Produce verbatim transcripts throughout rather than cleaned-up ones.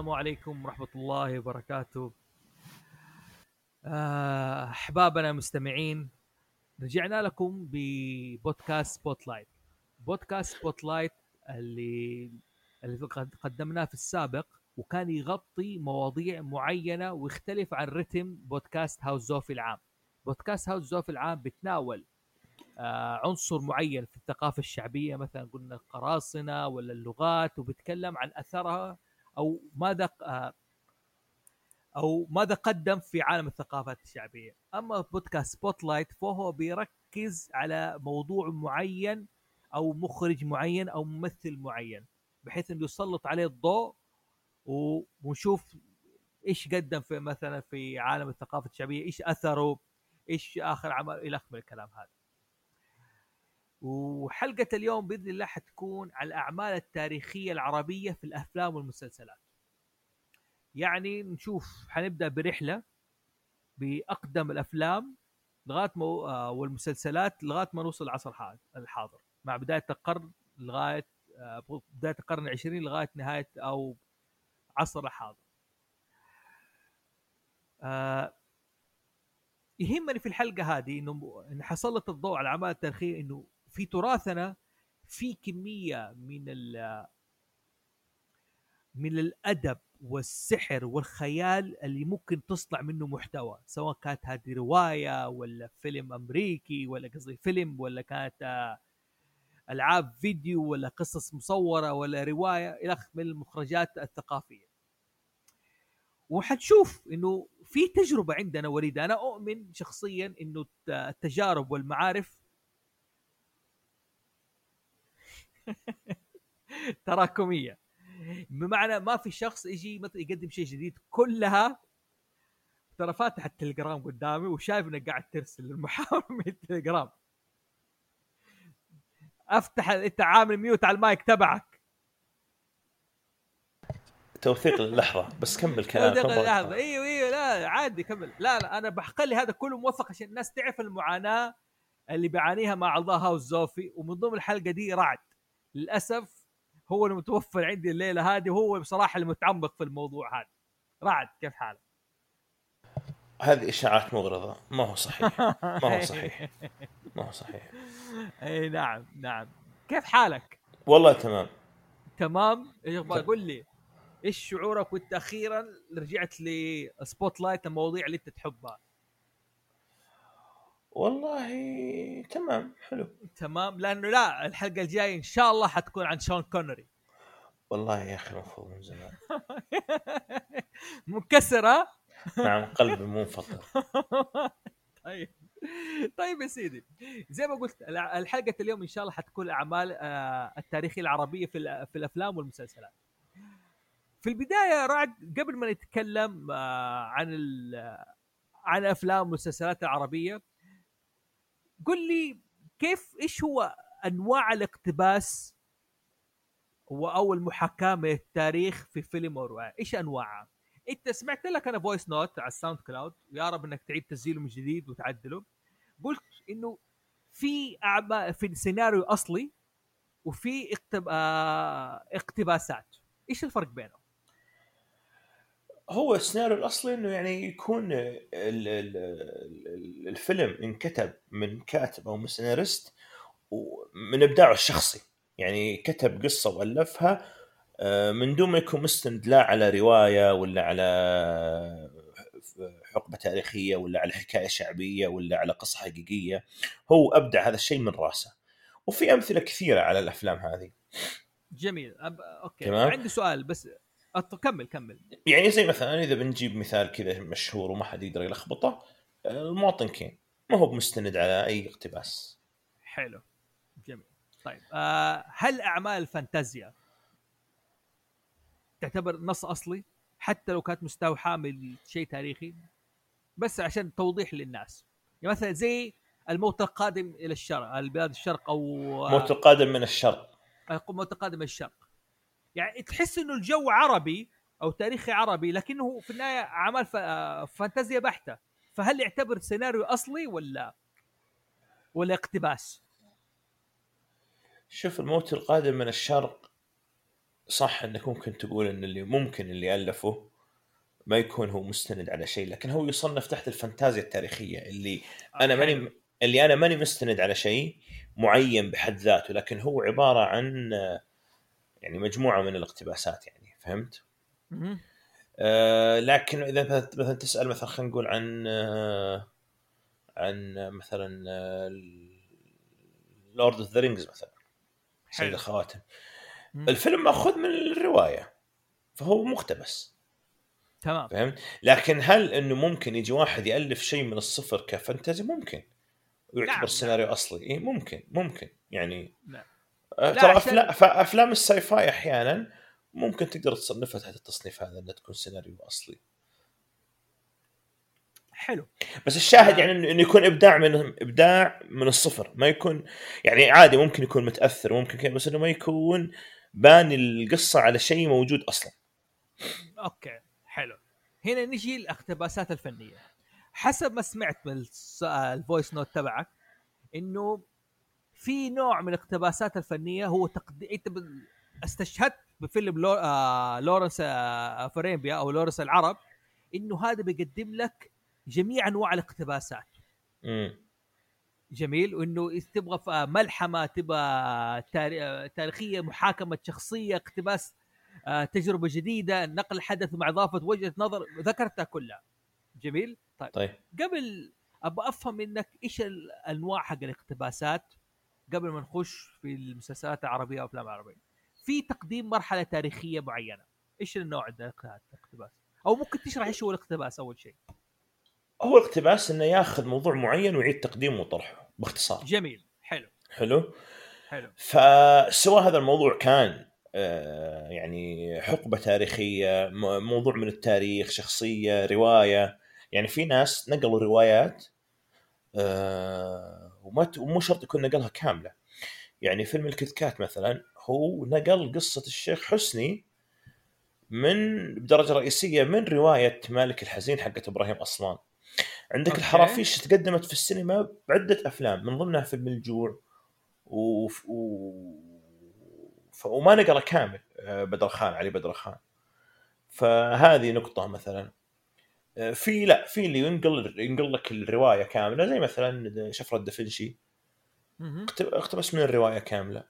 عليكم ورحمة الله وبركاته. آه، أحبابنا المستمعين، رجعنا لكم ببودكاست سبوتلايت. بودكاست سبوتلايت اللي اللي قد- قدمناه في السابق، وكان يغطي مواضيع معينة ويختلف عن رتم بودكاست هاوس زوفي العام. بودكاست هاوس زوفي العام بتناول آه، عنصر معين في الثقافة الشعبية، مثلا قلنا القراصنة ولا اللغات، وبتكلم عن أثرها أو ماذا آه، او ماذا قدم في عالم الثقافات الشعبيه. اما بودكاست سبوت لايت فهو بيركز على موضوع معين او مخرج معين او ممثل معين، بحيث انه يسلط عليه الضوء و- ونشوف ايش قدم في مثلا في عالم الثقافه الشعبيه، ايش اثره، ايش اخر عمل الى اخر من الكلام هذا. وحلقه اليوم باذن الله حتكون على الاعمال التاريخيه العربيه في الافلام والمسلسلات. يعني نشوف، حنبدا برحله باقدم الافلام لغايه ما آه، والمسلسلات لغايه ما نوصل العصر الحا- الحاضر، مع بدايه القرن لغايه آه، بدايه القرن العشرين لغايه نهايه او عصر الحاضر. آه، يهمني في الحلقه هذه انه ان حسلط الضوء على الاعمال التاريخيه، انه في تراثنا في كميه من ال- من الادب والسحر والخيال اللي ممكن تصنع منه محتوى، سواء كانت هذه روايه ولا فيلم امريكي ولا قصدي فيلم، ولا كانت آه، العاب فيديو ولا قصص مصوره ولا روايه الى اخره من المخرجات الثقافيه. وحتشوف انه في تجربه عندنا وليده. انا اؤمن شخصيا انه التجارب والمعارف تراكميه، بمعنى ما في شخص يجي مثلا يقدم شيء جديد، كلها ترى فاتح التليجرام قدامي وشايف انك قاعد ترسل المحاور من التليجرام. افتح، انت عامل ميوت على المايك تبعك. توثيق اللحظة بس كمل كلامك. لحظه، ايوه ايوه لا عادي كمل. لا لا انا بخلي هذا كله موثق عشان الناس تعرف المعاناه اللي بيعانيها مع اعضاء هاوس زوفي. ومن ضمن الحلقه دي رعد، للاسف هو المتوفر عندي الليله هذه، وهو بصراحه المتعمق في الموضوع هذا. رعد كيف حالك؟ هذه إشاعات مغرضة، ما هو صحيح ما هو صحيح ما هو صحيح. اي نعم نعم. كيف حالك؟ والله تمام تمام. ايش بقول لي، ايش شعورك وانت اخيرا رجعت لسبوت لايت، المواضيع اللي انت تحبها؟ والله تمام حلو. تمام، لانه لا الحلقه الجايه ان شاء الله حتكون عن شون كونري. والله يا أخي المفروض من زمان. منكسره. نعم قلبي منفطر. طيب طيب يا سيدي، زي ما قلت الع- الحلقه اليوم ان شاء الله حتكون الاعمال آه، التاريخيه العربيه في الأ- في الافلام والمسلسلات. في البدايه رعد، قبل ما نتكلم آه، عن ال- عن افلام والمسلسلات العربيه، قل لي كيف، ايش هو انواع الاقتباس او المحاكاه من التاريخ في فيلم او روايه؟ ايش انواعها؟ انت سمعت لك انا فويس نوت على الساوند كلاود، ويا رب انك تعيد تسجيله من جديد وتعدله. قلت انه في أعمال في سيناريو اصلي وفي اقتب... آه... اقتباسات. ايش الفرق بينهم؟ هو السيناريو الأصلي إنه يعني يكون ال- ال- ال- الفيلم انكتب من كاتب أو من سيناريست ومن إبداعه الشخصي، يعني كتب قصة وألفها آه، من دون ما يكون مستند لا على رواية ولا على حقبة تاريخية ولا على حكاية شعبية ولا على قصة حقيقية. هو أبدع هذا الشيء من راسه، وفي أمثلة كثيرة على الأفلام هذه. جميل. أب... اوكي، تمام. عندي سؤال بس. أط... كمل كمل. يعني زي مثلا إذا بنجيب مثال كذا مشهور وما حد يقدر يلخبطه، آه، المواطن كين ما هو مستند على أي اقتباس. حلو. جميل. طيب آه... هل اعمال فانتازيا تعتبر نص اصلي حتى لو كانت مستوحاه من شيء تاريخي؟ بس عشان توضيح للناس، يعني مثلا زي الموت القادم الى الشرق، البلاد الشرق، او موت القادم من الشرق. الموت القادم الى الشرق، يعني تحس انه الجو عربي او تاريخي عربي، لكنه في النهايه اعمال ف... فانتازيا بحته. فهل يعتبر سيناريو اصلي ولا ولا اقتباس؟ شوف الموت القادم من الشرق صح انك ممكن تقول ان اللي ممكن اللي الفه ما يكون هو مستند على شيء، لكن هو يصنف تحت الفانتازيا التاريخيه اللي آه، انا حلو. ماني اللي انا ماني مستند على شيء معين بحد ذاته، لكن هو عباره عن يعني مجموعه من الاقتباسات، يعني فهمت. مهم. آه لكن اذا مثلا تسال مثلا خلينا نقول عن آه عن مثلا لورد اوف ذا رينجز مثلا، سيد حلو. الخواتم، مم. الفيلم ماخذ من الروايه فهو مقتبس، تمام. فهمت. لكن هل انه ممكن يجي واحد يالف شيء من الصفر كفانتازي؟ ممكن، ويعتبر نعم نعم سيناريو اصلي. إيه ممكن ممكن يعني. نعم. آه، لا ترى افلام عشان افلام الساي فاي احيانا ممكن تقدر تصنفها تحت التصنيف هذا انها تكون سيناريو اصلي. حلو. بس الشاهد آه يعني انه إنه يكون ابداع من ابداع من الصفر، ما يكون يعني عادي، ممكن يكون متاثر ممكن كذا، بس انه ما يكون باني القصه على شيء موجود اصلا. اوكي حلو. هنا نجي الاقتباسات الفنيه. حسب ما سمعت من الس- آه، الفويس نوت تبعك، انه في نوع من الاقتباسات الفنيه هو تقد... انت ب... استشهدت بفيلم لو... آه... لورنس آه... فريمبيا او لورنس العرب، انه هذا بيقدم لك جميع انواع الاقتباسات. امم جميل. وانه تبغى في ملحمه، تبغى تاري... تاريخيه، محاكمه شخصيه، اقتباس آه... تجربه جديده، نقل حدث مع اضافه وجهه نظر، ذكرتها كلها. جميل. طيب طيب قبل ابغى افهم منك ايش الانواع حق الاقتباسات قبل ما نخش في المسلسلات العربيه وافلام العربيه. في تقديم مرحله تاريخيه معينه، ايش النوع ده الاقتباس؟ او ممكن تشرح ايش هو الاقتباس اول شيء؟ هو اقتباس انه ياخذ موضوع معين ويعيد تقديمه وطرحه باختصار. جميل. حلو. حلو. حلو. فسواء هذا الموضوع كان آه، يعني حقبة تاريخية، م- موضوع من التاريخ، شخصية، رواية. يعني في ناس نقلوا روايات آه، وما ت- ومو شرط يكون نقلها كاملة. يعني فيلم الكتكات مثلا هو نقل قصة الشيخ حسني من بدرجة رئيسية من رواية مالك الحزين حقت إبراهيم أصلان. عندك اوكي. الحرافيش تقدمت في السينما بعدة أفلام، من ضمنها فيلم الجوع و... و... ف... وما نقرا كامل آه، بدر خان، علي بدر خان. فهذه نقطة مثلا. آه، في لا في اللي ينقل ينقل لك الرواية كاملة، زي مثلا شفرة دافنشي اها. اقت- اقتبس من الرواية كاملة.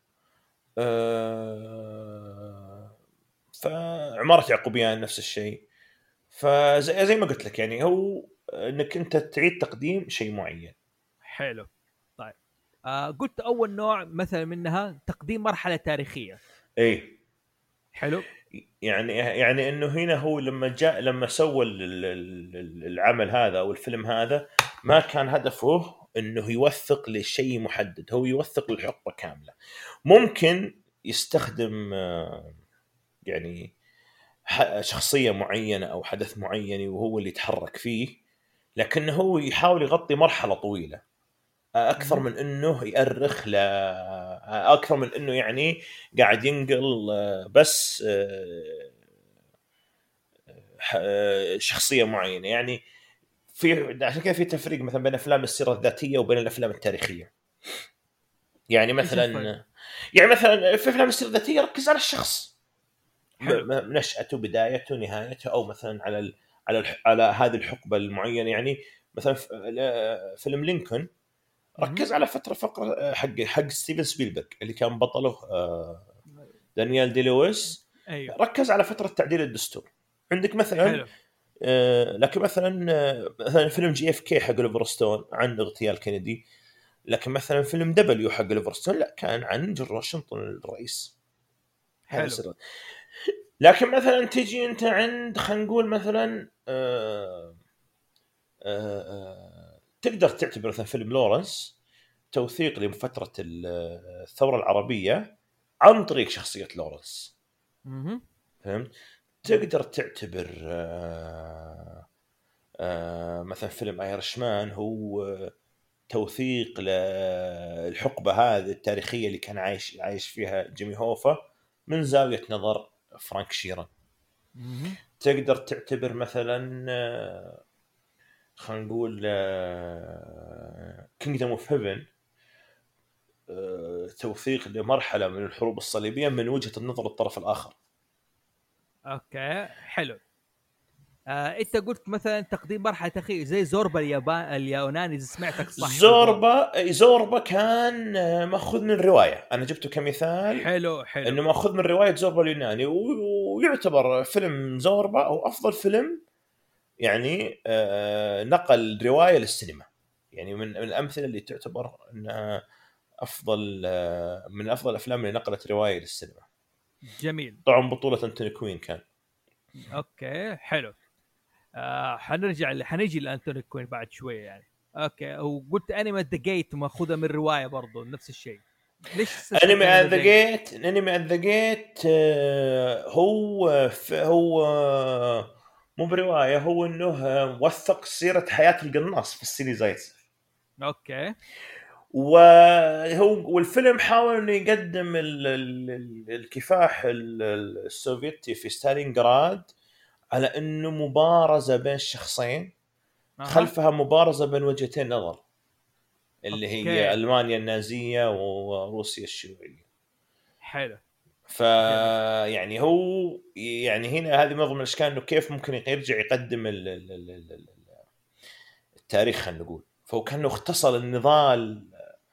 آه، فعمارة يعقوبيان نفس الشيء. فزي زي ما قلت لك، يعني هو انك انت تعيد تقديم شيء معين. حلو. طيب آه قلت اول نوع مثلا منها تقديم مرحله تاريخيه. ايه حلو. يعني يعني انه هنا هو لما جاء لما سوى ال- ال- ال- العمل هذا او الفيلم هذا، ما كان هدفه انه يوثق لشيء محدد، هو يوثق للحقبه كامله. ممكن يستخدم آه، يعني ح- شخصيه معينه او حدث معين وهو اللي يتحرك فيه، لكنه هو يحاول يغطي مرحله طويله اكثر مهم. من انه يأرخ ل اكثر من انه يعني قاعد ينقل آه، بس آه، ح- شخصيه معينه يعني. في عشان كذا في تفريق مثلا بين افلام السيره الذاتيه وبين الافلام التاريخيه. يعني ايش الفرق؟ مثلا يعني مثلا في افلام السيره الذاتيه ركز على الشخص، م- حلو. م- نشأته، بدايته، نهايته، او مثلا على ال... على الح... على هذه الحقبه المعينه. يعني مثلا ف- ل- فيلم لينكولن مهم. ركز على فتره فقره حق حق ستيفن سبيلبرغ اللي كان بطله آه، دانيال دي لويس. ايوه. ركز على فتره تعديل الدستور. عندك مثلا حلو. آه، لكن مثلا آه، مثلا فيلم جي اف كي حق ليفرستون عن اغتيال كينيدي، لكن مثلا فيلم دبليو حق ليفرستون لا، كان عن جورج واشنطن الرئيس. هذا حلو. سر. لكن مثلا تجي انت عند خلينا نقول مثلا آه، آه، آه، تقدر تعتبر مثلا فيلم لورنس توثيق لفتره الثوره العربيه عن طريق شخصيه لورنس، مهم. فهمت. تقدر تعتبر آه، آه، مثلا فيلم ايرشمان هو توثيق للحقبه هذه التاريخيه اللي كان عايش عايش فيها جيمي هوفا من زاويه نظر فرانك شيران. مهم. تقدر تعتبر مثلا آه، خلينا نقول كينجدم اوف هيفن توثيق لمرحله من الحروب الصليبيه من وجهه النظر الطرف الاخر. اوكي حلو. آه، انت قلت مثلا تقديم مرحله اخيره زي زوربا اليابان اليوناني، اذا سمعتك صح بالضبط. زوربا زوربا كان ماخوذ من الروايه، انا جبته كمثال حلو حلو. انه ماخوذ من روايه زوربا اليوناني، ويعتبر فيلم زوربا او افضل فيلم يعني آه، نقل روايه للسينما، يعني من الامثله اللي تعتبر انها افضل آه، من افضل الافلام اللي نقلت روايه للسينما. جميل. طبعا بطوله انتوني كوين كان. اوكي حلو. آه حنرجع ل- حنيجي لانتوني كوين بعد شويه يعني. اوكي، وقلت انمي ذا جيت ماخوذه من روايه برضو نفس الشيء. ليش استشهدت انمي انمي ذا ذا جيت؟ جيت انمي ذا جيت هو ف- هو آه، مو بروايه، هو انه آه، وثق سيره حياه القناص في السيني زايتسف. اوكي وهو والفيلم حاول انه يقدم ال- ال- ال- الكفاح ال- ال- السوفيتي في ستالينغراد على انه مبارزه بين شخصين، اها. خلفها مبارزه بين وجهتين نظر، اللي هي اوكي المانيا النازيه وروسيا الشيوعيه. حلو. ف جميل. يعني هو يعني هنا هذه من ضمن الاشكال انه كيف ممكن يرجع يقدم ال- ال- ال- ال- التاريخ، خلينا نقول. فهو كانه اختصر النضال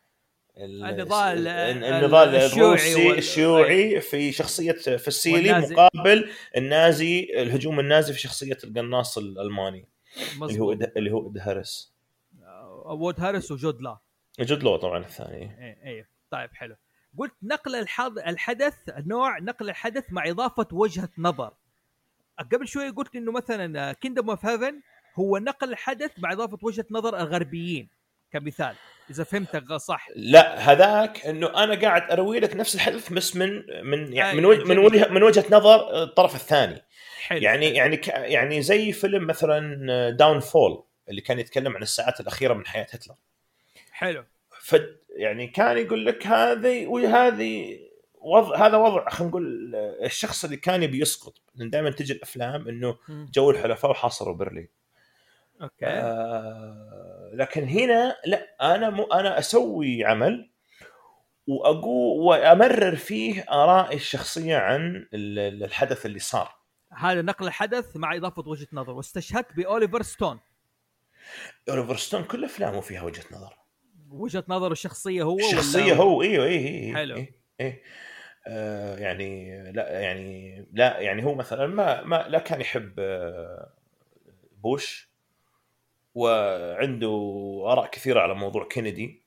ال- النضال ال- ال- النضال الشيوعي الروسي وال أي. الشيوعي في شخصيه فسيلي، والنازي. مقابل النازي، الهجوم النازي في شخصيه القناص الالماني اللي هو مظبوط. إد- اللي هو إد هارس. وود هاريس وجود لا. جود لو طبعا الثاني. ايه ايه طيب حلو. قلت نقل الحظ الحدث، نوع نقل الحدث مع اضافه وجهه نظر. قبل شوي قلت انه مثلا كيندم اوف هيفن هو نقل الحدث مع اضافه وجهه نظر الغربيين كمثال، اذا فهمتك صح. لا هذاك انه انا قاعد اروي لك نفس الحدث بس من من يعني من آه وجه من جميل. وجهه من وجهه نظر الطرف الثاني. حلو يعني حلو يعني ك- يعني زي فيلم مثلا داون فول اللي كان يتكلم عن الساعات الاخيره من حياه هتلر. حلو. ف يعني كان يقول لك هذه وهذه وضع، هذا وضع خلينا نقول الشخص اللي كان يبي يسقط، لان دائما تجي الافلام انه مم. جو الحلفاء وحاصروا برلين. اوكي. آه لكن هنا لا، انا مو انا اسوي عمل واقول وامرر فيه ارائي الشخصيه عن ال- الحدث اللي صار. هذا نقل الحدث مع اضافه وجهه نظر، واستشهدت باوليفر ستون. اوليفر ستون كل افلامه فيها وجهه نظر، وجهه نظر الشخصيه هو الشخصيه ولا؟ هو ايوه ايه ايه حلو. ايه, إيه. آه يعني لا يعني لا يعني هو مثلا ما ما لا كان يحب آه بوش، وعنده اراء كثيره على موضوع كينيدي،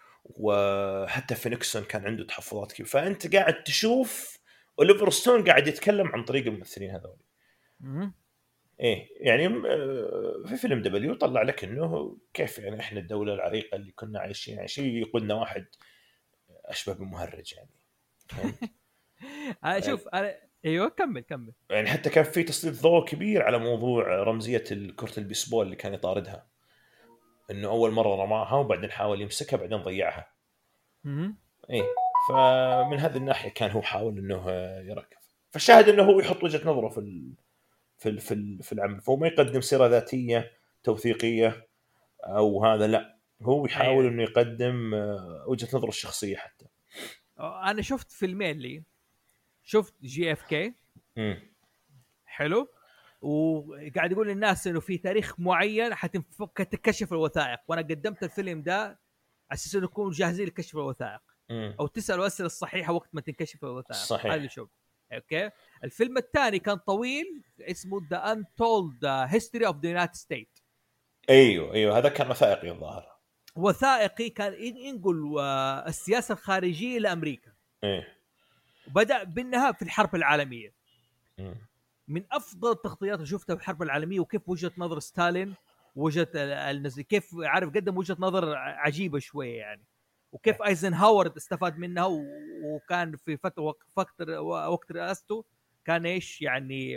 وحتى في نيكسون كان عنده تحفظات كثير. فانت قاعد تشوف اوليفر ستون قاعد يتكلم عن طريق الممثلين هذول. مم. ايه يعني آه، في فيلم دبليو طلع لك انه كيف يعني احنا الدوله العريقه اللي كنا عايشين، يعني شيء يقولنا واحد اشبه بمهرج يعني. فهمت؟ آه شوف أنا... ايوه كمل كمل. يعني حتى كان في تسليط ضوء كبير على موضوع رمزيه كره البيسبول اللي كان يطاردها، انه اول مره رماها وبعدين حاول يمسكها بعدين ضيعها. مم. ايه فمن هذه الناحيه كان هو حاول انه يركب. فالشاهد انه هو يحط وجهه نظره في ال... في ال... في ال... في العمل، فهو ما يقدم سيره ذاتيه توثيقيه او هذا، لا هو يحاول ايوه. انه يقدم آه، وجهه نظره الشخصيه حتى. انا شفت فيلمين لي، شفت جي اف كي. امم حلو. وقاعد يقول للناس انه في تاريخ معين حتنفك تكشف الوثائق، وانا قدمت الفيلم ده على اساس انه يكونوا جاهزين لكشف الوثائق امم او تسالوا الاسئله الصحيحه وقت ما تنكشف الوثائق. هذا اللي صحيح. شوف. اوكي. الفيلم الثاني كان طويل، اسمه ذا انتولد هيستوري اوف ذا يونايتد ستيت. ايوه ايوه هذا كان وثائقي الظاهر. وثائقي كان ينقل آه، السياسه الخارجيه لامريكا، ايه. وبدا بالنهايه في الحرب العالميه. مم. من افضل التغطيات اللي شفتها في الحرب العالميه، وكيف وجهه نظر ستالين، وجهه النازي، كيف عارف قدم وجهه نظر عجيبه شويه يعني. وكيف ايزنهاور استفاد منها، وكان في فتره وقت وقت رئاسته كان ايش يعني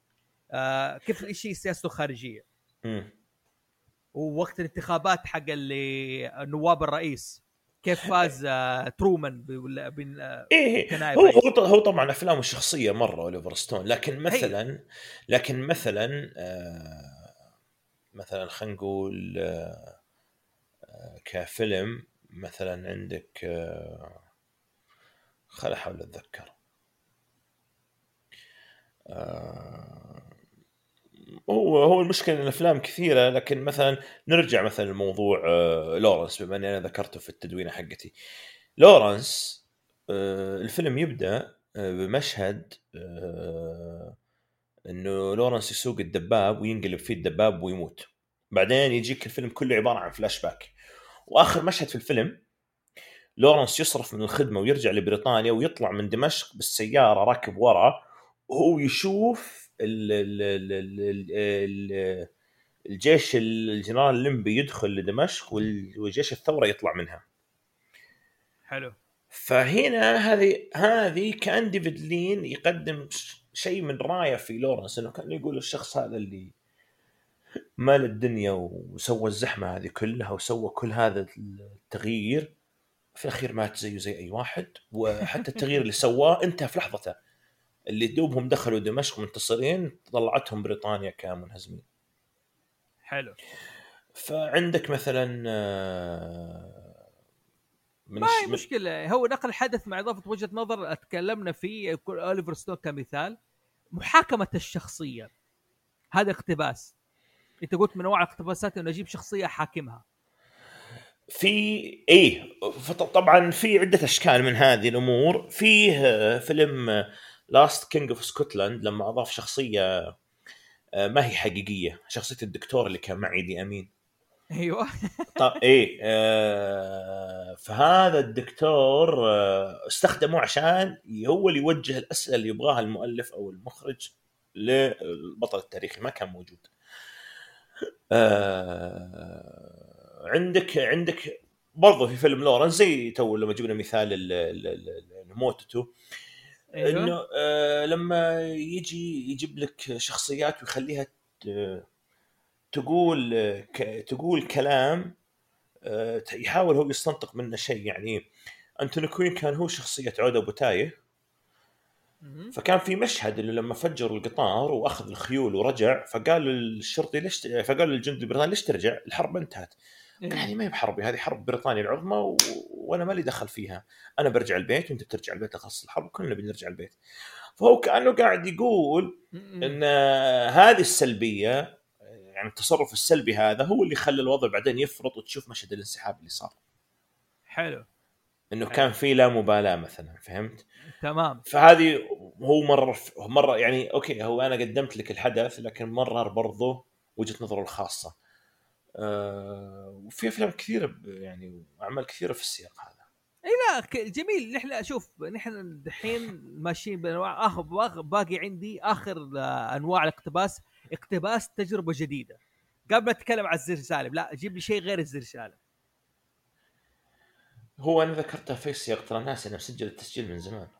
آه كيف الشيء سياسته الخارجيه. مم. ووقت الانتخابات حق اللي نواب الرئيس كيف فاز آه ترومان بين آه ايه كنائب هو رئيس. هو هو طبعا افلامه الشخصيه مره اوليفر ستون، لكن هي مثلا لكن مثلا آه مثلا خلينا نقول آه كفيلم مثلا عندك آه خل احاول اتذكر آه هو هو المشكلة إن الأفلام كثيرة، لكن مثلا نرجع مثلا لموضوع آه لورنس، بما أني أنا ذكرته في التدوينة حقتي. لورنس آه الفيلم يبدأ آه بمشهد آه إنه لورنس يسوق الدباب وينقلب فيه الدباب ويموت. بعدين يجيك الفيلم كله عبارة عن فلاش باك، وآخر مشهد في الفيلم لورنس يصرف من الخدمة ويرجع لبريطانيا، ويطلع من دمشق بالسيارة راكب ورا، وهو يشوف ال ال ال ال ال الجيش الجنرال الليمبي يدخل لدمشق والجيش الثورة يطلع منها. حلو. فهنا هذه هذه كان ديفيد لين يقدم شيء من راية في لورنس، انه كان يقول الشخص هذا اللي مال الدنيا وسوى الزحمة هذه كلها وسوى كل هذا التغيير، في الأخير مات زيه زي أي واحد. وحتى التغيير اللي سواه انتهى في لحظته، اللي دوبهم دخلوا دمشق منتصرين طلعتهم بريطانيا كمنهزمين. حلو. فعندك مثلا من ما هي من مشكلة، هو نقل حدث مع إضافة وجهة نظر اتكلمنا فيه. أوليفر ستون كمثال، محاكمة الشخصية هذا اقتباس. انت قلت من انواع الاقتباسات انه اجيب شخصيه حاكمها في ايه. طبعا في عده اشكال من هذه الامور. فيه فيلم لاست كينج اوف سكوتلاند لما اضاف شخصيه ما هي حقيقيه، شخصيه الدكتور اللي كان معي دي امين. ايوه. طيب ايه آه فهذا الدكتور آه استخدمه عشان هو اللي يوجه الاسئله اللي يبغاها المؤلف او المخرج للبطل التاريخي، ما كان موجود. آه عندك عندك برضه في فيلم لورنس زي تو لما جبنا مثال الموتتو، ايوه. انه آه لما يجي يجيب لك شخصيات ويخليها تقول تقول كلام آه يحاول هو يستنطق منه شيء. يعني أنتوني كوين كان هو شخصية عودة بوتايه، فكان في مشهد اللي لما فجروا القطار واخذ الخيول ورجع، فقال للشرطي ليش، فقال للجندي البريطاني ليش ترجع، الحرب انتهت. قال لي ما هي بحربي، هذه حرب بريطانيا العظمى و... وانا ما لي دخل فيها، انا برجع البيت وانت بترجع البيت، اخلص الحرب كلنا بنرجع البيت. فهو كانه قاعد يقول ان هذه السلبيه، يعني التصرف السلبي هذا هو اللي خلى الوضع بعدين يفرط، وتشوف مشهد الانسحاب اللي صار. حلو. انه حلو. كان في لا مبالاه مثلا، فهمت؟ تمام. فهذه هو مره مره يعني اوكي، هو انا قدمت لك الحدث، لكن مره برضه وجهه نظره الخاصه. أه وفي افلام كثيره يعني اعمال كثيره في السياق هذا. اي لا جميل. نحن شوف نحن دحين ماشيين بانواع اخر. باقي عندي اخر انواع الاقتباس، اقتباس تجربه جديده. قبل ما اتكلم عن الزر سالم، لا جيب لي شيء غير الزر سالم. هو انا ذكرتها في السياق، ترى ناس انا مسجل التسجيل من زمان.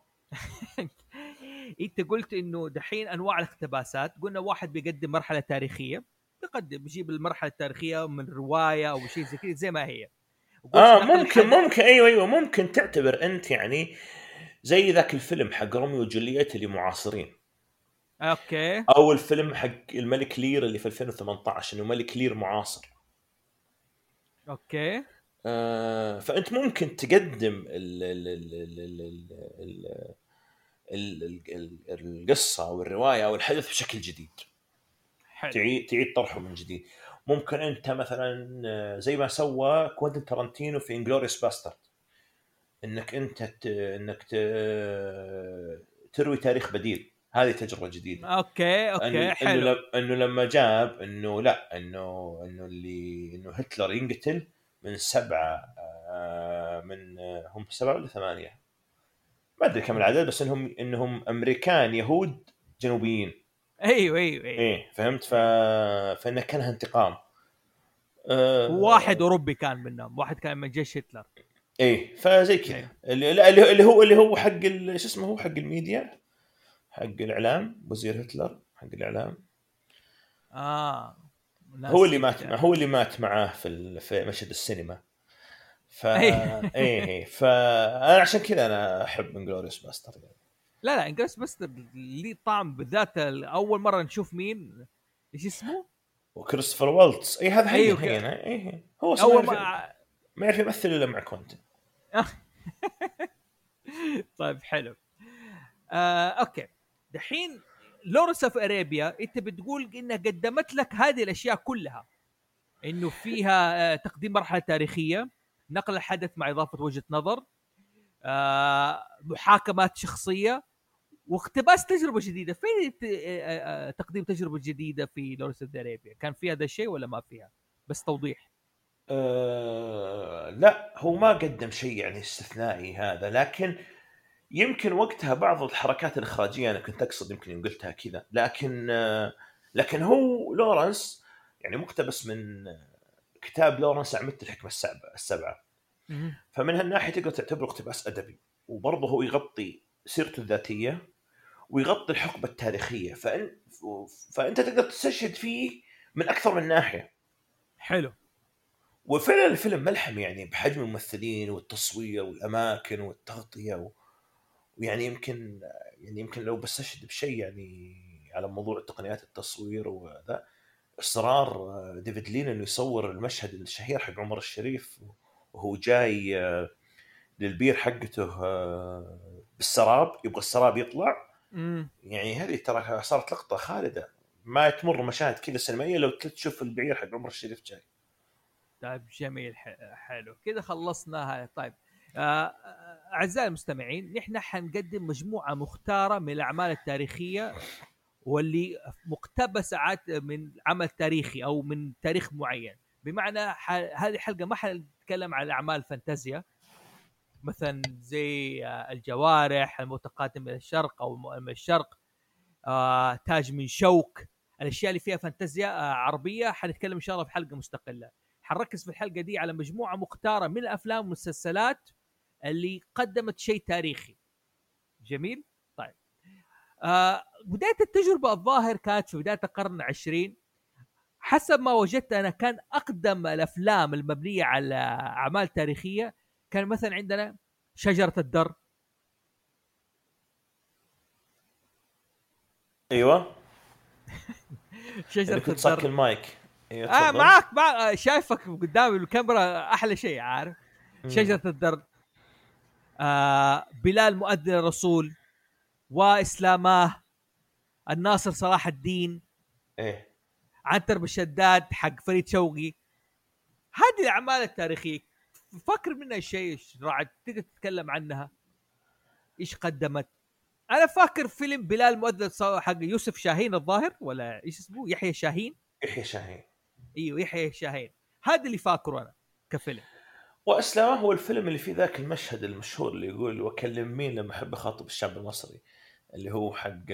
انت قلت انه دحين انواع الاقتباسات، قلنا واحد بيقدم مرحله تاريخيه، بيقدم بيجيب المرحله التاريخيه من روايه او شيء زي كذا زي ما هي. اه ممكن ممكن ايوه ايوه ممكن تعتبر انت يعني زي ذاك الفيلم حق روميو وجولييت اللي معاصرين. اوكي. او الفيلم حق الملك لير اللي في ألفين وثمانية عشر، انه ملك لير معاصر. اوكي. آه فانت ممكن تقدم ال ال ال ال ال ال ال القصه او الروايه او الحدث بشكل جديد. حلو. تعيد تعيد طرحه من جديد. ممكن انت مثلا زي ما سوى كوينتين تارانتينو في انجلوريوس باسترد، انك انت ت... انك ت... تروي تاريخ بديل. هذه تجربه جديده. اوكي. اوكي. انه حلو. انه انه لما جاب انه لا انه انه اللي انه هتلر ينقتل من سبعه من هم سبعه ولا ثمانيه، ما ادري كم العدد، بس انهم انهم امريكان يهود جنوبيين. ايوه ايوه ايوه. ايه فهمت. ف... فانه كانها انتقام. أه... واحد اوروبي كان منهم، واحد كان من جيش هتلر. ايه فزي كذا اللي, اللي هو اللي هو حق شو اسمه، هو حق الميديا، حق الاعلام، وزير هتلر حق الاعلام. اه هو اللي مات معه، هو اللي مات معاه في في مشهد السينما. ف ايه ايه فانا عشان كذا انا احب انجلوريوس باستر يعني. لا لا انجلوريوس باستر لي طعم، بالذات اول مره نشوف مين ايش اسمه، وكريستوفر والتس. اي هذا أيوه هين هين ايه هو اول ما ما ما يعرف يمثل الا مع كوينتين. طيب حلو. آه، اوكي دحين لورنس اوف ارابيا انت بتقول انها قدمت لك هذه الاشياء كلها، انه فيها تقديم مرحله تاريخيه، نقل الحدث مع اضافه وجهه نظر، محاكمات شخصيه، واقتباس تجربه جديده. فين تقديم تجربه جديده في لورنس اوف ارابيا؟ كان فيها هذا الشيء ولا ما فيها؟ بس توضيح. أه لا، هو ما قدم شيء يعني استثنائي هذا، لكن يمكن وقتها بعض الحركات الإخراجية أنا كنت أقصد يمكن إن قلتها كذا، لكن لكن هو لورنس يعني مقتبس من كتاب لورنس أعمدة الحكمة السبعة، فمن هالناحية تقدر تعتبره اقتباس أدبي، وبرضه هو يغطي سيرته الذاتية ويغطي الحقبة التاريخية، فأن فأنت تقدر تستشهد فيه من أكثر من ناحية. حلو. وفعلا الفيلم ملحم يعني بحجم الممثلين والتصوير والأماكن والتغطية و... ويعني يمكن يعني يمكن لو بستشهد بشيء يعني على موضوع تقنيات التصوير وذا، إصرار ديفيد لين إنه يصور المشهد الشهير حق عمر الشريف وهو جاي للبير حقته بالسراب، يبغى السراب يطلع. مم. يعني هذه ترى صارت لقطة خالدة، ما تمر مشاهد كذا سينمائية لو تشوف البعير حق عمر الشريف جاي. طيب جميل، حلو كده خلصناها. طيب أعزائي المستمعين، نحن حنقدم مجموعة مختارة من الأعمال التاريخية واللي مقتبسة عاد من عمل تاريخي أو من تاريخ معين. بمعنى هذه الحلقة ما حنتكلم عن أعمال فانتازيا مثلا زي الجوارح، المتقاتم من الشرق أو من الشرق، آه، تاج من شوك، الأشياء اللي فيها فانتازيا آه، عربية حنتكلم إن شاء الله في حلقة مستقلة. حنركز في الحلقة دي على مجموعة مختارة من الأفلام والمسلسلات اللي قدمت شيء تاريخي. جميل. طيب آه، بداية التجربة الظاهر كانت في بداية القرن العشرين حسب ما وجدت أنا. كان أقدم الأفلام المبنية على أعمال تاريخية كان مثلا عندنا شجرة الدر. ايوه شجرة كنت صك المايك. ايوه اه معك مع... شايفك قدامي الكاميرا احلى شيء عارف. مم. شجرة الدر، آه بلال مؤذن الرسول، واسلاماه، الناصر صلاح الدين، ايه عنتر بالشداد حق فريد شوقي. هذه الاعمال التاريخيه فكر منها شيء راعد تقدر تتكلم عنها. ايش قدمت؟ انا فاكر فيلم بلال مؤذن حق يوسف شاهين الظاهر، ولا ايش اسمه، يحيى شاهين. يحيى شاهين ايوه يحيى شاهين، هذا اللي فاكره انا كفيلم. واسلامه هو الفيلم اللي فيه ذاك المشهد المشهور اللي يقول وكلم مين لما احب اخاطب الشعب المصري، اللي هو حق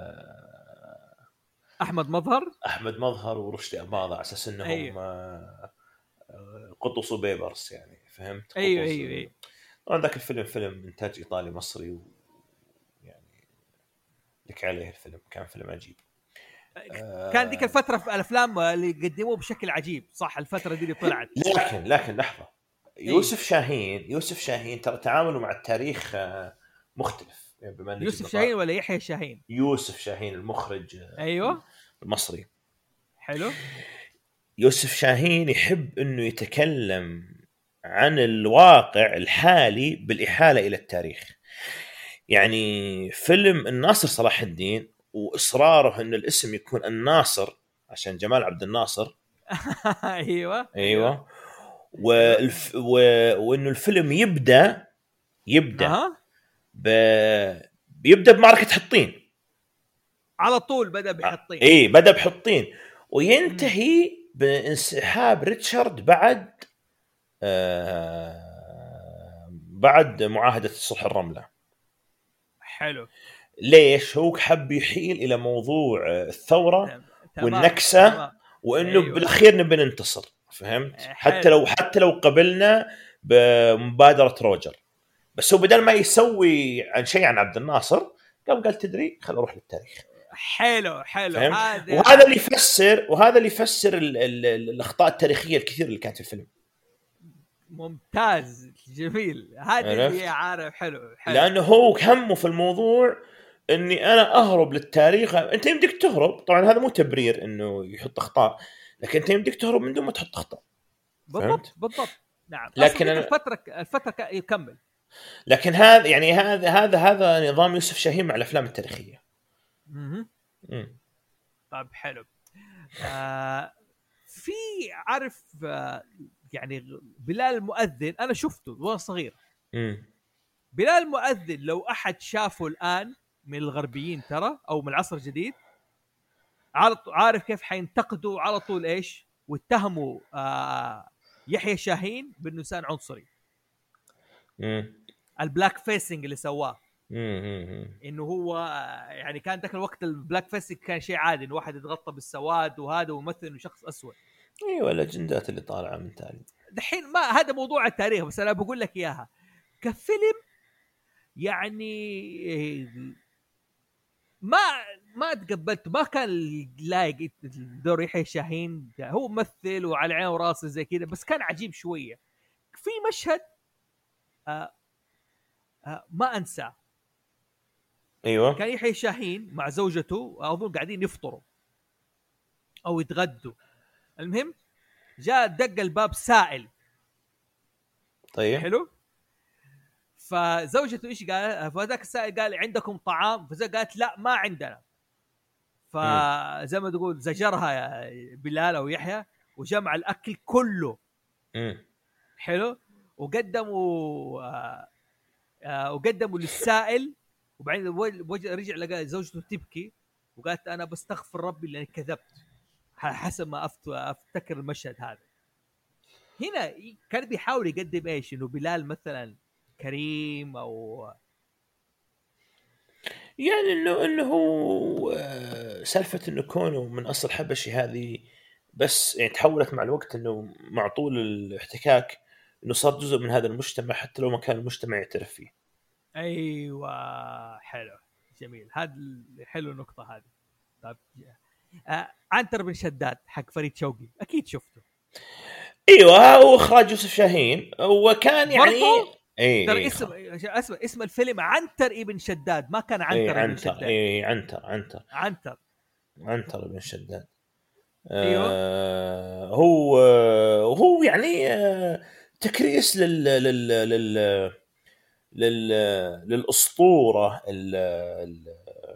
احمد مظهر احمد مظهر ورشدي اباضة على اساس انهم أيوه. قطص وبيبرس يعني، فهمت؟ ايوه ايوه ايوه. طبعا ذاك الفيلم فيلم انتاج ايطالي مصري و... يعني لك عليه الفيلم كان فيلم عجيب. كان ذيك الفتره في الافلام اللي قدموه بشكل عجيب صح، الفتره دي اللي طلعت. لكن لكن لحظه، يوسف أيه؟ شاهين يوسف شاهين ترى تعاملوا مع التاريخ مختلف يعني. بما يوسف شاهين ولا يحيى شاهين؟ يوسف شاهين المخرج ايوه المصري. حلو. يوسف شاهين يحب انه يتكلم عن الواقع الحالي بالاحاله الى التاريخ. يعني فيلم الناصر صلاح الدين واصراره ان الاسم يكون الناصر عشان جمال عبد الناصر. ايوه ايوه والف... و... وانه الفيلم يبدا يبدا أه. ب... بيبدا بمعركه حطين على طول. بدا بحطين. اي بدا بحطين وينتهي م. بانسحاب ريتشارد بعد آه... بعد معاهده صلح الرمله. حلو. ليش هو حب يحيل الى موضوع الثوره تمام. والنكسه تمام. وانه أيوة. بالاخير نبي ننتصر، فهمت؟ حلو. حتى لو حتى لو قبلنا بمبادره روجر، بس هو بدل ما يسوي عن شيء عن عبد الناصر قام قال تدري خل اروح للتاريخ. حلو حلو. هذا وهذا اللي يفسر وهذا اللي يفسر ال ال ال الاخطاء التاريخيه الكثير اللي كانت في الفيلم. ممتاز جميل. هذا اللي عارف. حلو حلو. لانه هو همه في الموضوع اني انا اهرب للتاريخ. انت يمديك تهرب طبعا، هذا مو تبرير انه يحط اخطاء، لكن انت يمديك تهرب من دون ما تحط اخطاء. بالضبط بالضبط. نعم. لكن أنا... الفتره الفتره يكمل. لكن هذا يعني هذا هذا هذا نظام يوسف شاهين مع الافلام التاريخيه. اها مم. طيب حلو. آه في عارف آه يعني بلال المؤذن انا شفته وانا صغير. مم. بلال المؤذن لو احد شافه الان من الغربيين ترى او من العصر الجديد على طول عارف كيف حينتقدوا على طول ايش واتهموا آه يحيى شاهين بانه انسان عنصري. مم. البلاك فيسنج اللي سواه مم. انه هو آه، يعني كان ذاك الوقت البلاك فيسنج كان شيء عادي انه واحد يتغطى بالسواد وهذا ويمثل انه شخص اسود. ايوه الاجندات اللي طالعه من تالي. دحين ما هذا موضوع التاريخ بس انا بقول لك اياها كفيلم يعني ما ما تقبلت ما كان لايق دور يحيى شاهين. هو ممثل وعلى عينه وراسه زي كذا بس كان عجيب شويه. في مشهد آه آه ما انساه. ايوه. كان يحيى شاهين مع زوجته اظن قاعدين يفطروا او يتغدوا. المهم جاء دق الباب سائل. طيب. حلو. فزوجته ايش قال فذاك السائل قال عندكم طعام فزي قالت لا ما عندنا. فزي ما تقول زجرها يا بلال او يحيى وجمع الاكل كله. مم. حلو. وقدموا آه آه وقدموا للسائل وبعدين وجه رجع لقى زوجته تبكي وقالت انا بستغفر ربي لاني كذبت. حسب ما افتكر المشهد هذا. هنا كان بيحاول يقدم ايش انه بلال مثلا كريم او يعني انه انه هو آه، سالفه انه كونه من اصل حبشي هذه بس يعني تحولت مع الوقت انه مع طول الاحتكاك انه صار جزء من هذا المجتمع حتى لو ما كان المجتمع يعترف فيه. ايوه حلو جميل هذا حلو النقطه هذه. طيب آه عنتر بن شداد حق فريد شوقي اكيد شفته. ايوه واخراج يوسف شاهين وكان يعني برضو اي ترى اي اسم خ... اسم اسم الفيلم عنتر ابن شداد ما كان اي عنتر ابن عنتر شداد. اي عنتر عنتر عنتر عنتر بن شداد. ايوه آه هو آه هو يعني آه تكريس لل لل لل لل للاسطوره ال ال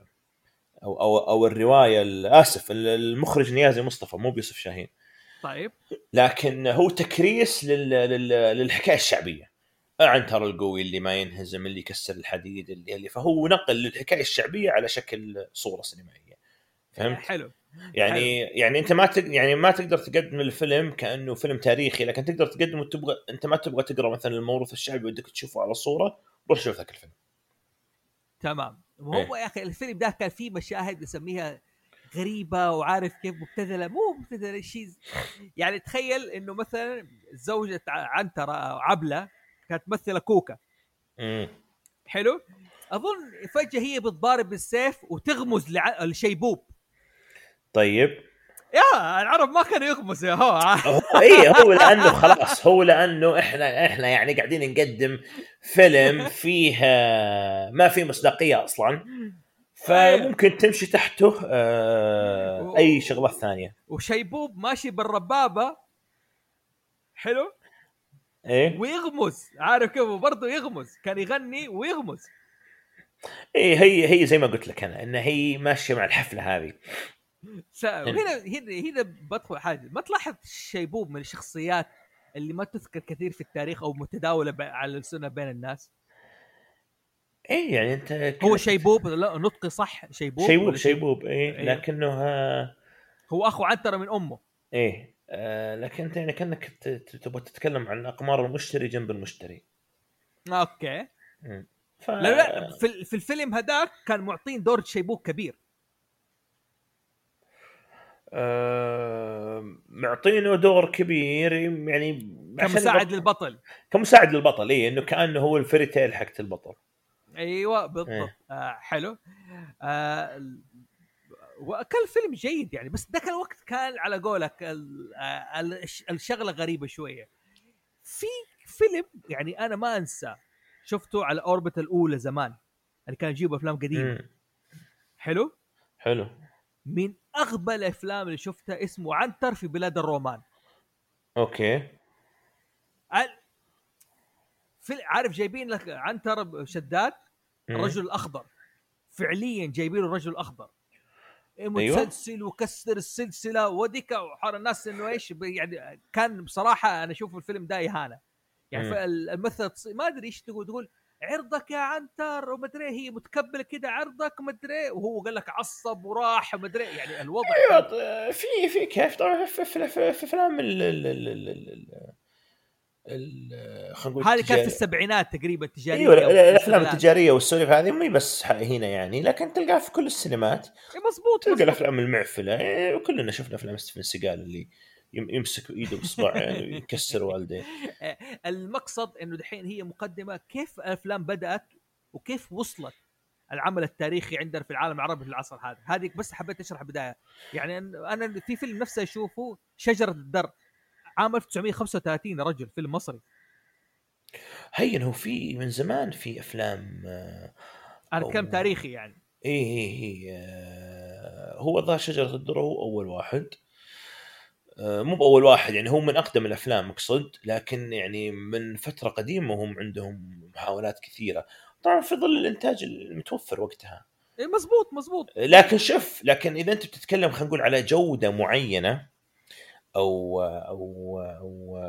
او او او الروايه الاسف المخرج نيازي مصطفى مو بيوسف شاهين. طيب لكن هو تكريس لل لل للحكايه الشعبيه. عنتر القوي اللي ما ينهزم اللي يكسر الحديد اللي, اللي فهو نقل للحكايه الشعبيه على شكل صوره سينمائيه. فهمت؟ حلو حلو يعني يعني انت ما تق... يعني ما تقدر تقدم الفيلم كانه فيلم تاريخي لكن تقدر تقدمه تبغى انت ما تبغى تقرا مثلا الموروث الشعبي ودك تشوفه على صوره روح شوف ذاك الفيلم. تمام. وهو ايه. يا اخي الفيلم ده كان فيه مشاهد نسميها غريبه وعارف كيف مبتذله مو مبتذله شيء يعني تخيل انه مثلا زوجة عنتر عبله كانت تمثل كوكا. امم. حلو. اظن فجاه هي بتضارب بالسيف وتغمز لع... لشيبوب. طيب. يا العرب ما كانوا يغمزوا يا هو. هو ايه هو لانه خلاص هو لانه احنا احنا يعني قاعدين نقدم فيلم فيه ما في مصداقيه اصلا فممكن تمشي تحته آه اي شغلات ثانيه. وشيبوب ماشي بالربابه. حلو. ايه. ويغمز عارف كيف برضه يغمز كان يغني ويغمز. ايه هي هي زي ما قلت لك انا ان هي ماشيه مع الحفله هذه. س... وهنا هنا هنا بدخل حاجه ما تلاحظ شيبوب من الشخصيات اللي ما تذكر كثير في التاريخ او متداوله ب... على السنه بين الناس. ايه يعني انت هو شيبوب لا نطقي صح شيبوب شيبوب ولا شيبوب ايه ايوه لكنه آه هو اخو عنترة من امه. ايه آه لكن انت يعني كانك ت- ت- تبغى تتكلم عن اقمار المشتري جنب المشتري. اوكي. مم. ف لا لا في في الفيلم هذاك كان معطين دور شيبوب كبير. آه معطينه دور كبير يعني عشان كمساعد يغطي للبطل. كمساعد للبطل ايه انه كانه هو الفريتيل حقت البطل. ايوه بالضبط إيه. آه حلو. آه وكان فيلم جيد يعني بس ذاك الوقت كان على قولك ال- آه، ال- الشغله غريبه شويه. في فيلم يعني انا ما انسى شفته على اوربت الاولى زمان اللي كان يجيبوا افلام قديمه. مم. حلو. حلو. من اغبى الافلام اللي شفتها اسمه عنتر في بلاد الرومان. اوكي. ال- في عارف جايبين لك عنتر شداد مم. الرجل الاخضر فعليا جايبين الرجل الاخضر ايوه متسلسل وكسر السلسله وديك وحار الناس انه ايش يعني. كان بصراحه انا اشوف الفيلم ده اهانه يعني. مم. الممثل ما ادري ايش تقول تقول عرضك يا عنتر وما ادري، هي متكبله كده عرضك ما ادري، وهو قال لك عصب وراح ما ادري يعني. الوضع ايوه كان ط- في في كيف طبعا في في في في افلام ال ال ال ال ال ال- خلينا نقول هذه كانت في التجاري. السبعينات تقريبا ايوه ال- تجاريه ال- او في الافلام الثمانينات. التجاريه والسوالف هذه مي بس ح- هنا يعني، لكن تلقاها في كل السينمات. إيه مزبوط تلقى مزبوط. الافلام المعفله، إيه، وكلنا شفنا افلام ستيفن سيجال اللي يم- يمسك ايده باصبعين ويكسر والديه. المقصد انه دحين هي مقدمه كيف الافلام بدات وكيف وصلت العمل التاريخي عندنا في العالم العربي في العصر هذا. هذه بس حبيت اشرح بدايه يعني. انا في فيلم نفسه اشوفه شجره الدر عام ألف وتسعمية وخمسة وثلاثين، رجل فيلم مصري. هين هو في من زمان في افلام آه، انا او اتكلم تاريخي يعني. ايه ايه ايه آه، هو ظهر شجره الذره هو اول واحد. آه، مو باول واحد يعني، هو من اقدم الافلام مقصد، لكن يعني من فتره قديمه وهم عندهم محاولات كثيره، طبعا في ظل الانتاج المتوفر وقتها. إيه مزبوط مزبوط. لكن شوف، لكن اذا انت بتتكلم خلينا نقول على جوده معينه او او او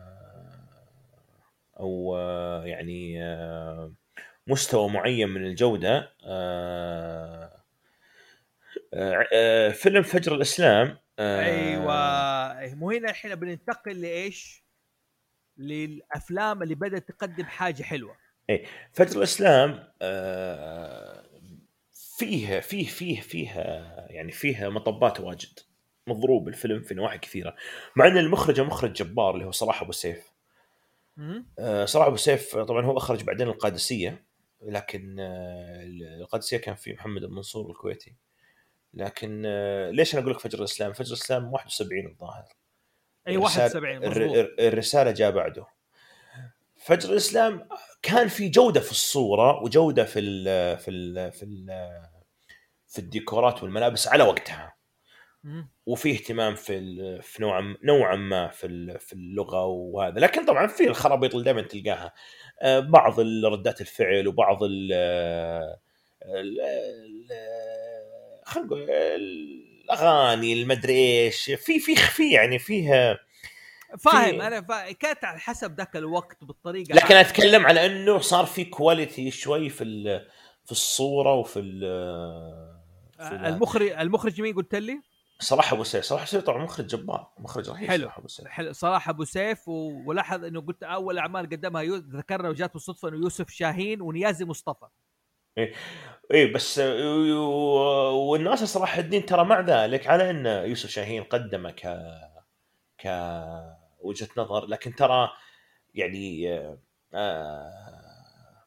او يعني مستوى معين من الجوده، آه، آه، فيلم فجر الاسلام. ايوه آه، مو هنا الحين بننتقل لايش؟ للافلام اللي بدات تقدم حاجه حلوه. ايه فجر الاسلام آه، فيه فيه فيه فيها يعني فيها مطبات واجد، مضروب الفيلم في نواحي كثيره، مع ان المخرج مخرج جبار اللي هو صلاح ابو سيف. امم آه، صلاح ابو سيف طبعا هو اخرج بعدين القادسيه، لكن آه، القادسيه كان في محمد المنصور الكويتي. لكن آه، ليش انا اقول لك فجر الاسلام؟ فجر الاسلام واحد وسبعين الظاهر، اي الرساله واحد وسبعين مزبوط. الر- الرساله جاء بعده. فجر الاسلام كان في جوده في الصوره وجوده في ال في ال في ال في الديكورات والملابس على وقتها، مم. وفي اهتمام في ال- في نوعا نوعا ما في ال- في اللغه وهذا، لكن طبعا في الخرابيط اللي دائما تلقاها، آه، بعض ردات الفعل وبعض ال ال- ال- خلينا نقول الاغاني المدري ايش، في في في يعني فيها فاهم في. انا فا... كانت على حسب ذاك الوقت بالطريقه لكن هذه. اتكلم على انه صار في كواليتي شوي في ال- في الصوره وفي ال- في آه، ال- المخرج المخرج مين قلت لي؟ صراحه ابو سيف، صراحه ابو سيف طبعا مخرج جبار، مخرج رهيب حلو صراحه ابو سيف. حلو صلاح ابو سيف و... ولاحظ انه قلت اول اعمال قدمها يو... ذكرنا وجات بالصدفه انه يوسف شاهين ونيازي مصطفى. ايه ايه بس آه، والناس صلاح الدين ترى مع ذلك على ان يوسف شاهين قدمه ك ك وجهه نظر، لكن ترى يعني آه، آه،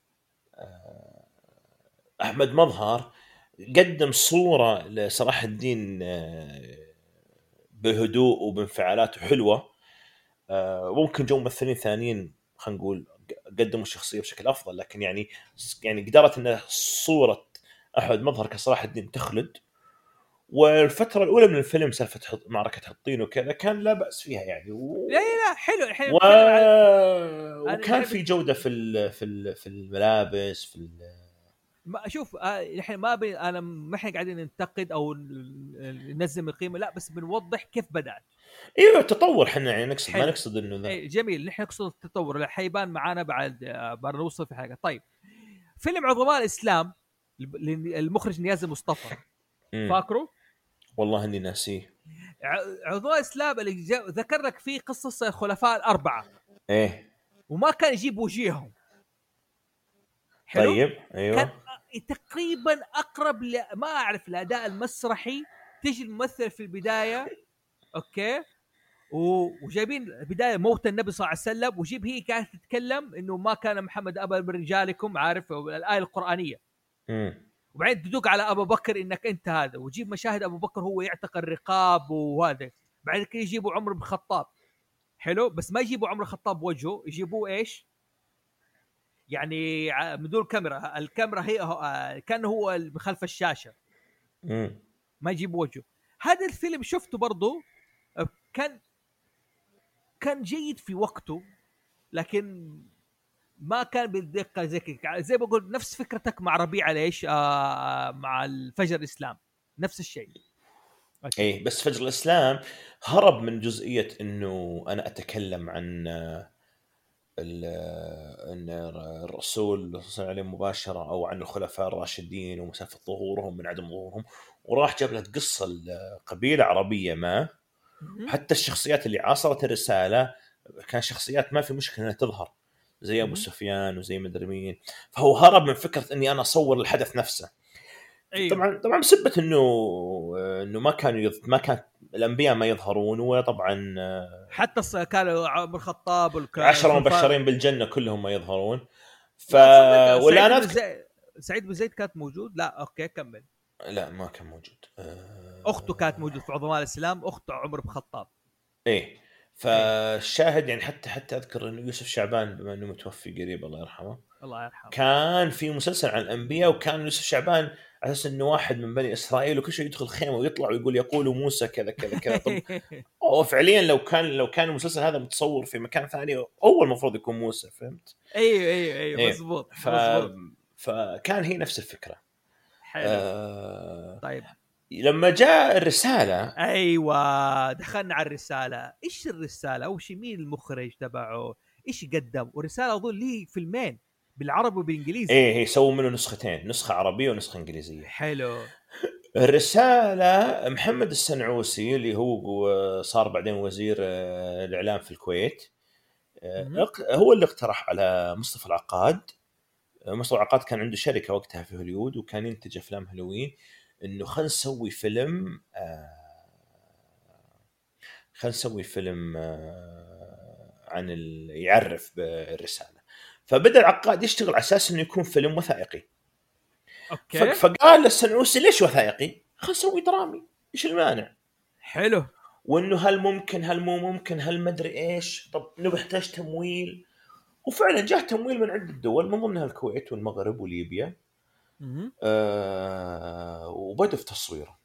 احمد مظهر قدم صوره لصلاح الدين آه، بهدوء وبانفعالاته حلوه. آه، ممكن جو ممثلين ثانيين خلينا نقول قدموا الشخصيه بشكل افضل، لكن يعني يعني قدرت ان صوره احمد مظهر كصلاح الدين تخلد. والفتره الاولى من الفيلم سالفه حط... معركه حطين وكذا كان لا باس فيها يعني و... لا لا حلو الحين و... نتكلم عن انا وكان الحين في بت... جوده في ال... في ال... في الملابس في ال... ما اشوف آه، الحين ما بي... انا ما احنا قاعدين ننتقد او ن- ننزل القيمه، لا بس بنوضح كيف بدات. ايوه التطور، احنا يعني نقصد ما حلو. نقصد انه ذا. اي جميل، نحن نقصد التطور اللي حيبان معانا بعد آه، بعد نوصل في حاجه. طيب فيلم عظماء الاسلام المخرج نيازي مصطفى، امم فاكره؟ والله اني ناسيه. ع- عظماء الاسلام اللي جا- ذكر لك فيه قصص الخلفاء الاربعه ايه وما كان يجيب وجيههم. حلو. طيب كان ايوه تقريبا اقرب ل... ما اعرف الاداء المسرحي. تيجي الممثل في البدايه اوكي و- وجايبين بدايه موت النبي صلى الله عليه وسلم، وجيب هي كانت تتكلم انه ما كان محمد ابا من رجالكم، عارف الايه القرانيه، امم وبعدين تدق على ابو بكر انك انت هذا، وجيب مشاهد ابو بكر هو يعتق الرقاب وهذا. بعد كده يجيبوا عمر بن الخطاب. حلو، بس ما يجيبوا عمر الخطاب وجهه، يجيبوه ايش يعني ع- من دون كاميرا، الكاميرا هي هو- كان هو اللي خلف الشاشه، امم ما يجيب وجهه. هذا الفيلم شفته برضو آه، كان كان جيد في وقته، لكن ما كان بالدقه زي كده. زي ما بقول نفس فكرتك مع ربيع ليش آه مع الفجر الاسلام، نفس الشيء. أكيد. اي بس فجر الاسلام هرب من جزئيه انه انا اتكلم عن ال- ان الرسول صلى الله عليه وسلم مباشره او عن الخلفاء الراشدين ومسافه ظهورهم من عدم ظهورهم، وراح جاب لك قصه لقبيله عربيه ما. مهم. حتى الشخصيات اللي عاصرت الرساله كان شخصيات ما في مشكله انها تظهر، زي ابو مهم. سفيان وزي مدري مين. فهو هرب من فكره اني انا اصور الحدث نفسه. ايوه طبعا طبعا بسبه انه انه ما كانوا يض... ما كان الانبياء ما يظهرون، وطبعا حتى الص- كانوا عمر الخطاب العشره والخلفاء. مبشرين بالجنه كلهم ما يظهرون. ف لا تصدق ولا سعيد انا بن أذكر... زيد، سعيد بن زيد كانت موجود. لا اوكي كمل. لا ما كان موجود. أه... اخته كانت موجود في عظماء الاسلام، اخت عمر بن الخطاب. ايه ايه فالشاهد يعني حتى حتى اذكر انه يوسف شعبان بما انه متوفي قريب الله يرحمه، الله يرحمه. كان في مسلسل عن الانبياء، وكان يوسف شعبان على اساس انه واحد من بني اسرائيل، وكل شيء يدخل خيمه ويطلع ويقول يقول موسى كذا كذا كذا. طب هو فعليا لو كان لو كان المسلسل هذا متصور في مكان ثاني هو المفروض يكون موسى، فهمت؟ ايوه ايوه ايوه ايه مزبوط ف... مزبوط. فكان هي نفس الفكره. حلو. آه... طيب لما جاء الرساله ايوه دخلنا على الرساله. ايش الرساله؟ اول شيء مين المخرج تبعه؟ ايش قدم؟ والرساله اظن لي فيلمين بالعربي وبالانجليزي. ايه هي سووا منه نسختين، نسخه عربيه ونسخه انجليزيه. حلو. الرسالة محمد السنعوسي اللي هو صار بعدين وزير الإعلام في الكويت، مهم. هو اللي اقترح على مصطفى العقاد. مصطفى العقاد كان عنده شركة وقتها في هوليوود وكان ينتج أفلام هالوين، إنه خلنا نسوي فيلم خلنا نسوي فيلم عن ال... يعرف بالرسالة. فبدأ العقاد يشتغل على أساس إنه يكون فيلم وثائقي. اوكي فقال للسنعوسي ليش وثائقي؟ خلنا نسوي درامي، إيش المانع؟ حلو. وانه هل ممكن هل مو ممكن هل ما ادري ايش. طب نحتاج تمويل، وفعلا جاء تمويل من عده دول من ضمنها الكويت والمغرب وليبيا. مهم. آه وبدأ في تصويره.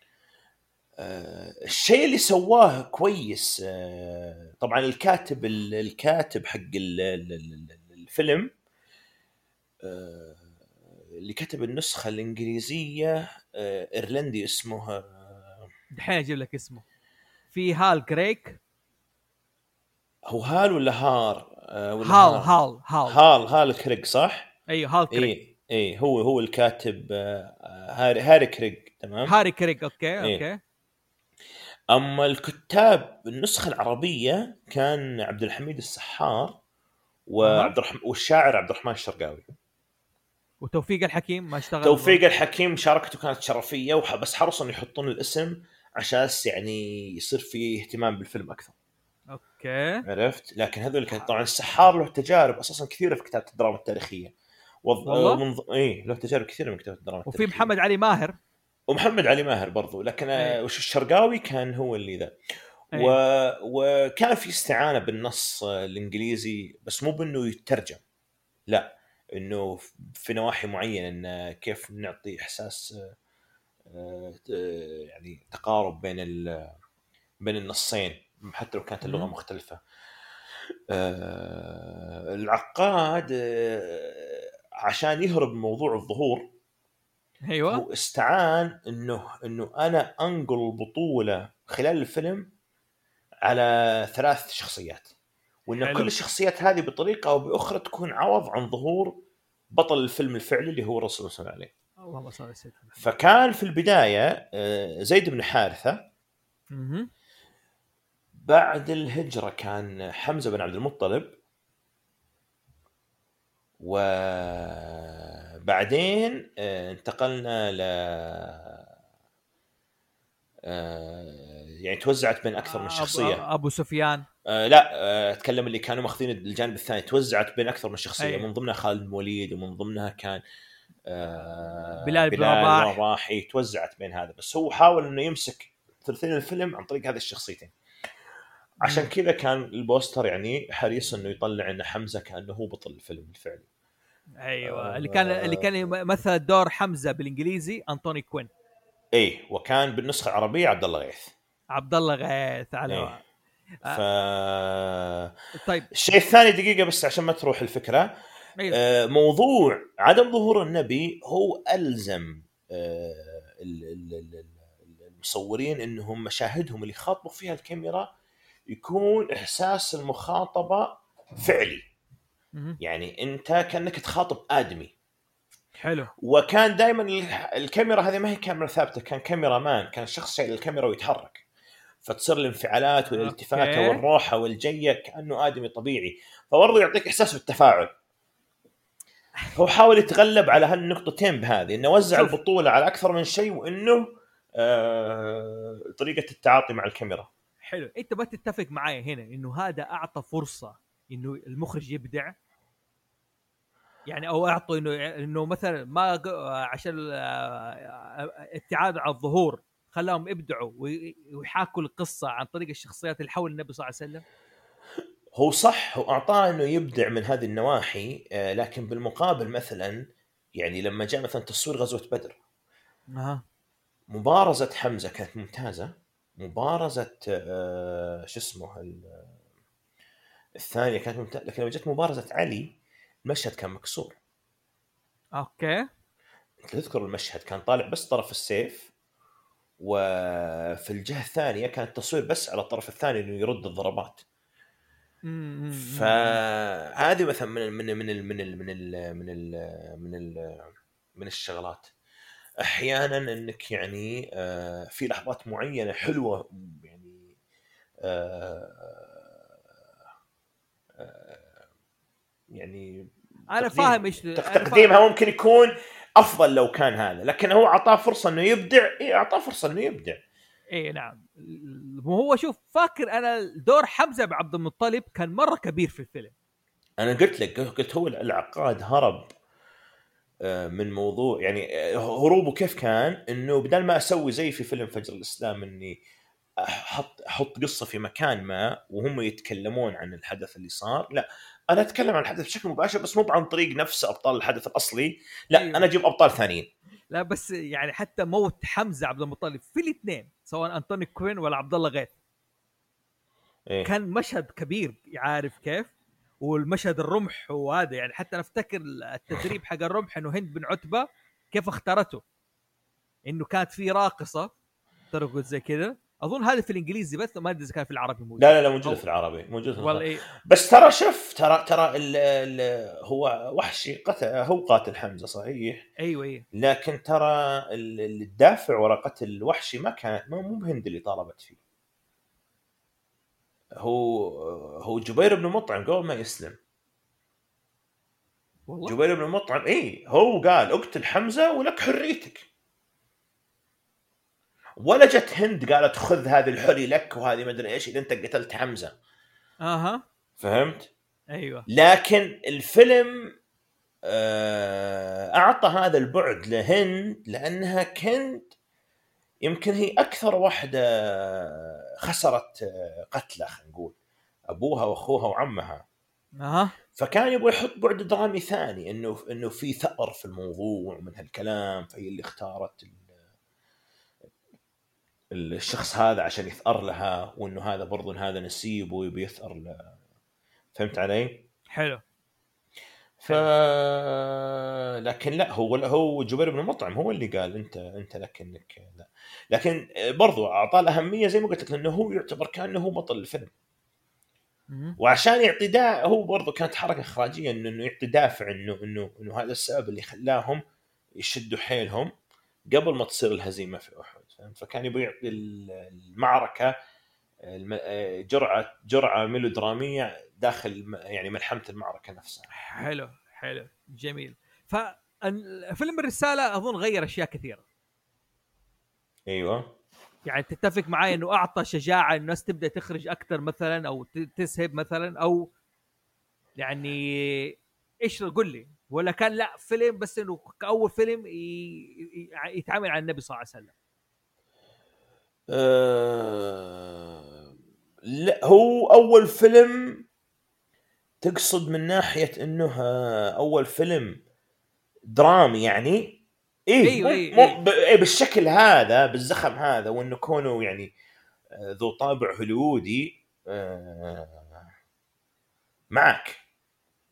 آه الشيء اللي سواه كويس، آه طبعا الكاتب الكاتب حق الفيلم، آه اللي كتب النسخة الإنجليزية، آه إيرلندي اسمه، دحين اجيب لك اسمه. في هال كريك. هو هال ولا هار؟ آه ولا هال هار؟ هال هال هال هال كريج صح؟ ايوه هال كريك. ايه ايه هو هو الكاتب، آه هاري هاري كريج تمام. هاري كريك اوكي ايه اوكي. اما الكتاب النسخة العربية كان عبد الحميد السحار اها. وعبد الرحمن والشاعر عبد الرحمن الشرقاوي. وتوفيق الحكيم ما اشتغل. توفيق الحكيم مشاركته كانت شرفية، بس حرصوا انه يحطون الاسم عشان يعني يصير فيه اهتمام بالفيلم اكثر. اوكي. عرفت؟ لكن هذول كان طبعا السحار له تجارب اساسا كثيره في كتابه الدراما التاريخيه. وض... والله. ومن... ايه له تجارب كثيره من كتابه الدراما وفي التاريخيه. محمد علي ماهر. ومحمد علي ماهر برضو، لكن ايه وش الشرقاوي كان هو اللي ذا. و... ايه. وكان في استعانه بالنص الانجليزي، بس مو بانه يترجم، لا، انه في نواحي معينه ان كيف نعطي احساس يعني تقارب بين ال... بين النصين حتى لو كانت اللغه مم. مختلفه. آه العقاد آه عشان يهرب من موضوع الظهور، ايوه هو استعان انه انه انا انقل البطوله خلال الفيلم على ثلاث شخصيات، وان حلو. كل الشخصيات هذه بطريقه او باخرى تكون عوض عن ظهور بطل الفيلم الفعلي اللي هو الرسول صلى الله عليه. اللهم صل على سيدنا. فكان في البدايه آه زيد بن حارثه، اها. بعد الهجره كان حمزه بن عبد المطلب، وبعدين انتقلنا ل يعني توزعت بين اكثر من شخصيه. ابو سفيان. أه لا أه اتكلم اللي كانوا ماخذين الجانب الثاني، توزعت بين اكثر من شخصيه. أيه. من ضمنها خالد بن وليد، ومن ضمنها كان أه بلال بن رباح. رباح. توزعت بين هذا، بس هو حاول انه يمسك ثلثين الفيلم عن طريق هذه الشخصيتين. عشان كذا كان البوستر يعني حريص انه يطلع ان حمزه كانه هو بطل الفيلم الفعلي. ايوه اللي كان اللي كان يمثل دور حمزه بالانجليزي انطوني كوين. ايه وكان بالنسخه العربيه عبد الله غيث. عبد الله غيث على إيه. ف آه. طيب الشيء الثاني دقيقه بس عشان ما تروح الفكره. أيوه. آه موضوع عدم ظهور النبي هو الزم آه مصورين انهم مشاهدهم اللي يخاطبوا فيها الكاميرا يكون احساس المخاطبه فعلي، يعني انت كانك تخاطب ادمي. حلو. وكان دائما الكاميرا هذه ما هي كاميرا ثابته، كان كاميرا مان، كان الشخص شايل الكاميرا ويتحرك، فتصير الانفعالات والالتفاته أوكي. والروحه والجيه كانه ادمي طبيعي، فبرضه يعطيك احساس بالتفاعل. هو حاول يتغلب على هالنقطتين بهذه، انه وزع شوف. البطوله على اكثر من شيء، وانه آه طريقه التعاطي مع الكاميرا. حلو، انت ما تتفق معي هنا انه هذا اعطى فرصه انه المخرج يبدع؟ يعني او اعطوا انه انه مثلا ما ق- عشان ال- ابتعاد عن الظهور خلاهم يبدعوا وي- ويحاكوا القصه عن طريق الشخصيات اللي حول النبي صلى الله عليه وسلم. هو صح، هو اعطاه انه يبدع من هذه النواحي، آه لكن بالمقابل مثلا يعني لما جاء مثلا تصوير غزوه بدر، اها. مبارزه حمزه كانت ممتازه، مبارزه آه شو اسمه ال- الثانيه كانت ممتازه، لكن لما جت مبارزه علي المشهد كان مكسور. اوكي. انت تذكر المشهد كان طالع بس طرف السيف، وفي الجهه الثانيه كان التصوير بس على الطرف الثاني انه يرد الضربات. امم. فهذه مثلا من من من ال من ال من ال من ال من ال من الشغلات احيانا انك يعني آه، في لحظات معينه حلوه يعني آه، آه، يعني انا فاهم تقديم ايش انا فاهم. تقديمها ممكن يكون افضل لو كان هذا، لكن هو اعطاه فرصه انه يبدع. ايه اعطاه فرصه انه يبدع. ايه نعم. وهو شوف، فاكر انا دور حمزه بعبد المطلب كان مره كبير في الفيلم. انا قلت لك، قلت هو العقاد هرب آه، من موضوع يعني آه، هروبه كيف كان، انه بدل ما اسوي زي في فيلم فجر الاسلام اني احط احط قصه في مكان ما وهم يتكلمون عن الحدث اللي صار، لا انا اتكلم عن الحدث بشكل مباشر، بس مو عن طريق نفس ابطال الحدث الاصلي، لا انا ايوه. اجيب ابطال ثانيين. لا بس يعني حتى موت حمزه عبد المطلب في الاثنين، سواء انطوني كوين ولا عبد الله غيث، ايه كان مشهد كبير، عارف كيف؟ والمشهد الرمح وهذا، يعني حتى انا افتكر التدريب حق الرمح انه هند بن عتبه كيف اختارته، انه كانت في راقصه ترقص زي كذا. اظن هذا في الانجليزي بس، ما ادري اذا كان في العربي موجود. لا لا لا موجوده في او العربي، موجوده في والله العربي. إيه. بس ترى شوف، ترى ترى ال ال هو وحشي قتل، هو قاتل حمزه صحيح، ايوه ايوه. لكن ترى ال- الدافع وراء قتل وحشي ما كانت مو مو بهند اللي طالبت فيه، هو هو جبير بن مطعم قبل ما يسلم. والله. جبير بن مطعم ايه هو قال اقتل حمزه ولك حريتك، ولا جت هند قالت خذ هذه الحري لك وهذه ما ادري ايش اذا انت قتلت حمزه. اها. فهمت؟ ايوه. لكن الفيلم آه، اعطى هذا البعد لهند لانها كنت يمكن هي اكثر واحده خسرت قتله، خلينا نقول ابوها واخوها وعمها، اها. فكان يبغى يحط بعد درامي ثاني، انه انه في ثأر في الموضوع من هالكلام، فهي اللي اختارت الشخص هذا عشان يثأر لها، وانه هذا برضو هذا نسيبه ويبي يثأر له. فهمت علي؟ حلو. ف لكن لا، هو هو جبير بن مطعم هو اللي قال انت انت لك انك لا، لكن برضو اعطاه الاهميه زي ما قلت لك، لانه هو يعتبر كانه هو بطل الفيلم، وعشان يعطي دا هو برضو كانت حركه اخراجيه انه انه يعطي دافع، انه انه انه هذا السبب اللي خلاهم يشدوا حيلهم قبل ما تصير الهزيمه في احد. فكان يبغى يعطي المعركه جرعه جرعه ميلودراميه داخل يعني ملحمه المعركه نفسها. حلو حلو جميل. ففيلم الرساله اظن غير اشياء كثيره. ايوه يعني تتفق معي انه اعطى شجاعه الناس تبدا تخرج اكثر مثلا، او تسهب مثلا، او يعني ايش قول لي؟ ولا كان لا فيلم بس انه كاول فيلم يتعامل عن النبي صلى الله عليه وسلم؟ أه... لا هو اول فيلم تقصد من ناحيه انه اول فيلم درامي يعني، ايه ايوه مو ايوه مو ايوه. ب- إيه بالشكل هذا بالزخم هذا، وانه كونه يعني آه، ذو طابع هوليوودي آه، معك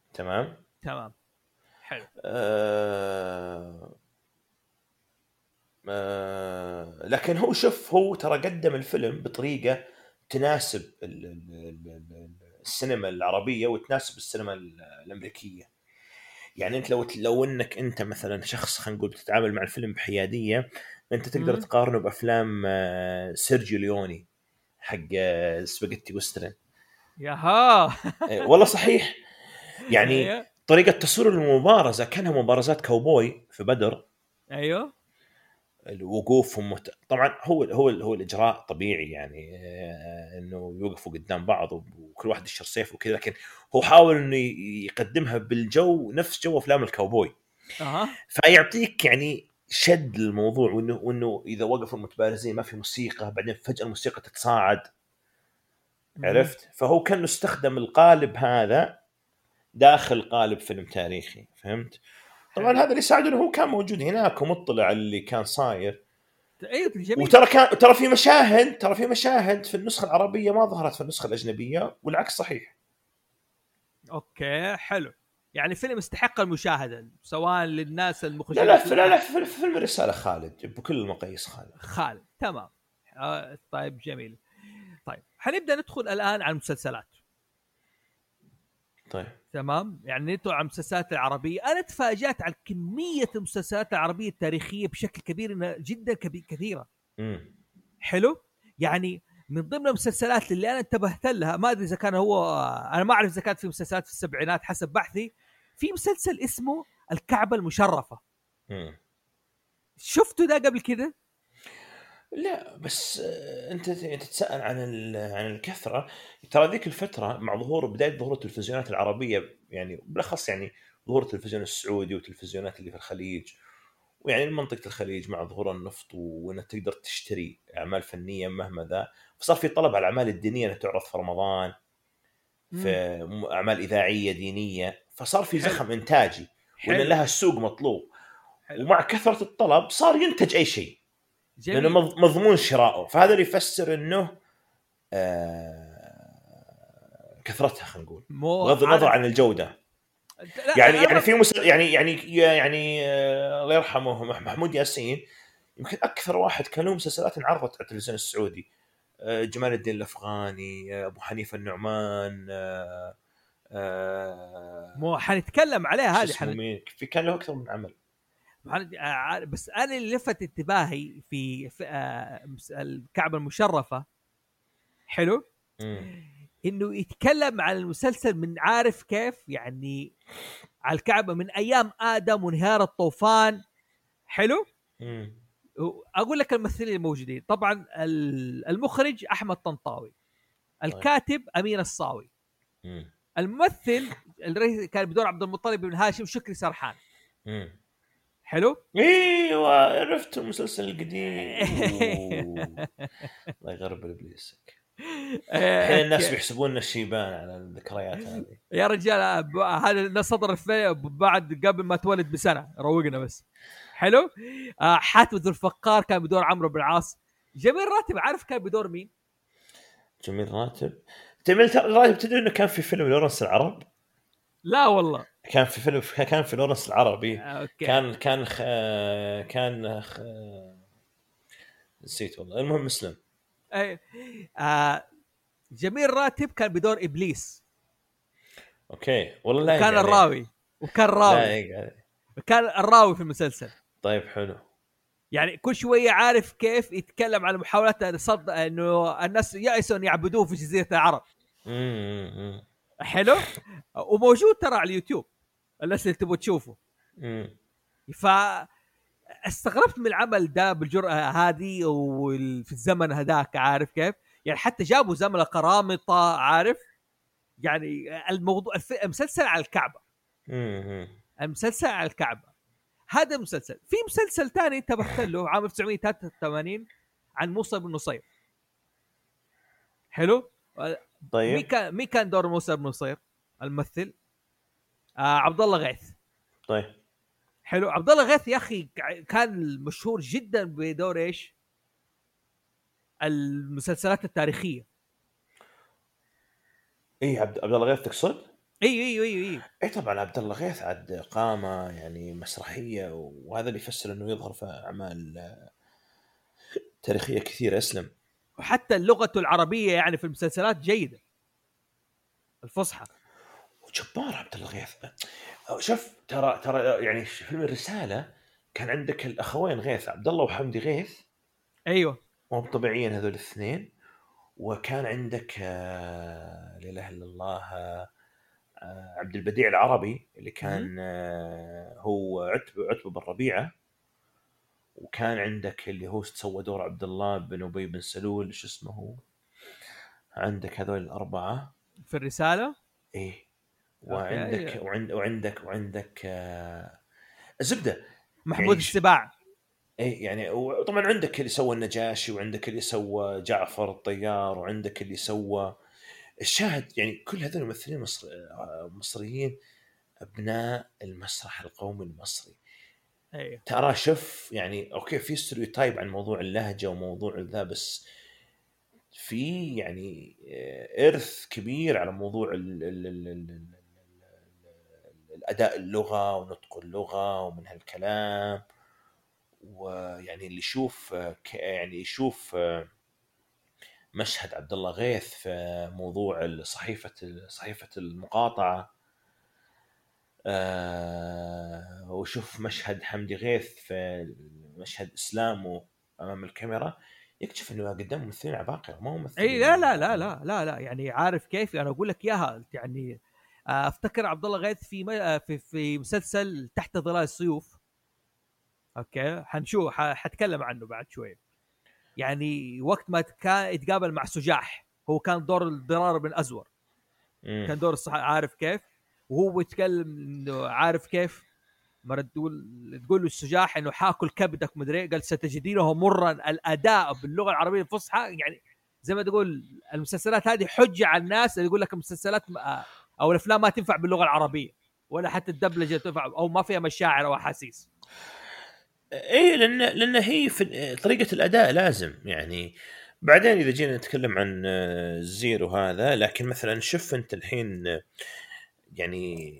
تمام. تمام. حلو. آه، آه لكن هو شوف هو ترى قدم الفيلم بطريقة تناسب ال- ال- ال- السينما العربية وتناسب السينما الأمريكية. يعني انت لو لو انك انت مثلا شخص خلينا نقول بتتعامل مع الفيلم بحياديه، انت تقدر مم. تقارنه بافلام آه، سيرجيو ليوني حق آه، سباجيتي وسترن. ياها. آه، والله صحيح. يعني ايوه طريقه تصوير المبارزه كانها مبارزات كاوبوي في بدر، ايوه الوقوف ومت... طبعا هو هو هو الاجراء طبيعي يعني آه، انه يوقفوا قدام بعض وكل واحد يشر سيف وكذا، لكن هو حاول انه يقدمها بالجو نفس جو افلام الكاوبوي. اها فيعطيك يعني شد الموضوع، وانه وانه اذا وقفوا المتبارزين ما في موسيقى، بعدين فجاه الموسيقى تتصاعد، مم. عرفت؟ فهو كان استخدم القالب هذا داخل قالب فيلم تاريخي، فهمت؟ طبعا حلو. هذا اللي ساعده انه هو كان موجود هناك ومطلع على اللي كان صاير. ايوه جميل. وترى كان ترى في مشاهد ترى في مشاهد في النسخه العربيه ما ظهرت في النسخه الاجنبيه، والعكس صحيح. اوكي حلو. يعني فيلم يستحق المشاهده سواء للناس لا المخرجين لا لا الافلام. لا في فيلم الرساله خالد بكل المقاييس خالد. خالد تمام. آه طيب جميل. طيب حنبدا ندخل الان على المسلسلات. طيب تمام يعني ندخل على المسلسلات العربيه. انا تفاجات على كميه المسلسلات العربيه التاريخيه بشكل كبير، انها جدا كبير كثيره. امم حلو. يعني من ضمن المسلسلات اللي انا انتبهت لها، ما ادري اذا كان هو، انا ما اعرف اذا كانت في مسلسلات في السبعينات حسب بحثي، في مسلسل اسمه الكعبه المشرفه. امم شفتوا ده قبل كده؟ لا بس آه، انت انت تتساءل عن ال- عن الكثره. ترى ذيك الفتره مع ظهور بدايه ظهور التلفزيونات العربيه، يعني بالاخص يعني ظهور التلفزيون السعودي والتلفزيونات اللي في الخليج، ويعني منطقه الخليج مع ظهور النفط وانك تقدر تشتري اعمال فنيه مهما ذا، فصار في طلب على الاعمال الدينيه انها تعرض في رمضان، في امم م- اعمال اذاعيه دينيه، فصار في حلو زخم انتاجي وان حلو لها السوق مطلوب. حلو ومع كثره الطلب صار ينتج اي شيء لانه جميل. مض- مضمون شرائه، فهذا اللي يفسر انه آه، كثرتها خلينا نقول، مو بغض النظر عارف. عن الجوده. يعني لا يعني انا في مس... يعني يعني يعني آه، الله يرحمه مح- محمود ياسين يمكن اكثر واحد كان له مسلسلات انعرضت على التلفزيون السعودي. آه، جمال الدين الافغاني، آه، ابو حنيفه النعمان، آه، آه، مو حنتكلم عليها شو هذه اسمه حن... مين، في كان له اكثر من عمل. حن... آه، بس انا اللي لفت انتباهي في, في آه، مس- الكعبه المشرفه. حلو. امم انه يتكلم عن المسلسل من عارف كيف يعني، على الكعبه من ايام ادم وانهيار الطوفان. حلو. امم اقول لك الممثلين الموجودين طبعا، ال- المخرج احمد طنطاوي، طيب الكاتب امين الصاوي، امم الممثل الرئيس كان بدور عبد المطلب بن هاشم شكري سرحان. امم حلو. ايوه عرفت المسلسل القديم. أوه. الله يغرب ابليسك. الحين الناس بيحسبوننا الشيبان على الذكريات هذه. يا رجال ب- هذا صدر الفيلم بعد قبل ما تولد بسنه، روقنا بس. حلو. آه حاتم ذو الفقار كان بدور عمرو بن العاص. جميل راتب عارف كان بدور مين؟ جميل راتب. جميل راتب تدري انه كان في فيلم لورنس العرب؟ لا والله. كان في فيلم كان في لورنس العربي. آه اوكي. كان كان خ... كان خ... نسيت والله، المهم مسلم. أي. آه جميل راتب كان بدور ابليس، اوكي والله لا وكان يقع عليه. الراوي، وكان لا راوي، يقع عليه. كان الراوي في المسلسل. طيب حلو. يعني كل شويه عارف كيف يتكلم عن محاولات صد انه الناس يأسوا ان يعبدوه في جزيره العرب. امم حلو. وموجود ترى على اليوتيوب الناس اللي تبغوا تشوفه. امم فاستغربت من العمل ده بالجرأة هذه وفي الزمن هذاك عارف كيف. يعني حتى جابوا زملاء قرامطة عارف. يعني الموضوع الف... المسلسل على الكعبة. امم المسلسل على الكعبة. هذا مسلسل. في مسلسل تاني انتبهت له عام ألف وتسعمية وثلاثة وثمانين عن موسى بن نصير. حلو. مين طيب كان مين كان دور موسى بن نصير الممثل؟ آه عبد الله غيث. طيب حلو. عبد الله غيث يا اخي كان مشهور جدا بدور ايش؟ المسلسلات التاريخيه. اي عبد عبد الله غيث تقصد؟ ايوه ايوه ايوه ايوه اي طبعا عبد الله غيث عاد قامه يعني مسرحيه، وهذا اللي يفسر انه يظهر في اعمال تاريخيه كثيره. اسلم. وحتى اللغة العربية يعني في المسلسلات جيدة الفصحى. وجبار عبد الله غيث. شوف ترى ترى يعني فيلم الرساله كان عندك الاخوين غيث، عبد الله وحمدي غيث، ايوه مو طبيعيين هذول الاثنين. وكان عندك آه لا اله الا الله آه عبد البديع العربي اللي م- كان آه هو عتبه عتبه بن ربيعه. وكان عندك اللي هو سوى دور عبد الله بن ابي بن سلول، شو اسمه هو. عندك هذول الاربعه. في الرسالة. ايه. اوكي. وعندك وعند وعندك وعندك آه الزبده. محمود يعني ش... السباع. ايه يعني وطبعا عندك اللي سوى النجاشي، وعندك اللي سوى جعفر الطيار، وعندك اللي سوى الشاهد. يعني كل هذول الممثلين مصر... آه، مصريين، ابناء المسرح القومي المصري. ايوه ترى شوف يعني اوكي في ستيريوتايب عن موضوع اللهجه وموضوع ذا، بس في يعني آه، ارث كبير على موضوع ال ال ال ال ال الاداء اللغه ونطق اللغه ومن هالكلام. ويعني اللي يشوف آه، ك- يعني يشوف آه، مشهد عبد الله غيث في موضوع صحيفه صحيفه المقاطعه، آه وشوف مشهد حمدي غيث في مشهد اسلامه امام الكاميرا، يكتشف انه قدام ممثلين عباقرة، ما هم اي لا ممثلين لا لا يعني. لا لا لا يعني عارف كيف انا اقول لك اياها يعني. آه، افتكر عبد الله غيث في م- آه، في في مسلسل تحت ظلال السيوف. اوكي حنشوف ح- حتكلم عنه بعد شوي. يعني وقت ما كان يتقابل مع سجاح، هو كان دور الضرار بن ازور، امم. كان دور الصح عارف كيف. وهو يتكلم انه عارف كيف مرة تقول تقول له السجاح انه حاكل كبدك مدري، قال ستجدينه مرا. الاداء باللغه العربيه الفصحى يعني زي ما تقول المسلسلات هذه حجه على الناس اللي يقول لك المسلسلات او الافلام ما تنفع باللغه العربيه، ولا حتى الدبلجه تنفع او ما فيها مشاعر او احاسيس. ايه لان لان هي في طريقه الاداء لازم يعني. بعدين اذا جينا نتكلم عن آه، الزيرو هذا، لكن مثلا شوف انت الحين آه، يعني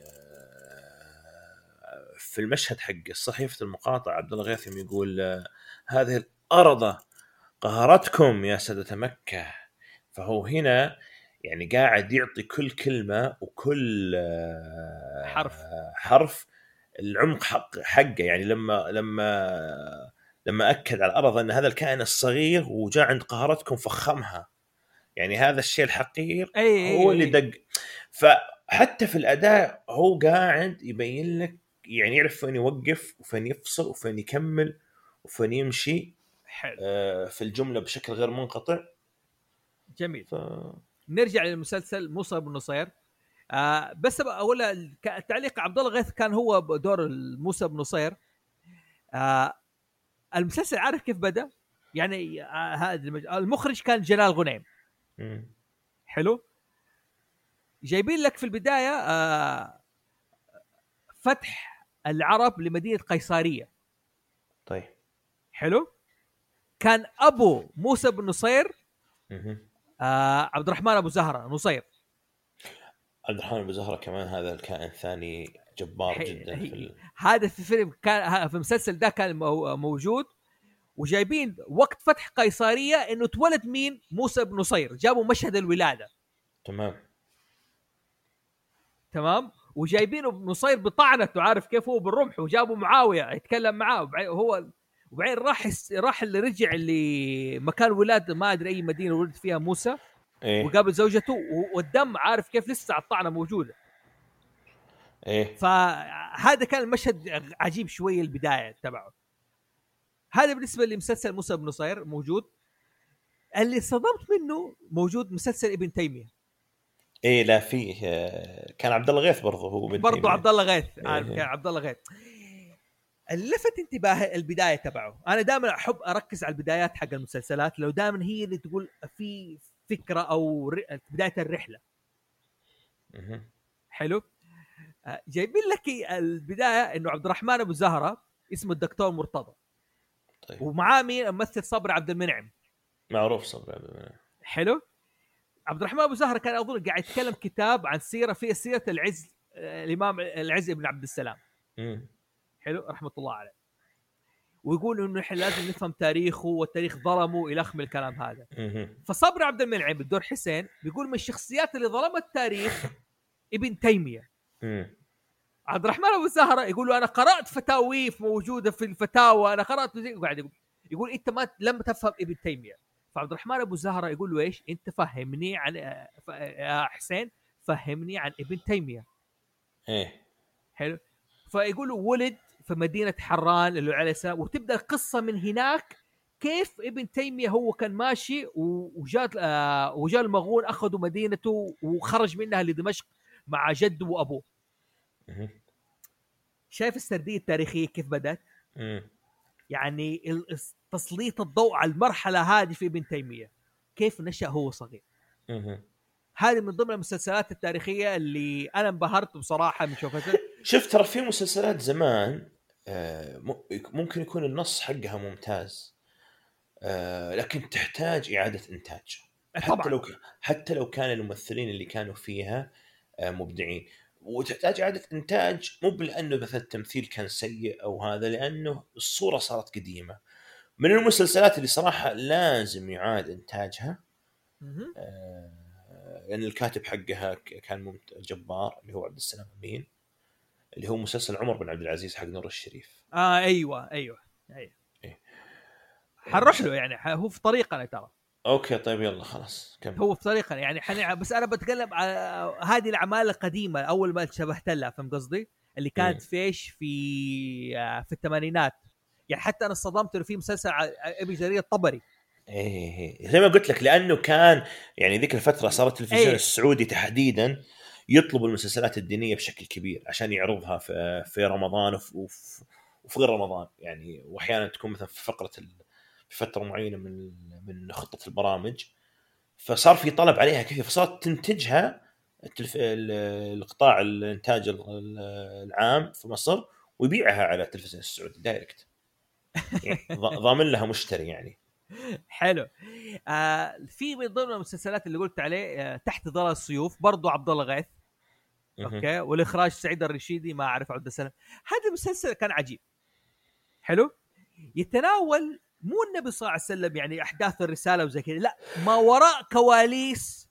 آه، في المشهد حق صحيفه المقاطعه عبد الله غيث يقول آه، هذه الارض قهرتكم يا سادة مكة. فهو هنا يعني قاعد يعطي كل كلمة وكل حرف. آه، حرف العمق حق حقه. يعني لما لما لما أكد على الأرض أن هذا الكائن الصغير وجاء عند قهرتكم فخمها، يعني هذا الشيء الحقير اي هو اي اللي اي دق. فحتى في الأداء هو قاعد يبين لك، يعني يعرف فين يوقف وفين يفصل وفين يكمل وفين يمشي حلو. في الجملة بشكل غير منقطع. جميل. ف... نرجع للمسلسل موسى بن نصير. آه بس اقول تعليق عبد الله غيث كان هو دور موسى بن نصير. آه المسلسل عارف كيف بدأ؟ يعني آه هذا المخرج كان جلال غنيم. مم. حلو. جايبين لك في البداية آه فتح العرب لمدينة قيصرية. طيب. حلو. كان أبو موسى بن نصير مم. آه عبد الرحمن أبو زهرة نصير. عبد الرحمن أبو زهرة كمان هذا الكائن ثاني جبار هي جدا في هي ال... هذا في فيلم كان في المسلسل ده كان موجود. وجايبين وقت فتح قيصرية انه اتولد مين موسى بن نصير، جابوا مشهد الولادة. تمام. تمام. وجايبينه نصير بطعنته عارف كيف هو بالرمح، وجابوا معاوية يتكلم معاه هو. وبعدين راح راح اللي رجع اللي مكان ولاده ما ادري اي مدينه ولد فيها موسى، ايه. وقابل زوجته والدم عارف كيف لسه الطعنه موجوده. ايه. فهذا كان المشهد عجيب شويه البدايه تبعه. هذا بالنسبه لمسلسل موسى بن نصير موجود. اللي صدمت منه موجود مسلسل ابن تيميه. ايه لا فيه آه، كان عبد الله غيث برضه هو بن برضو عبد تيمية. الله غيث عارف كان إيه. عبد الله غيث. اللي لفت انتباه البدايه تبعه، انا دائما احب اركز على البدايات حق المسلسلات لو دائما هي اللي تقول في فكره او ر... بدايه الرحله. مم. حلو. جايبين لك البدايه انه عبد الرحمن ابو زهره اسمه الدكتور مرتضى، طيب. ومعاه مين ممثل صبري عبد المنعم. معروف صبري عبد المنعم. حلو. عبد الرحمن ابو زهره كان اظن قاعد يتكلم كتاب عن سيره في سيره العز، الامام العز بن عبد السلام مم. حلو رحمه الله عليه، ويقول انه احنا لازم نفهم تاريخه والتاريخ ظلمه الى اخر الكلام هذا. مم. فصبري عبد المنعم الدور حسين بيقول من الشخصيات اللي ظلمت التاريخ ابن تيميه. مم. عبد الرحمن ابو زهره يقول له انا قرات فتاويف موجوده في الفتاوى، انا قرات زي قاعد يقول يقول انت ما لم تفهم ابن تيميه. فعبد الرحمن ابو زهره يقول له ايش انت فهمني عن يا حسين، فهمني عن ابن تيميه. ايه حلو. فيقول له ولد في مدينه حران اللي عليه السلام، وتبدا القصه من هناك كيف ابن تيميه هو كان ماشي وجاء آه وجاء المغول اخذوا مدينته وخرج منها لدمشق مع جده وابوه. مم. شايف السرديه التاريخيه كيف بدات؟ مم. يعني تسليط الضوء على المرحله هذه في ابن تيميه كيف نشا هو صغير. مم. هذه من ضمن المسلسلات التاريخيه اللي انا انبهرت بصراحه من شوفتها. شفت ترى في مسلسلات زمان آه، م- ممكن يكون النص حقها ممتاز، آه، لكن تحتاج إعادة إنتاج. حتى طبعا لو ك- حتى لو كان الممثلين اللي كانوا فيها آه، مبدعين، وتحتاج إعادة إنتاج مو لأنه مثلا التمثيل كان سيء أو هذا، لأنه الصورة صارت قديمة. من المسلسلات اللي صراحة لازم يعاد إنتاجها مه. آه، لأن الكاتب حقها ك- كان ممت- جبار، اللي هو عبد السلام أمين، اللي هو مسلسل عمر بن عبد العزيز حق نور الشريف. اه ايوه ايوه ايوه إيه. حنروح له يعني ح- هو في طريقنا ترى. اوكي طيب يلا خلاص كمل. هو في طريقنا يعني حن... بس انا بتكلم على هذه الاعمال القديمه اول ما شبهت لها، فهم قصدي اللي كانت مم. فيش في آه، في الثمانينات. يعني حتى انا صدمت انه في مسلسل ع- ابي جرير الطبري. ايه إيه. زي ما قلت لك، لانه كان يعني ذيك الفتره صار التلفزيون ايه السعودي تحديدا يطلب المسلسلات الدينيه بشكل كبير عشان يعرضها في في رمضان وفي, وفي, وفي غير رمضان يعني، واحيانا تكون مثلا في فقره ال... في فتره معينه من من خطه البرامج، فصار في طلب عليها كثير، فصارت تنتجها التلف... ال- القطاع الانتاج ال- العام في مصر، ويبيعها على التلفزيون السعودي دايركت، يعني ض- ضامن لها مشتري يعني. حلو. آه في من ضمن المسلسلات اللي قلت عليه آه تحت ظلال السيوف برضو عبد الله غيث. مهم. اوكي والاخراج سعيد الرشيدي ما اعرف عبد السلام. هذا المسلسل كان عجيب حلو، يتناول مو النبي صلى الله عليه وسلم يعني احداث الرساله وزي كذا، لا ما وراء كواليس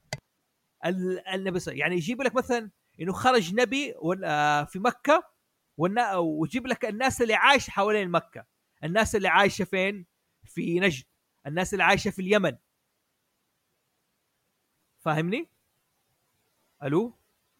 ال- النبي صلى يعني يجيب لك مثلا انه خرج نبي ون- آه، في مكه والنا- ويجيب لك الناس اللي عايشه حوالين مكه، الناس اللي عايشه فين في نجد، الناس اللي عايشه في اليمن. فاهمني؟ الو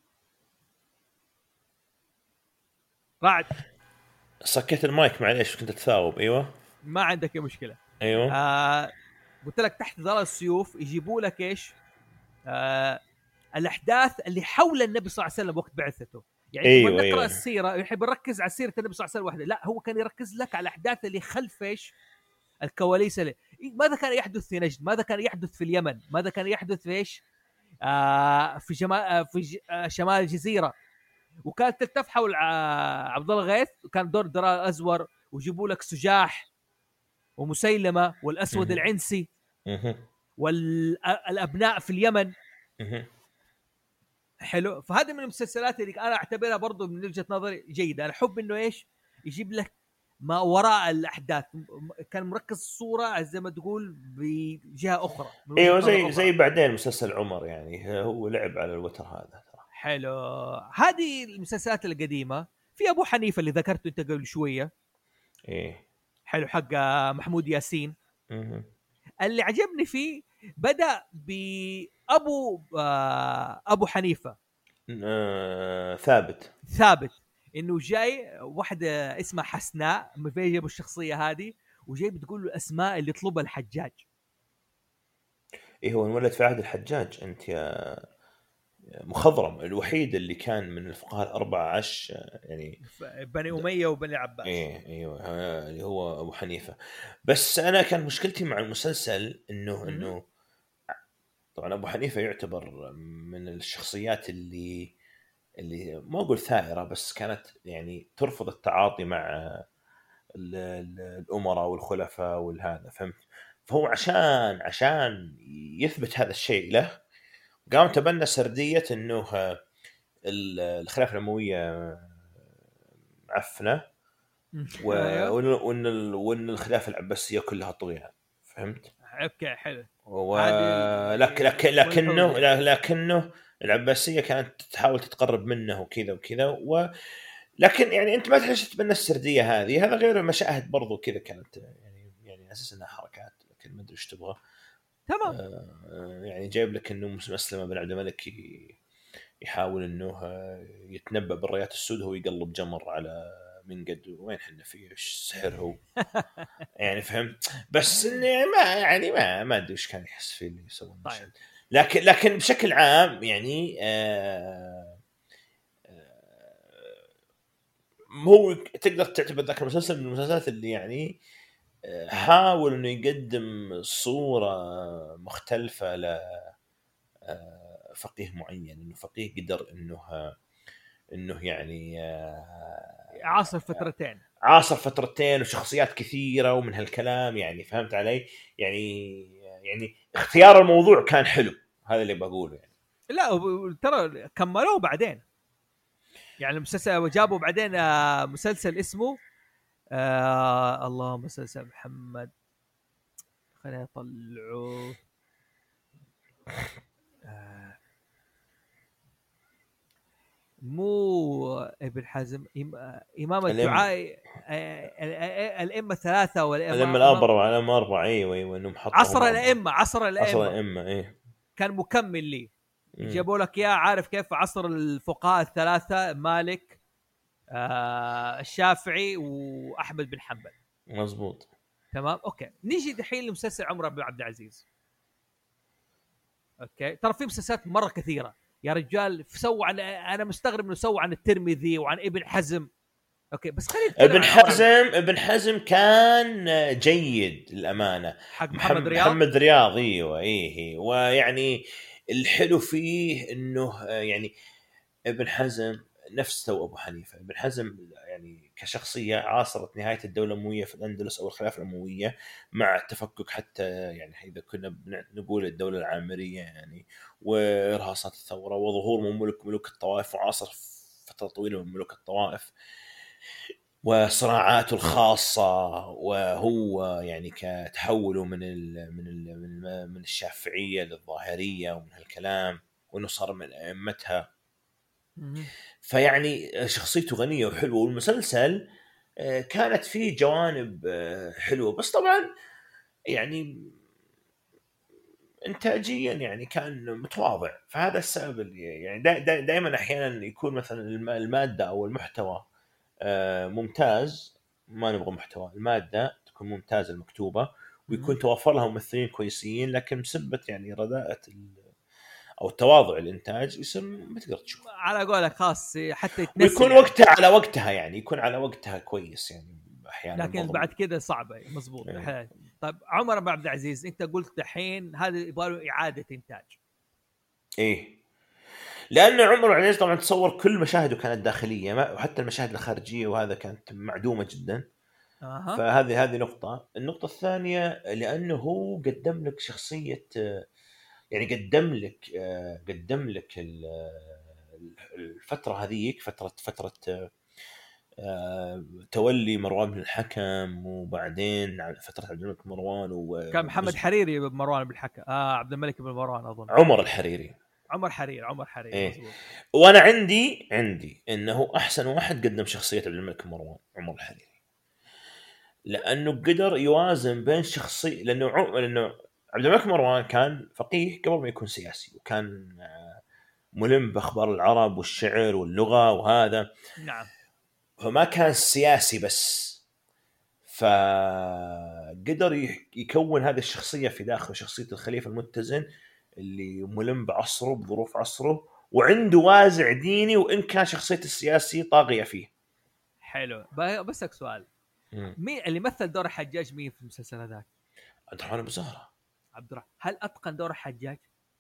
رعد؟ سكيت المايك معليش كنت تثاوب. ايوه ما عندك اي مشكله. ايوه. آه قلت لك تحت ظلال السيوف يجيبوا لك ايش آه الاحداث اللي حول النبي صلى الله عليه وسلم وقت بعثته. يعني ايوه لما نقرا ايوه. السيره يحب يركز على سيره النبي صلى الله عليه وسلم وحده، لا هو كان يركز لك على الاحداث اللي خلف ايش الكواليس اللي ماذا كان يحدث في نجد، ماذا كان يحدث في اليمن، ماذا كان يحدث في ايش آه في شمال آه في ج... آه شمال الجزيره. وكانت تلتف حول آه عبد الله غيث، وكان دور دراء الازور، ويجيبوا لك سجاح ومسيلمه والاسود مهم. العنسي مهم. والابناء في اليمن. مهم. حلو. فهذه من المسلسلات اللي انا اعتبرها برضو من وجهه نظري جيده. انا احب انه ايش يجيب لك ما وراء الاحداث، كان مركز الصوره زي ما تقول بجهه اخرى من وجهه ايوه نظر زي أخرى. زي بعدين مسلسل عمر يعني هو لعب على الوتر هذا ترى. حلو. هذه المسلسلات القديمه. في ابو حنيفه اللي ذكرته انت قبل شويه، ايه. حلو، حق محمود ياسين. مهم. اللي عجبني فيه بدا بابو آه ابو حنيفه آه ثابت. ثابت، انه جاي واحده اسمها حسناء مفيجه بالشخصيه هذه، وجاي بتقول له الاسماء اللي يطلبها الحجاج. ايه هو انولد في عهد الحجاج انت يا مخضرم، الوحيد اللي كان من الفقهاء الأربعة عشر يعني بني اميه وبني عباس. ايه ايوه اللي هو ابو حنيفه. بس انا كان مشكلتي مع المسلسل انه انه طبعا ابو حنيفه يعتبر من الشخصيات اللي اللي ما اقول ثائره، بس كانت يعني ترفض التعاطي مع ال- ال- الامراء والخلفاء والهذا، فهمت؟ فهو عشان عشان يثبت هذا الشيء له قام تبنى سرديه انه الخلافه الامويه معفنه وان وان وان الخلافه العباسيه كلها طغيان، فهمت؟ اوكي حلو. ولكن لكن لكنه لكنه العباسيه كانت تحاول تتقرب منه وكذا وكذا و لكن يعني انت ما تحس تتبنى السرديه هذه، هذا غير مشاهد برضو كذا كانت يعني يعني اساس انها حركات، لكن ما ادري ايش تبغى. تمام. آه يعني جايب لك انه مسلمه بن عبد الملك يحاول انه يتنبأ بالرايات السود وهو يقلب جمر على منقد، وين حنا فيه ايش سحر هو يعني فهمت؟ بس اني ما يعني ما ما ادري ايش كان يحس فيه اللي يسوي المشهد. لكن لكن بشكل عام يعني آه هو تقدر تعتبر ذاك المسلسل من المسلسلات اللي يعني حاول انه يقدم صورة مختلفة ل فقيه معين، انه فقيه قدر انه انه يعني عاصر فترتين عاصر فترتين وشخصيات كثيرة ومن هالكلام يعني، فهمت علي؟ يعني يعني اختيار الموضوع كان حلو، هذا اللي بقوله يعني. لا ترى كملوه بعدين يعني المسلسل، وجابوا بعدين مسلسل اسمه آه الله مسلسل محمد خلينا نطلعه آه مو ابن حزم، إمام الدعاء، الأئمة الثلاثة والأئمة الأربعة الأئمة الأربعة أيوة أيوة إنهم حطوا عصر الأئمة عصر الأئمة عصر الأئمة إيه كان مكمل لي. يجيبوا لك يا عارف كيف عصر الفقهاء الثلاثة مالك آه الشافعي وأحمد بن حنبل. مزبوط تمام أوكي. نيجي دحين لمسلسل عمر بن عبد العزيز. أوكي ترى في مسلسلات مرة كثيرة يا رجال سووا عن، أنا مستغرب إنه سووا عن الترمذي وعن ابن حزم. اوكي بس خلينا ابن حزم ابن حزم كان جيد الامانه، حق محمد رياض محمد رياض ايوه ايه. ويعني الحلو فيه انه يعني ابن حزم نفس تو ابو حنيفه. ابن حزم يعني كشخصيه عاصرت نهايه الدوله الامويه في الاندلس او الخلافه الامويه مع التفكك حتى يعني اذا كنا نقول الدوله العامريه يعني، وارهاصات الثوره وظهور مملوك ملوك الطوائف، وعاصر فتره طويله من ملوك الطوائف وصراعاته الخاصة، وهو يعني كتحوله من ال من ال من, من الشافعية للظاهرية ومن هالكلام، وإنه صار من أئمتها. فيعني شخصيته غنية وحلوة، والمسلسل كانت فيه جوانب حلوة، بس طبعا يعني إنتاجيا يعني كان متواضع. فهذا السبب اللي يعني دا دا دائما أحيانا يكون مثلا المادة أو المحتوى ممتاز، ما نبغى محتوى، المادة تكون ممتازة المكتوبة ويكون توفر لها ممثلين كويسين، لكن بسبة يعني رداءة أو تواضع الإنتاج يصير ما تقدر تشوف على قولك خاص حتى يتنسي، ويكون يعني وقتها على وقتها يعني يكون على وقتها كويس يعني أحيانا، لكن بعد كده صعبة. مزبوط. إيه. طيب عمر بن عبد العزيز أنت قلت دحين هذا يبغى له إعادة إنتاج. إيه لأن عمر بن العزيز طبعا تصور كل مشاهده كانت داخلية وحتى المشاهد الخارجية وهذا كانت معدومة جدا. أه. فهذه هذه نقطة. النقطة الثانية لأنه هو قدم لك شخصية، يعني قدم لك قدم لك الفترة هذيك فترة فترة تولي مروان بن الحكم، وبعدين على فترة عبد الملك بن مروان، وكان محمد حريري بمروان بن الحكم آه عبد الملك بن مروان أظن عمر الحريري عمر حريري عمر حريري إيه. وانا عندي عندي انه احسن واحد قدم شخصيه عبد الملك بن مروان عمر الحريري، لانه قدر يوازن بين شخصي، لانه ع... لانه عبد الملك بن مروان كان فقيه قبل ما يكون سياسي، وكان ملم باخبار العرب والشعر واللغه وهذا. نعم. فما كان سياسي بس، فقدر يكون هذه الشخصيه في داخل شخصيه الخليفه المتزن اللي ملم بعصره بظروف عصره، وعنده وازع ديني، وإن كان شخصية السياسي طاغية فيه. حلو. بسك سؤال، مين اللي مثل دور الحجاج مين في المسلسل هذاك؟ عبد الرحمن أبو زهرة. عبد الرحمن هل أتقن دور الحجاج؟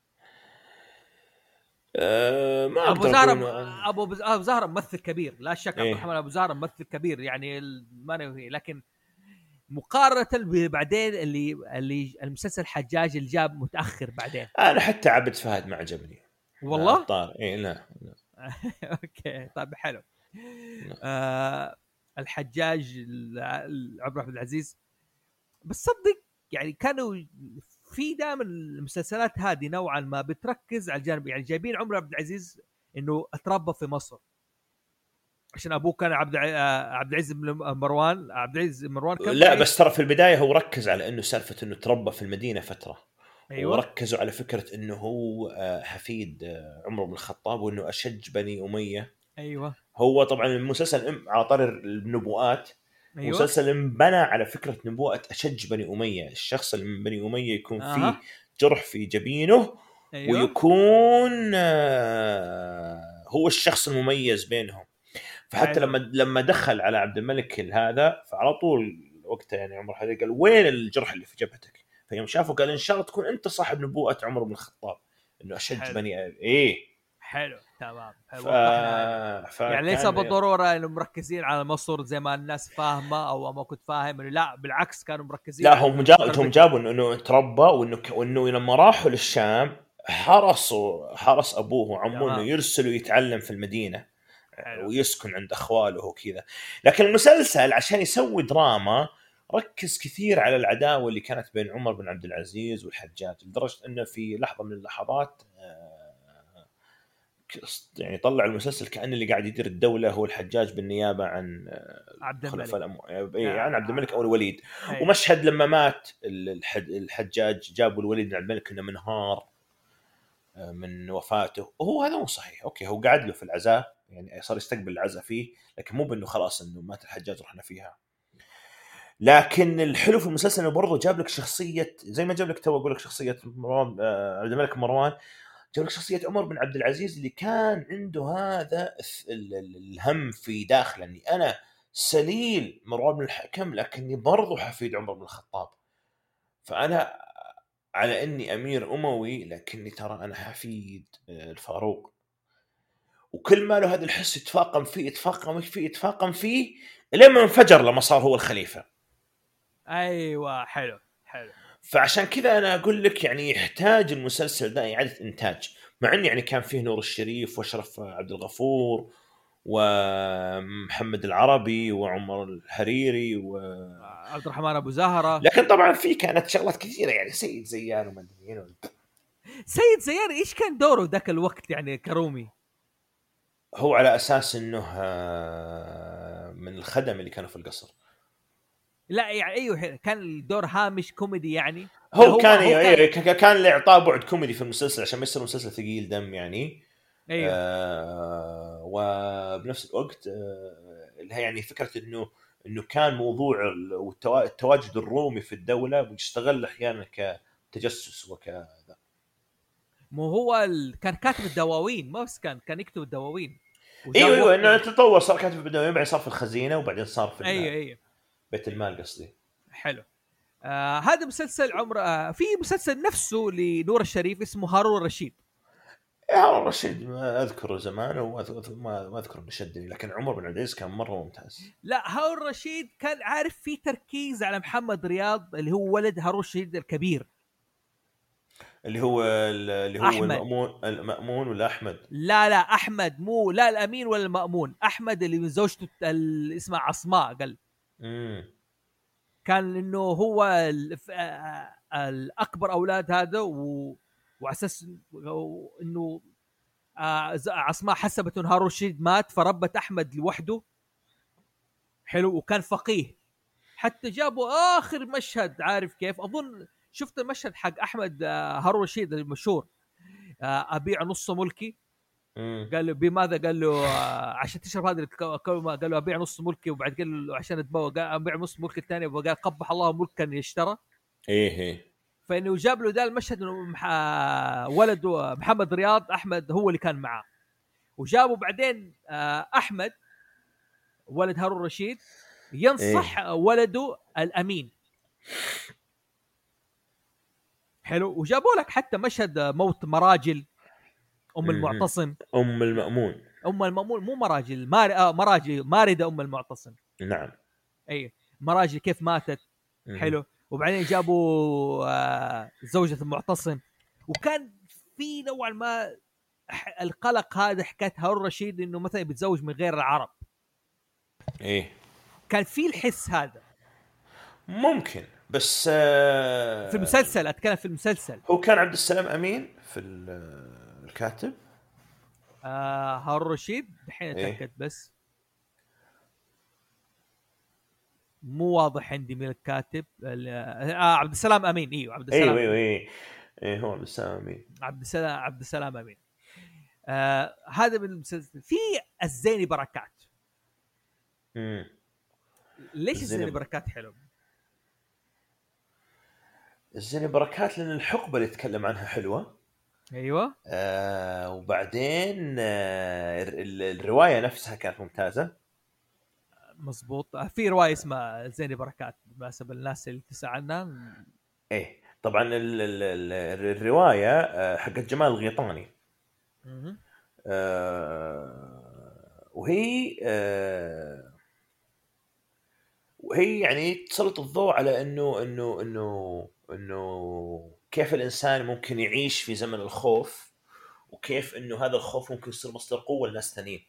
أه ما أبو زهرة أبو أبو زهرة ممثل كبير لا شك. إيه؟ عبد الرحمن أبو زهرة ممثل كبير يعني ما نوهي، لكن مقارنه بعدين اللي اللي المسلسل حجاج اللي جاب متاخر بعدين. انا حتى عبد فهد ما عجبني والله الطار. اي لا, لا. اوكي طيب حلو. آه الحجاج عمر عبد العزيز، بس صدق يعني كانوا في دائما المسلسلات هذه نوعا ما بتركز على الجانب، يعني جايبين عمر عبد العزيز انه اتربى في مصر عشان ابوه كان عبد عبد العزيز بن مروان. عبد العزيز مروان كان لا بس ترى في البدايه هو ركز على انه سالفه انه تربى في المدينه فتره. أيوة. وركزوا على فكره انه هو حفيد عمر بن الخطاب وانه اشج بني اميه. ايوه هو طبعا المسلسل على طار النبوءات. أيوة. مسلسل بنى على فكره نبوءه اشج بني اميه، الشخص اللي من بني اميه يكون أه. فيه جرح في جبينه. أيوة. ويكون هو الشخص المميز بينهم. فحتى أيوة. لما لما دخل على عبد الملك هذا فعلى طول وقتها يعني عمر حريق قال وين الجرح اللي في جبهتك؟ فيوم شافه قال ان شاء الله تكون انت صاحب نبوءه عمر بن الخطاب انه اشج حلو. بني ايه حلو تمام. ف... ف... يعني ليس بالضروره انه مركزين على مصر زي ما الناس فاهمه او ما كنت فاهم انه لا بالعكس كانوا مركزين. لا هم جابوا هم جابوا انه تربى وانه وانه لما راحوا للشام حرصوا حرص ابوه وعمه انه يرسلوا يتعلم في المدينه حلو. ويسكن عند اخواله وكذا. لكن المسلسل عشان يسوي دراما ركز كثير على العداوه اللي كانت بين عمر بن عبد العزيز والحجاج، لدرجه انه في لحظه من اللحظات يعني طلع المسلسل كأن اللي قاعد يدير الدوله هو الحجاج بالنيابه عن عبد الملك الأم... يعني عن عبد الملك او الوليد. هي. ومشهد لما مات الحجاج جابوا الوليد بن عبد الملك انه منهار من وفاته، وهو هذا مو صحيح. اوكي هو قاعد له في العزاء يعني صار يستقبل العزاء فيه، لكن مو بانه خلاص انه مات الحجاج رحنا فيها. لكن الحلو في المسلسل انه برضه جاب لك شخصيه زي ما جاب لك تو اقول لك شخصيه مروان عبد الملك مروان، جاب لك شخصيه عمر بن عبد العزيز اللي كان عنده هذا الهم في داخله اني انا سليل مروان بن الحكم لكني برضه حفيد عمر بن الخطاب، فانا على اني امير اموي لكني ترى انا حفيد الفاروق. وكل ما له هذا الحس يتفاقم فيه يتفاقم فيه يتفاقم فيه لما انفجر لما صار هو الخليفه. ايوه حلو حلو. فعشان كذا انا اقول لك يعني يحتاج المسلسل ده اعاده انتاج، مع ان يعني كان فيه نور الشريف واشرف عبد الغفور ومحمد العربي وعمر الحريري وعبد الرحمن ابو زهره، لكن طبعا في كانت شغلات كثيره يعني سيد زيان وما ادري. سيد زيان ايش كان دوره ذاك الوقت يعني كرومي؟ هو على اساس انه من الخدم اللي كانوا في القصر. لا يعني ايوه كان الدور هامش كوميدي يعني. هو, هو كان هو كان, كان, كان لاعطاء بعد كوميدي في المسلسل عشان ما يصير مسلسل ثقيل دم يعني. أيوه. آه وبنفس الوقت آه اللي هي يعني فكره انه انه كان موضوع التواجد الرومي في الدوله ويستغل احيانا كتجسس وكذا. مو هو ال... كان كاتب الدواوين، ما بس كان كان يكتب الدواوين. ايوه ايوه انه تطور صار كاتب الدواوين بعدين صار في الخزينه وبعدين صار في ايوه ايوه بيت المال قصدي. حلو. آه هذا مسلسل عمر آه في مسلسل نفسه لنور الشريف اسمه هارون الرشيد. هارون الرشيد ما اذكره زمان وما ما اذكر انه شدني، لكن عمر بن عبد العزيز كان مره ممتاز. لا هارون الرشيد كان عارف في تركيز على محمد رياض اللي هو ولد هارون الرشيد الكبير اللي هو اللي هو أحمد. المأمون المأمون ولا أحمد؟ لا لا أحمد مو لا الأمين ولا المأمون، أحمد اللي من زوجته اللي اسمها عصماء قال. امم كان إنه هو الأكبر أولاد هذا و... وأساس إنه عصماء حسبت إن هارون الرشيد مات فربت أحمد لوحده. حلو. وكان فقيه حتى جابوا آخر مشهد عارف كيف أظن شفت المشهد حق أحمد هارون الرشيد المشهور أبيع نص ملكي. مم. قال له بماذا؟ قال له عشان تشرب هذا الكلمة. قال له أبيع نص ملكي وبعد قال له عشان أتبوى قال أبيع نص ملكي الثاني وقال قبح الله ملكا يشترى. إيه إيه. فإنه جاب له ده المشهد إنه ولده محمد رياض أحمد هو اللي كان معه. وجابوا بعدين أحمد ولد هارون الرشيد ينصح إيه؟ ولده الأمين. حلو. وجابوا لك حتى مشهد موت مراجل أم المعتصم أم المأمون أم المأمون مو مراجل مار... آه مراجل ماردة أم المعتصم. نعم. أي مراجل كيف ماتت حلو. وبعدين جابوا آه زوجة المعتصم، وكان في نوعا ما القلق هذا حكاية هارون رشيد انه مثلا بيتزوج من غير العرب. ايه كان في الحس هذا ممكن، بس آه في المسلسل، اتكلم في المسلسل. هو كان عبد السلام امين في الكاتب. آه هارون رشيد الحين اتاكد إيه؟ بس مو واضح عندي من الكاتب. آه عبد السلام امين. ايوه عبد السلام. ايوه ايوه ايه, إيه هو عبد السلام امين. عبد السلام عبد السلام امين. آه هذا من المسلسل. في الزيني بركات. امم ليش الزيني الزيني ب... بركات حلو؟ الزيني بركات لان الحقبه اللي يتكلم عنها حلوه. ايوه آه وبعدين آه الروايه نفسها كانت ممتازه. مزبوط. في روايه اسمها الزيني بركات بالمناسبه الناس اللي تسأل عنها. ايه طبعا ال ال ال الروايه آه حقت جمال الغيطاني. آه وهي آه وهي يعني تسلط الضوء على انه انه انه انه كيف الانسان ممكن يعيش في زمن الخوف، وكيف انه هذا الخوف ممكن يصير مصدر قوه لناس ثانيين.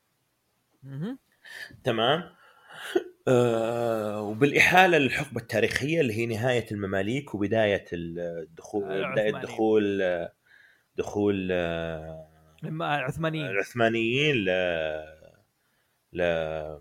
تمام. آه وبالاحاله للحقبه التاريخيه اللي هي نهايه المماليك وبدايه الدخول، بدايه دخول دخول العثمانيين العثمانيين ل ل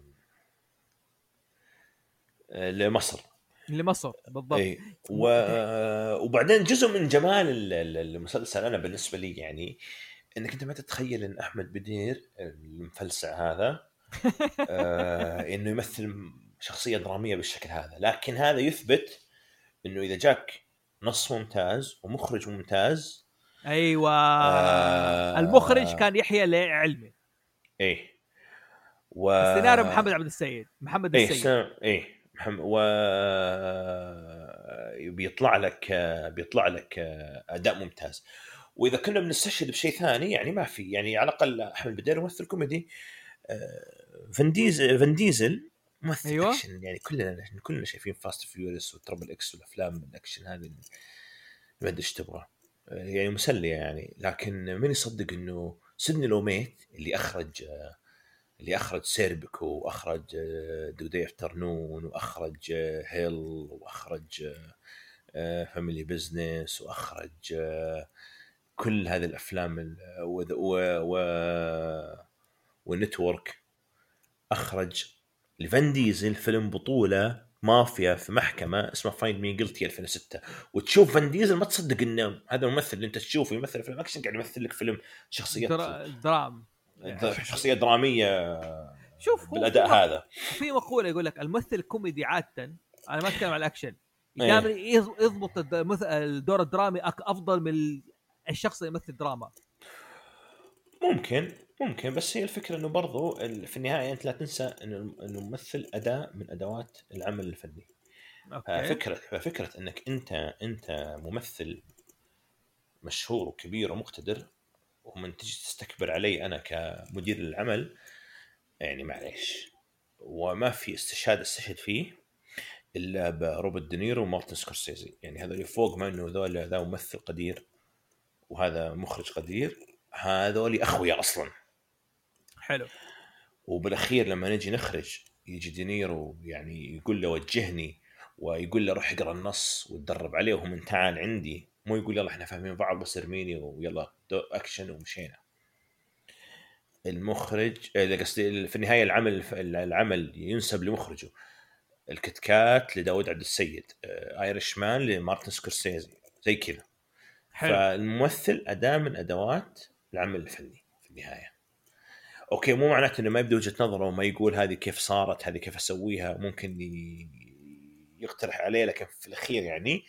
لمصر. لمصر بالضبط. اي و... وبعدين جزء من جمال المسلسل انا بالنسبه لي يعني انك انت ما تتخيل ان احمد بدير المفلسع هذا آه انه يمثل شخصيه دراميه بالشكل هذا، لكن هذا يثبت انه اذا جاك نص ممتاز ومخرج ممتاز. ايوه آه المخرج كان يحيى العلمي. ايه و السيناريو محمد عبد السيد محمد ايه السيد. ايه محمد و بيطلع لك بيطلع لك اداء ممتاز. واذا كنا بنستشهد بشيء ثاني يعني ما في، يعني على الاقل احمد بدير ممثل كوميدي. فان ديزل فان ديزل ممثل أيوة. اكشن، يعني كلنا كلنا شايفين فاست فيوريوس وتربل اكس والافلام الاكشن هذه ما ادري ايش تبغى، يعني مسليه يعني. لكن من يصدق انه سيدني لوميت اللي اخرج اللي اخرج سيربكو واخرج دودي افترنون واخرج هيل واخرج فاميلي بزنس واخرج كل هذه الافلام و و ونتورك، اخرج لفان ديزل فيلم بطوله مافيا في محكمه اسمه فايند مي جيلتي ألفين وستة، وتشوف فان ديزل ما تصدق انه هذا الممثل اللي انت تشوفه يمثل فيلم اكشن قاعد يمثل لك فيلم شخصيه درا... درام شخصيه دراميه. شوف بالاداء في هذا في مقوله يقول لك الممثل الكوميدي عاده، انا ما اتكلم عن الاكشن، دائما يضبط الدور الدرامي افضل من الشخص اللي يمثل دراما. ممكن ممكن بس هي الفكره انه برضو في النهايه انت لا تنسى انه الممثل اداه من ادوات العمل الفني. فكره فكره انك انت انت ممثل مشهور وكبير ومقتدر ومن تجي تستكبر علي انا كمدير العمل، يعني معليش. وما في استشهاد استشهد فيه الا بروبرت دينيرو ومارتن سكورسيزي، يعني هذول فوق ما انه هذول هذا ممثل قدير وهذا مخرج قدير، هذول اخويا اصلا. حلو. وبالاخير لما نجي نخرج يجي دينيرو يعني يقول له وجهني ويقول له روح اقرا النص وتدرب عليه وهم من تعال عندي، مو يقول يلا احنا فاهمين بعض بس ارميني ويلا اكشن ومشينا. المخرج قصدي في النهايه العمل العمل ينسب لمخرجه. الكتكات لداود عبد السيد، ايرش مان لمارتن سكورسيزي، زي كذا. فالممثل اداه من ادوات العمل الفني في النهايه. اوكي مو معناته انه ما يبدو وجهه نظره وما يقول هذه كيف صارت هذه كيف اسويها، ممكن يقترح عليه، لكن في الاخير يعني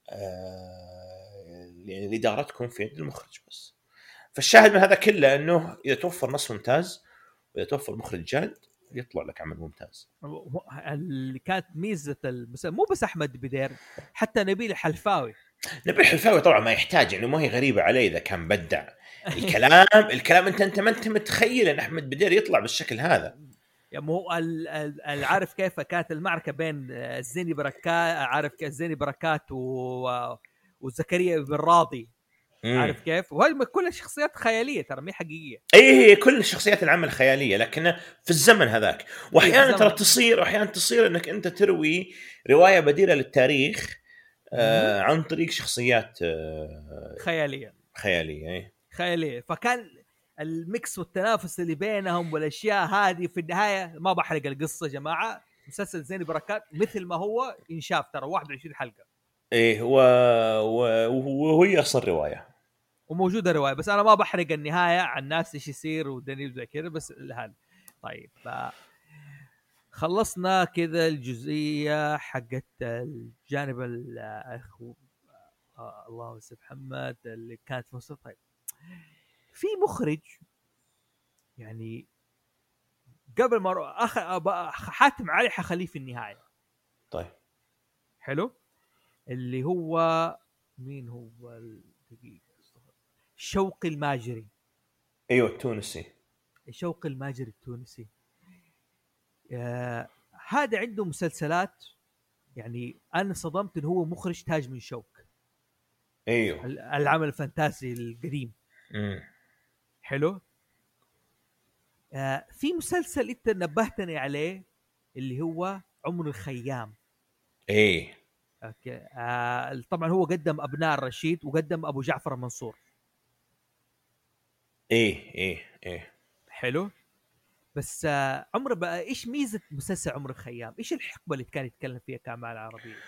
آه يعني الاداره تكون في يد المخرج بس. فالشاهد من هذا كله انه اذا توفر نص ممتاز واذا توفر مخرج جاد يطلع لك عمل ممتاز. اللي كانت ميزه المسلسل مو بس احمد بدير، حتى نبيل الحلفاوي. نبيل الحلفاوي طبعا ما يحتاج، يعني ما هي غريبه عليه اذا كان بدع الكلام الكلام انت انت ما انت متخيل ان احمد بدير يطلع بالشكل هذا. يا مو ال- ال- ال- عارف كيف كانت المعركه بين الزيني بركات، عارف كيف زيني بركات و... وزكريا بن راضي، امم عارف كيف؟ وهذه كلها شخصيات خياليه ترى مي حقيقيه. اي هي كل الشخصيات العامه خياليه، لكن في الزمن هذاك. اي في واحيانا ترى الزمن. تصير احيانا تصير انك انت تروي روايه بديله للتاريخ مهم. آه عن طريق شخصيات آه خياليه خياليه. اي خياليه، فكان الميكس والتنافس اللي بينهم والاشياء هذه في النهايه. ما بحرق القصه يا جماعه، مسلسل زيني بركات مثل ما هو ينشاف ترى واحد وعشرين حلقه ايه و... و... وهي اصلا روايه. وموجوده روايه، بس انا ما بحرق النهايه عن الناس ايش يصير ودليل زي كذا بس هذا. طيب ف خلصنا كذا الجزئيه حقت الجانب الاخو. آه الله يسلم محمد اللي كانت في مصر. طيب في مخرج يعني قبل ما أروح أخ... أب- حاتم علي حخليه في النهايه. طيب حلو. اللي هو مين هو الدقيقه، شوقي الماجري. ايوه التونسي. شوقي الماجري التونسي. آه هذا عنده مسلسلات، يعني انا صدمت انه هو مخرج تاج من شوك، ايوه. العمل الفانتازي القديم. امم حلو. آه في مسلسل انت نبهتني عليه اللي هو عمر الخيام. ايه اوكي. آه طبعا هو قدم ابناء الرشيد وقدم ابو جعفر المنصور. ايه ايه ايه حلو. بس آه عمر بقى ايش ميزه مسلسل عمر الخيام؟ ايش الحقبه اللي كان يتكلم فيها كمان العربيه؟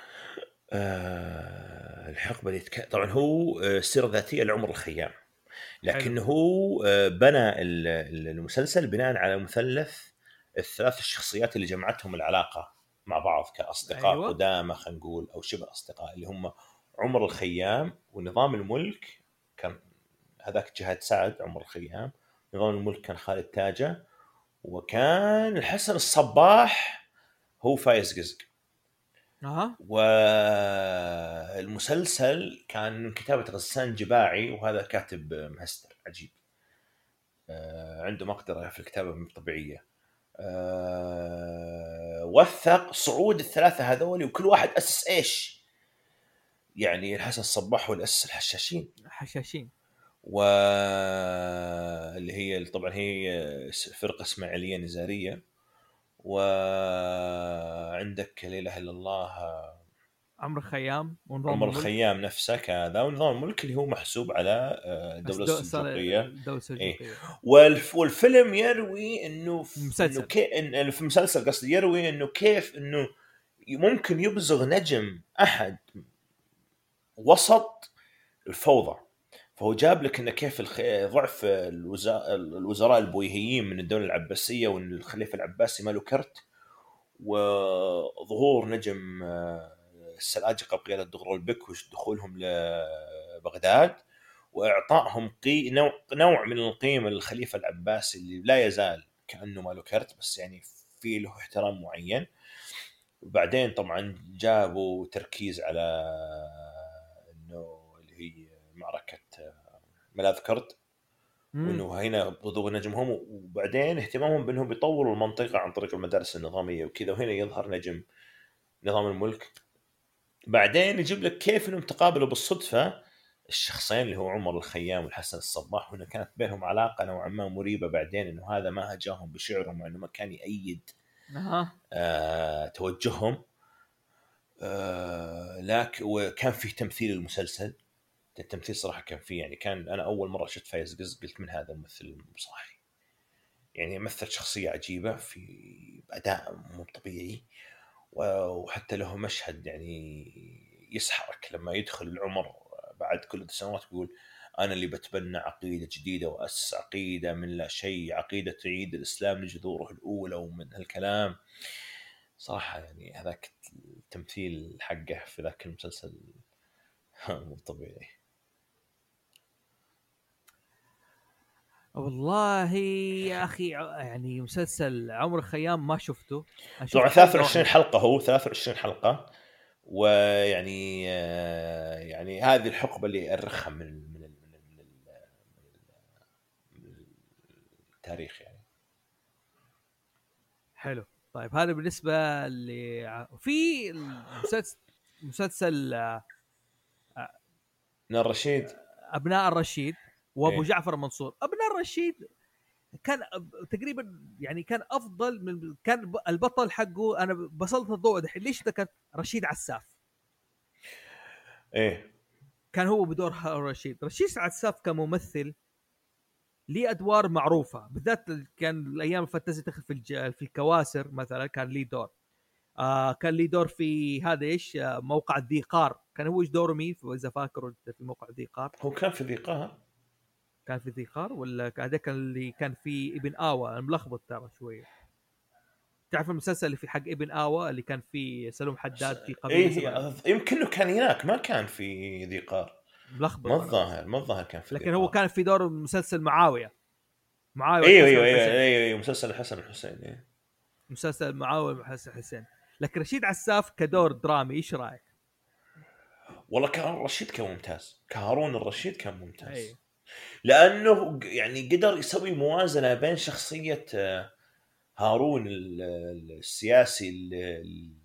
آه الحقبه اللي تك... طبعا هو آه، سيره ذاتيه لعمر الخيام، حلو. لكنه هو آه، بنى ال- ال- المسلسل بناء على مثلث الثلاث الشخصيات اللي جمعتهم العلاقه مع بعض كاصدقاء ايوه. قدامى، خلينا نقول، او شبه اصدقاء، اللي هم عمر الخيام ونظام الملك. كان هذاك جهاد سعد عمر الخيام. نظام الملك كان خالد تاجه، وكان الحسن الصباح هو فايز قزق. اها. والمسلسل كان من كتابة غسان جباعي، وهذا كاتب مهستر عجيب، آه، عنده مقدرة في الكتابة مش طبيعية. آه، وثق صعود الثلاثة هذول، وكل واحد أسس إيش، يعني الحسن الصباح هو اللي أسس الحشاشين، حشاشين. واللي هي طبعا هي فرقة إسماعيلية نزارية. وعندك لا إله إلا الله عمرو الخيام ونظام عمر الملك. الخيام نفسه كذا، ونظام الملك اللي هو محسوب على بس الدولة دو... صار السلجوقية. الدولة إيه. السلجوقية. والف والفيلم يروي انه انه مسلسل. كي إن في المسلسل قصدي يروي انه كيف انه ممكن يبزغ نجم احد وسط الفوضى. فهو جاب لك انه كيف الخ... ضعف الوزراء الوزراء البويهيين من الدولة العباسية، وان الخليفة العباسي ما له كرت، وظهور نجم السلاجقة بقيادة دغرول بك ودخولهم لبغداد، واعطائهم قي... نوع... نوع من القيمه للخليفه العباسي اللي لا يزال كانه ما له كرت، بس يعني في له احترام معين. وبعدين طبعا جابوا تركيز على انه اللي هي معركه ملاذ كرد، مم. وانه هنا بضوء نجمهم، وبعدين اهتمامهم بانهم يطوروا المنطقه عن طريق المدارس النظاميه وكذا، وهنا يظهر نجم نظام الملك. بعدين يجيب لك كيف انهم تقابلوا بالصدفه الشخصين اللي هو عمر الخيام والحسن الصباح، وانه كانت بينهم علاقه نوعا ما مريبه بعدين، انه هذا ما هجاهم بشعرهم وانه ما كان يأيد اها. آه توجههم. آه لكن وكان فيه تمثيل المسلسل، التمثيل صراحه كان فيه، يعني كان انا اول مره شفت فايز قز قلت من هذا الممثل صاحي، يعني مثل شخصيه عجيبه في اداء مو طبيعي. وحتى له مشهد يعني يسحرك لما يدخل العمر بعد كل السنوات بيقول أنا اللي بتبنى عقيدة جديدة وأسس عقيدة من لا شيء، عقيدة تعيد الإسلام لجذوره الأولى، ومن هالكلام. صراحة يعني هذاك التمثيل حقه في ذاك المسلسل مو طبيعي. والله يا اخي يعني مسلسل عمر الخيام ما شفته. انا طبعا شفت حلقه ثلاثة وعشرين واحده. حلقة، هو ثلاثة وعشرين حلقة، ويعني يعني هذه الحقبة اللي أرخها من من من التاريخ يعني. حلو. طيب هذا بالنسبه ل في المسلسل مسلسل نار رشيد، ابناء الرشيد وابو إيه. جعفر المنصور. ابناء الرشيد كان تقريبا يعني كان افضل من كان البطل حقه. انا بسلط الضوء دحين ليش ذكرت رشيد عساف. ايه كان هو بدور رشيد. رشيد عساف كممثل ليه ادوار معروفه، بالذات كان الايام الفانتازي تدخل في الج... في الكواسر مثلا كان ليه دور. آه كان ليه دور في هذا ايش آه موقع الذيقار. كان هو ايش دوره مين اذا فاكروا في موقع الذيقار؟ هو كان في ذيقها. كان في ذيقار ولا هذا كان اللي كان في ابن آوى؟ الملخبط ترى شويه. تعرف المسلسل اللي في حق ابن آوى اللي كان فيه سلوم حداد في قبيله ايه اسمها؟ يمكن انه كان هناك، ما كان في ذيقار. ما ملخبط انا بس. الظاهر ما الظاهر كان في لكن هو ذيقار. كان في دور مسلسل معاويه. معاويه ايوه الحسن ايوه ايوه والحسين. ايوه, أيوة مسلسل الحسن والحسين. إيه. مسلسل معاويه الحسن والحسين. لكن رشيد عساف كدور درامي ايش رايك؟ والله كان رشيد كان ممتاز، كهارون الرشيد كان ممتاز. اي لانه يعني قدر يسوي موازنه بين شخصيه هارون السياسي اللي,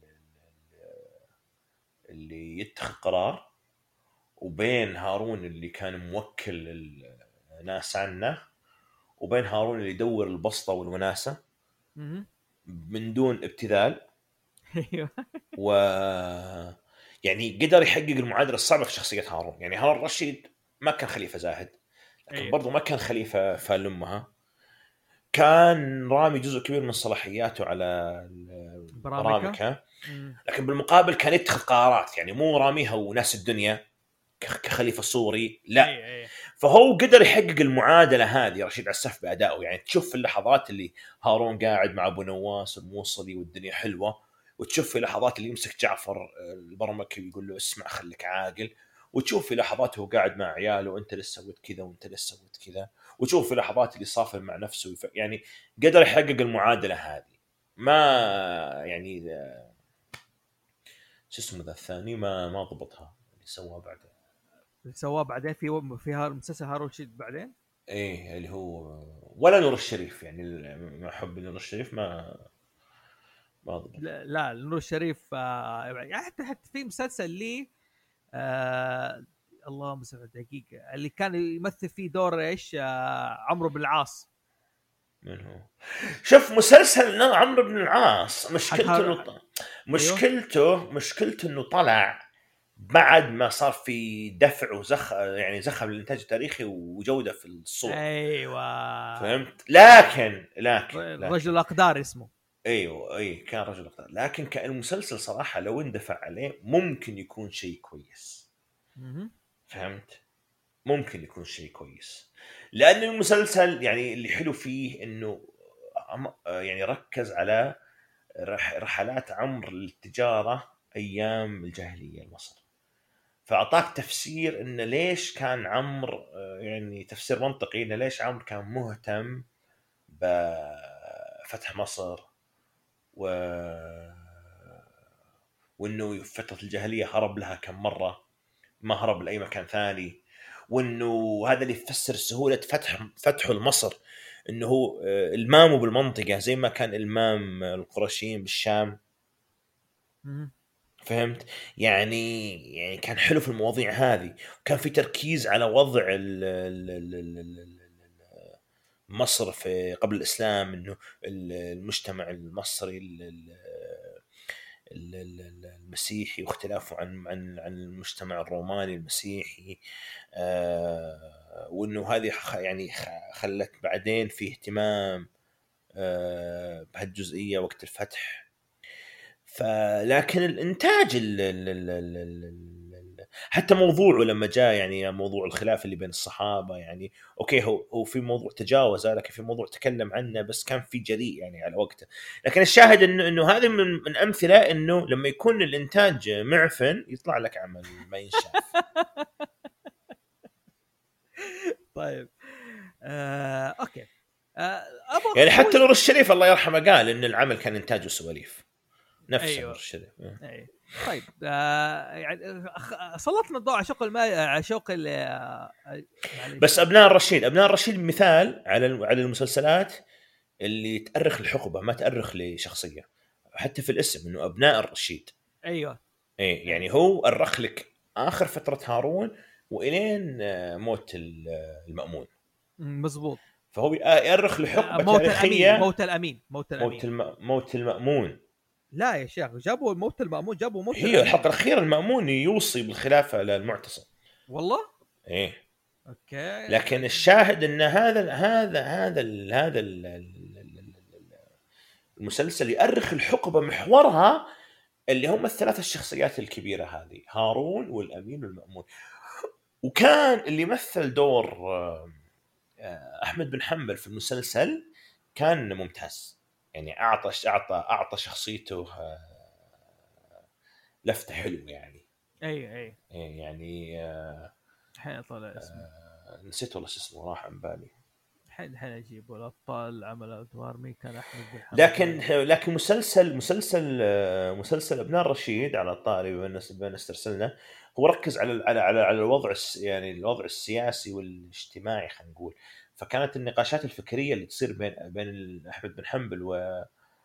اللي يتخذ قرار، وبين هارون اللي كان موكل الناس عنه، وبين هارون اللي يدور البسطه والوناسه من دون ابتذال. ايوه و يعني قدر يحقق المعادله الصعبه في شخصيه هارون. يعني هارون الرشيد ما كان خليفه زاهد، لكن أيوه. برضو ما كان خليفه فال امها. كان رامي جزء كبير من صلاحياته على برامكه، لكن بالمقابل كان يتخذ قرارات، يعني مو راميها وناس الدنيا كخليفه صوري، لا. أيوه. أيوه. فهو قدر يحقق المعادله هذه رشيد عساف بادائه. يعني تشوف في اللحظات اللي هارون قاعد مع ابو نواس الموصلي والدنيا حلوه، وتشوف في لحظات اللي يمسك جعفر البرمكي ويقول له اسمع خليك عاقل، وتشوف في لحظات هو قاعد مع عياله انت لسه سويت كذا وانت لسه سويت كذا، وتشوف في لحظات اللي صافر مع نفسه. يعني قدر يحقق المعادله هذه. ما يعني شو اسمه ذا الثاني ما ما ضبطها اللي سواه بعدين. اللي سواه بعدين في في المسلسل هارون رشيد بعدين ايه اللي هو ولا نور الشريف. يعني ما حب نور الشريف ما ما ضبط. لا, لا نور الشريف آه يعني حتى حتى في مسلسل لي آه اللهم صل على دقيقه اللي كان يمثل فيه دور ايش آه عمرو بن العاص. من هو؟ شوف مسلسل عمرو بن العاص مشكلته انه ط... مشكلته أيوه؟ مشكلته انه طلع بعد ما صار في دفع وزخ يعني زخم الانتاج التاريخي وجوده في الصور. ايوه فهمت. لكن لكن, لكن رجل الاقدار اسمه. ايوه اي كان رجل اقدار. لكن كان المسلسل صراحه لو اندفع عليه ممكن يكون شيء كويس. م- فهمت. ممكن يكون شيء كويس، لأن المسلسل يعني اللي حلو فيه إنه يعني ركز على رحلات عمرو للتجارة أيام الجاهلية المصر، فأعطاك تفسير إنه ليش كان عمرو يعني تفسير منطقي إنه ليش عمرو كان مهتم بفتح مصر، و وإنه فترة الجاهلية هرب لها كم مرة، ما هرب لأي مكان ثاني. وانه هذا اللي يفسر سهوله فتح فتحه لمصر، انه هو المامه بالمنطقه زي ما كان المام القرشيين بالشام. فهمت. يعني يعني كان حلو في المواضيع هذه، وكان في تركيز على وضع مصر في قبل الاسلام، انه المجتمع المصري المسيحي واختلافه عن عن عن المجتمع الروماني المسيحي. آه وانه هذه يعني خلت بعدين في اهتمام آه بهالجزئيه وقت الفتح. فلكن الانتاج ال ال ال ال ال حتى موضوعه لما جاء يعني موضوع الخلاف اللي بين الصحابه، يعني اوكي هو هو في موضوع تجاوز، لكن في موضوع تكلم عنه بس كان في جريء يعني على وقته. لكن الشاهد انه انه هذه من من امثله انه لما يكون الانتاج معفن يطلع لك عمل ما ينشاف. طيب آه، اوكي آه، يعني حتى نور الشريف الله يرحمه قال ان العمل كان انتاجه سواليف نفسه. أيوة. نور الشريف أيوة. طيب آه يعني سلطنا الضوء على شوق الماء على شوق بس ابناء الرشيد ابناء الرشيد مثال على على المسلسلات اللي تأرخ الحقبة ما تأرخ لشخصية، حتى في الاسم إنه أبناء الرشيد. ايوه إيه يعني هو أرخ لك آخر فترة هارون وإلين موت المأمون. مزبوط. فهو يأرخ لحقبة موت تاريخية. الأمين موت الأمين موت الأمين موت, الم... موت المأمون. لا يا شيخ جابوا موت المأمون، جابوا موت هي الأمين. الحلقة الأخيرة المأمون يوصي بالخلافة للمعتصم. والله إيه اوكي. لكن الشاهد ان هذا هذا هذا ال هذا ال المسلسل يؤرخ الحقبه محورها اللي هم الثلاث الشخصيات الكبيره هذه، هارون والامين والمأمون. وكان اللي مثل دور احمد بن حنبل في المسلسل كان ممتاز، يعني اعطى اعطى اعطى شخصيته لفته حلوه يعني. اي اي يعني الحين طلع اسمه نسيت والله اسمه راح عن بالي. الحين الحين اجيبوا الابطال عمل ادوار مين كان احمد بن حنبل. لكن لكن مسلسل مسلسل مسلسل ابناء الرشيد على الطاري بما استرسلنا، هو ركز على على على, على الوضع يعني الوضع السياسي والاجتماعي خلينا نقول. فكانت النقاشات الفكريه اللي تصير بين بين احمد بن حنبل و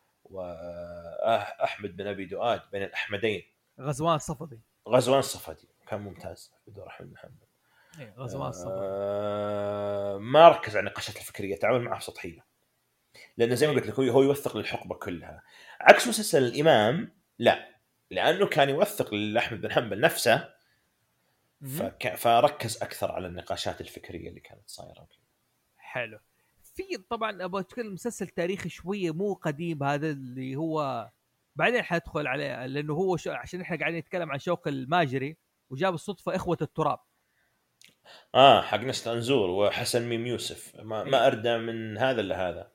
واحمد بن ابي دؤاد بين الاحمدين. غزوان صفدي غزوان صفدي كان ممتاز بدور احمد بن حنبل. اي غزوان صفدي آه ما ركز على النقاشات الفكريه، تعامل معها سطحيه، لأنه زي ما قلت لك هو يوثق للحقبة كلها. عكس مسلسل الإمام لا، لأنه كان يوثق لأحمد بن حنبل نفسه، فك... فركز أكثر على النقاشات الفكرية اللي كانت صايرة. حلو. في طبعا أبغى أتكلم مسلسل تاريخي شوية مو قديم، هذا اللي هو بعدين حندخل عليه لأنه هو شو... عشان إحنا قاعدين نتكلم عن شوق الماجري وجاب الصدفة إخوة التراب. آه حق نستنزور وحسن ميم يوسف، ما, ما أردى من هذا إلا هذا.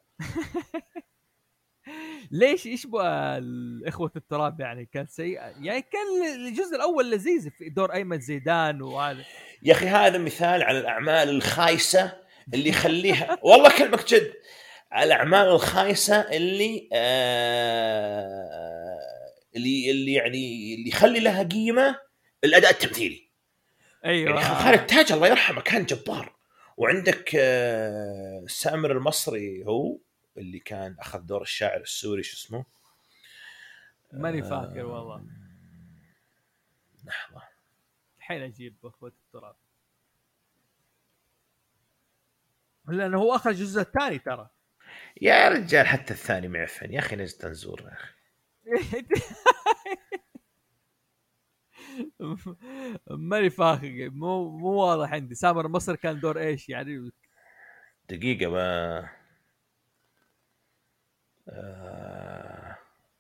ليش يشبه الإخوة التراب؟ يعني كان سيء، يعني كان الجزء الأول لذيذ في دور أيمن زيدان وهذا. يا أخي هذا مثال على الأعمال الخايسة اللي يخليها والله كلمك جد، على الأعمال الخايسة اللي آه اللي اللي يعني اللي يخلي لها قيمة الأداء التمثيلي. أيوة يعني خالد تاج الله يرحمه كان جبار. وعندك آه سامر المصري هو اللي كان أخذ دور الشاعر السوري، شو اسمه ماني فاكر والله. لحظة الحين أجيب إخوة التراب لأنه هو أخذ الجزء الثاني ترى. يا رجال حتى الثاني معفن يا أخي، نجد تنزور يا أخي. ماني فاكر، مو مو واضح عندي. سامر مصر كان دور ايش يعني؟ دقيقة ما آه...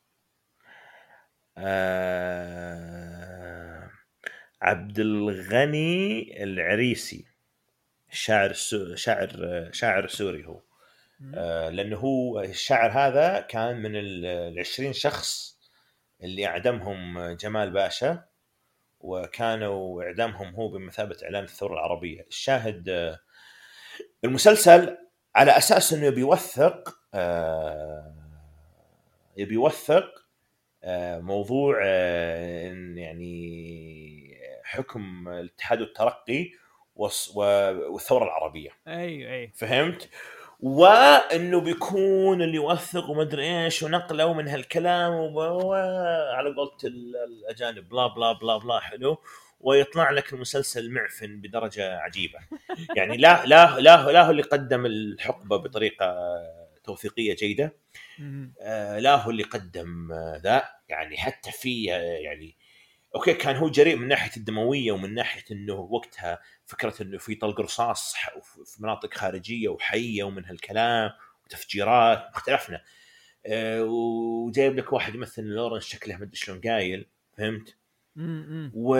آه... عبد الغني العريسي، الشاعر السو... شاعر شاعر سوري هو. آه لأنه هو الشاعر هذا كان من العشرين شخص اللي أعدمهم جمال باشا، وكانوا إعدامهم هو بمثابة إعلان الثورة العربية. الشاهد آه المسلسل على أساس أنه بيوثق آه يبي يوثق آه موضوع آه يعني حكم الاتحاد والترقي والثورة العربية. أي أي فهمت؟ وانه بيكون اللي يوثق وما ادري ايش ونقله من هالكلام وعلى قولة الاجانب بلا بلا بلا بلا حلو، ويطلع لك المسلسل معفن بدرجه عجيبه. يعني لا لا لا لا هو اللي قدم الحقبه بطريقه توثيقيه جيده، لا هو اللي قدم ذا يعني حتى في يعني اوكي كان هو جريء من ناحيه الدمويه ومن ناحيه انه وقتها فكره انه في طلق رصاص في مناطق خارجيه وحيه ومن هالكلام وتفجيرات اختلفنا. أه وجايب لك واحد يمثل لورنس شكله ما ادري شلون قايل، فهمت؟ و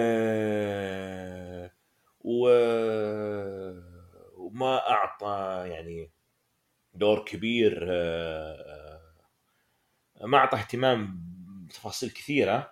و وما اعطى يعني دور كبير، أه ما اعطى اهتمام بتفاصيل كثيره.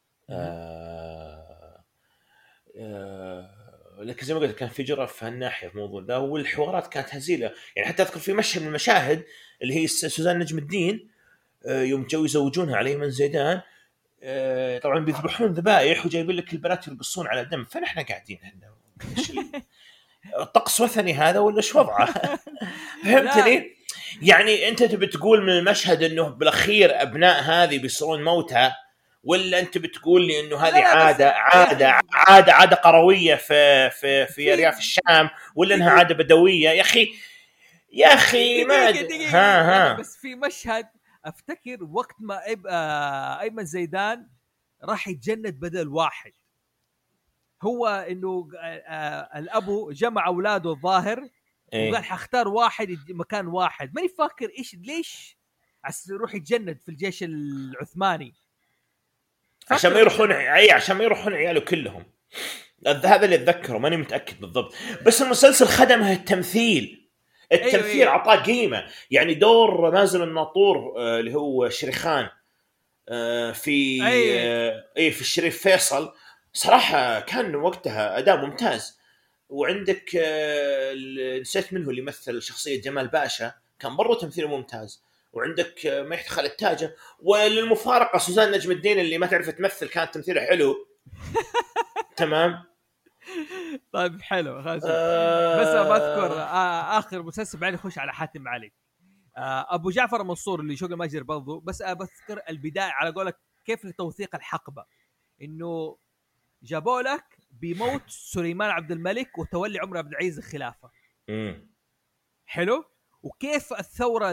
آه آه لكن زي ما قلت كان في جرأة في هالناحية في الموضوع ده، والحوارات كانت هزيلة. يعني حتى أذكر في مشهد من المشاهد اللي هي سوزان نجم الدين آه يوم جو يزوجونها على أيمن زيدان، آه طبعا بيذبحون ذبائح وجايبين لك البنات يرقصون على دم، فنحن قاعدين هنا الطقس وثني هذا ولا شو وضعه؟ فهمتني؟ يعني انت تبي تقول من المشهد انه بالاخير ابناء هذه بيصيرون موتى، ولا انت بتقول لي انه هذه عاده عاده عاده عاده قرويه في في في ارياف الشام، ولا انها عاده بدويه؟ يا اخي يا اخي ما دقيقة دقيقة ها ها بس في مشهد افتكر وقت ما ايمن زيدان راح يتجند بدل واحد، هو انه الابو جمع اولاده الظاهر إيه؟ وقال حختار واحد مكان واحد، ماني فاكر ايش ليش عشان يروح يتجند في الجيش العثماني، عشان ما يروحون اي عشان ما يروحون عياله كلهم. هذا اللي اتذكره، ماني متاكد بالضبط، بس المسلسل خدمه التمثيل التمثيل أيوة عطاه قيمه. يعني دور مازن الناطور آه اللي هو شريخان آه في أيوة. آه في الشريف فيصل صراحه كان وقتها اداء ممتاز. وعندك آه نسيت منه اللي يمثل شخصيه جمال باشا، كان برضه تمثيله ممتاز. وعندك آه ما يحتخل التاجة، وللمفارقه سوزان نجم الدين اللي ما تعرف تمثل كانت تمثيله حلو. تمام. طيب حلو خلاص. آه بس بذكر آه اخر مسلسل بعدين نخش على حاتم علي. آه ابو جعفر المنصور اللي شغل ماجر برضو، بس بذكر البدايه على قولك كيف لتوثيق الحقبه، انه جابوا لك بموت سليمان عبد الملك وتولي عمر عبد العزيز الخلافه. امم حلو. وكيف الثوره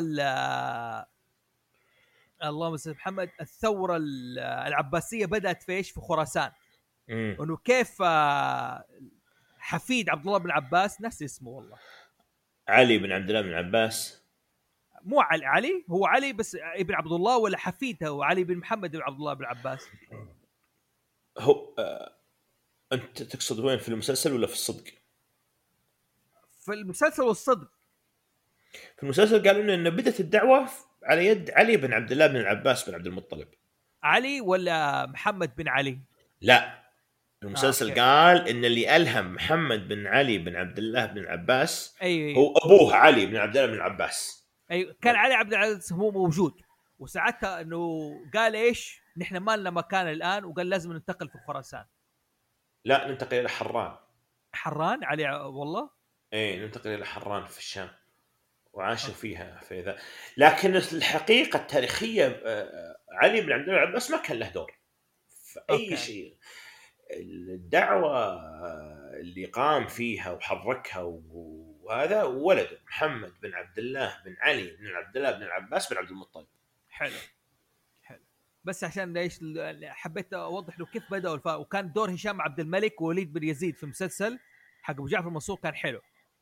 اللهم صل محمد الثوره العباسيه بدات في ايش؟ في خراسان. انه كيف حفيد عبد الله بن عباس، نفس اسمه والله، علي بن عبد الله بن عباس، مو علي علي هو علي بس ابن عبد الله، ولا حفيده هو علي بن محمد بن عبد الله بن عباس؟ هو آه انت تقصد وين، في المسلسل ولا في الصدق؟ في المسلسل والصدق. في المسلسل قالوا لنا انه بدت الدعوه على يد علي بن عبد الله بن العباس بن عبد المطلب. علي ولا محمد بن علي؟ لا، المسلسل آه، قال ان اللي الهم محمد بن علي بن عبد الله بن العباس أيوة. هو ابوه علي بن عبد الله بن العباس. ايوه كان علي عبد العزيز هو موجود، وساعتها انه قال ايش نحن ما لنا مكان الان، وقال لازم ننتقل في خراسان. لا ننتقل الى حران. حران علي والله ايه ننتقل الى حران في الشام، وعاشوا فيها في ذا. لكن الحقيقه التاريخيه علي بن عبد الله بن العباس ما كان له دور في اي شيء. الدعوه اللي قام فيها وحركها وهذا ولده محمد بن عبد الله بن علي بن عبد الله بن العباس بن عبد المطلب. حلو حلو. بس عشان ليش حبيت اوضح له كيف بداوا الفا، وكان دور هشام عبد الملك ووليد بن يزيد في مسلسل حق ابو جعفر المنصور كان حلو،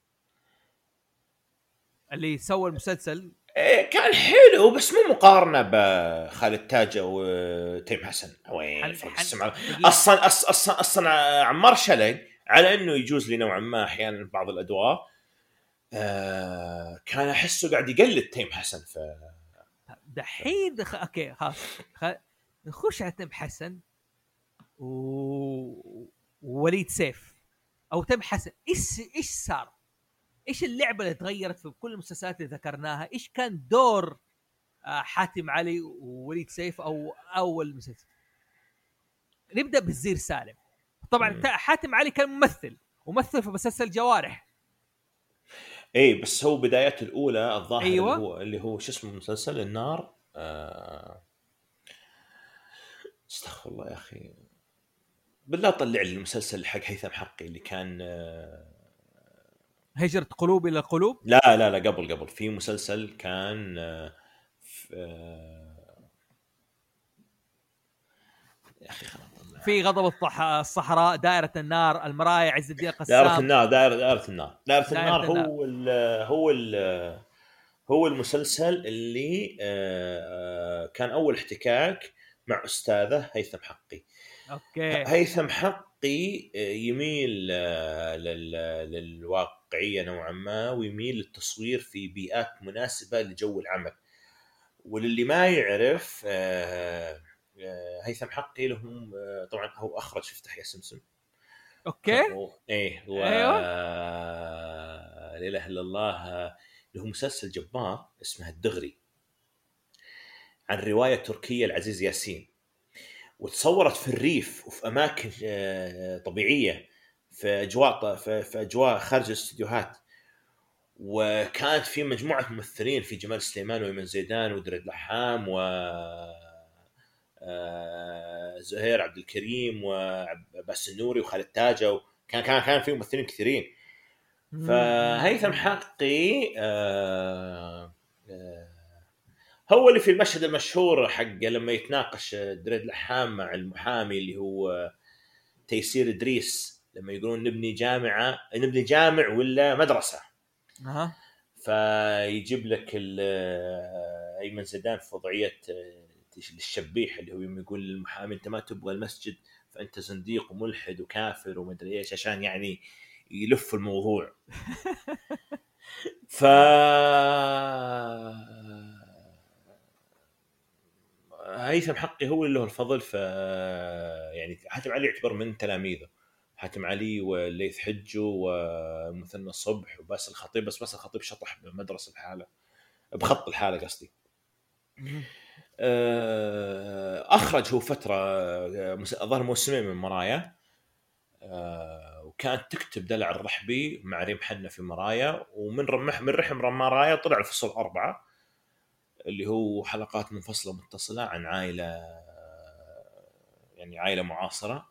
اللي سوى المسلسل إيه كان حلو، بس مو مقارنه بخالد تاجة وتيم حسن. وين فرق السمع؟ اصلا اصلا اصلا عمار شلي على انه يجوز لي نوعا ما احيانا بعض الادوار آه كان احسه قاعد يقلد تيم حسن. ف دحين دخ... اوكي خلاص خ... نخش على تيم حسن و... ووليد سيف او تيم حسن. ايش ايش صار؟ ايش اللعبه اللي تغيرت في كل المسلسلات اللي ذكرناها؟ ايش كان دور حاتم علي ووليد سيف او اول مسلسل؟ نبدا بالزير سالم. طبعا م. حاتم علي كان ممثل ومثل في مسلسل جوارح. اي بس هو بدايات الاولى الظاهر أيوة. اللي هو اللي هو شو اسمه مسلسل النار. آه... استغفر الله يا اخي، بالله طلع لي المسلسل حق هيثم حقي اللي كان آه... هجرة قلوب الى قلوب. لا لا لا قبل قبل في مسلسل كان آه... في, آه... يا اخي في غضب الصحراء، دائرة النار، المرايا، عز الدين قسام. دائرة النار دائرة دائرة النار دائرة, دائرة النار, النار هو ال هو ال هو المسلسل اللي كان أول احتكاك مع أستاذه هيثم حقي. أوكي. هيثم حقي يميل للواقعية نوعا ما، ويميل للتصوير في بيئات مناسبة لجو العمل. وللي ما يعرف هيثم حقي لهم طبعا هو أخرج في افتح يا سمسم. أوكي. إيه و... أيوة. لا إله إلا الله، له مسلسل جبار اسمه الدغري عن رواية تركية العزيز ياسين، وتصورت في الريف وفي أماكن طبيعية في أجواء في أجواء خارج الاستديوهات. وكانت في مجموعة ممثلين، في جمال سليمان وإيمن زيدان ودريد لحام و زهير عبد الكريم وعباس النوري وخالد تاجة، كان كان كان في ممثلين كثيرين. فهيثم حقي آه آه هو اللي في المشهد المشهور حق لما يتناقش دريد لحام مع المحامي اللي هو تيسير إدريس، لما يقولون نبني جامعة نبني جامع ولا مدرسة. أه. فيجيب لك أيمن زيدان في وضعية الشبيح اللي هو يقول للمحامي أنت ما تبغى المسجد فأنت زنديق وملحد وكافر ومدري إيش، عشان يعني يلف الموضوع. ف هيثم حقي هو اللي له الفضل. ف يعني حاتم علي يعتبر من تلاميذه، حاتم علي والليث حجو ومثنى الصبح وباسل الخطيب، بس باسل الخطيب شطح بمدرسة الحالة بخط الحالة قصدي. أخرج هو فترة أظهر موسمين من مرايا، وكانت تكتب دلع الرحبي مع ريم حنة في مرايا، ومن رمح من رحم مرايا طلع الفصل أربعة اللي هو حلقات منفصلة متصلة عن عائلة يعني عائلة معاصرة.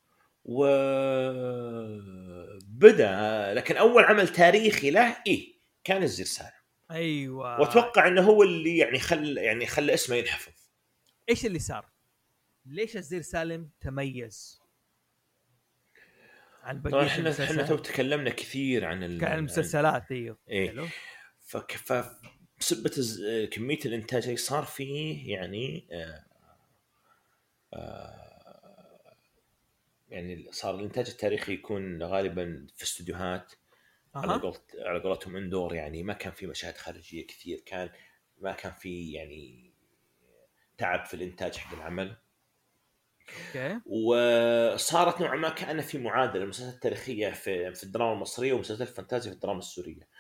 وبدأ لكن أول عمل تاريخي له إيه كان الزير سالم. أيوة. وأتوقع أنه هو اللي يعني خل يعني خلى اسمه ينحفظ. إيش اللي صار؟ ليش الزير سالم تميز عن بقية احنا احنا تو تكلمنا كثير عن المسلسلات. ايوه حلو. فكيف بسبة كمية الانتاج اللي صار فيه يعني آآ آآ يعني صار الانتاج التاريخي يكون غالبا في استوديوهات أه. على قولت على قولتهم اندور، يعني ما كان في مشاهد خارجية كثير، كان ما كان في يعني تعب في الانتاج حق العمل. اوكي. وصارت نوعا ما كأن في معادله المسلسلات التاريخيه في في الدراما المصريه ومسلسلات الفانتازي في الدراما السوريه.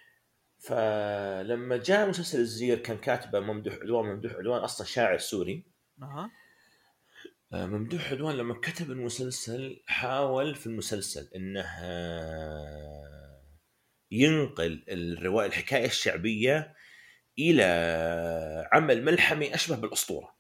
فلما جاء مسلسل الزير كان كاتبه ممدوح عدوان. ممدوح عدوان اصلا شاعر سوري. اها. ممدوح عدوان لما كتب المسلسل حاول في المسلسل انه ينقل الروايه الحكايه الشعبيه الى عمل ملحمي اشبه بالاسطوره.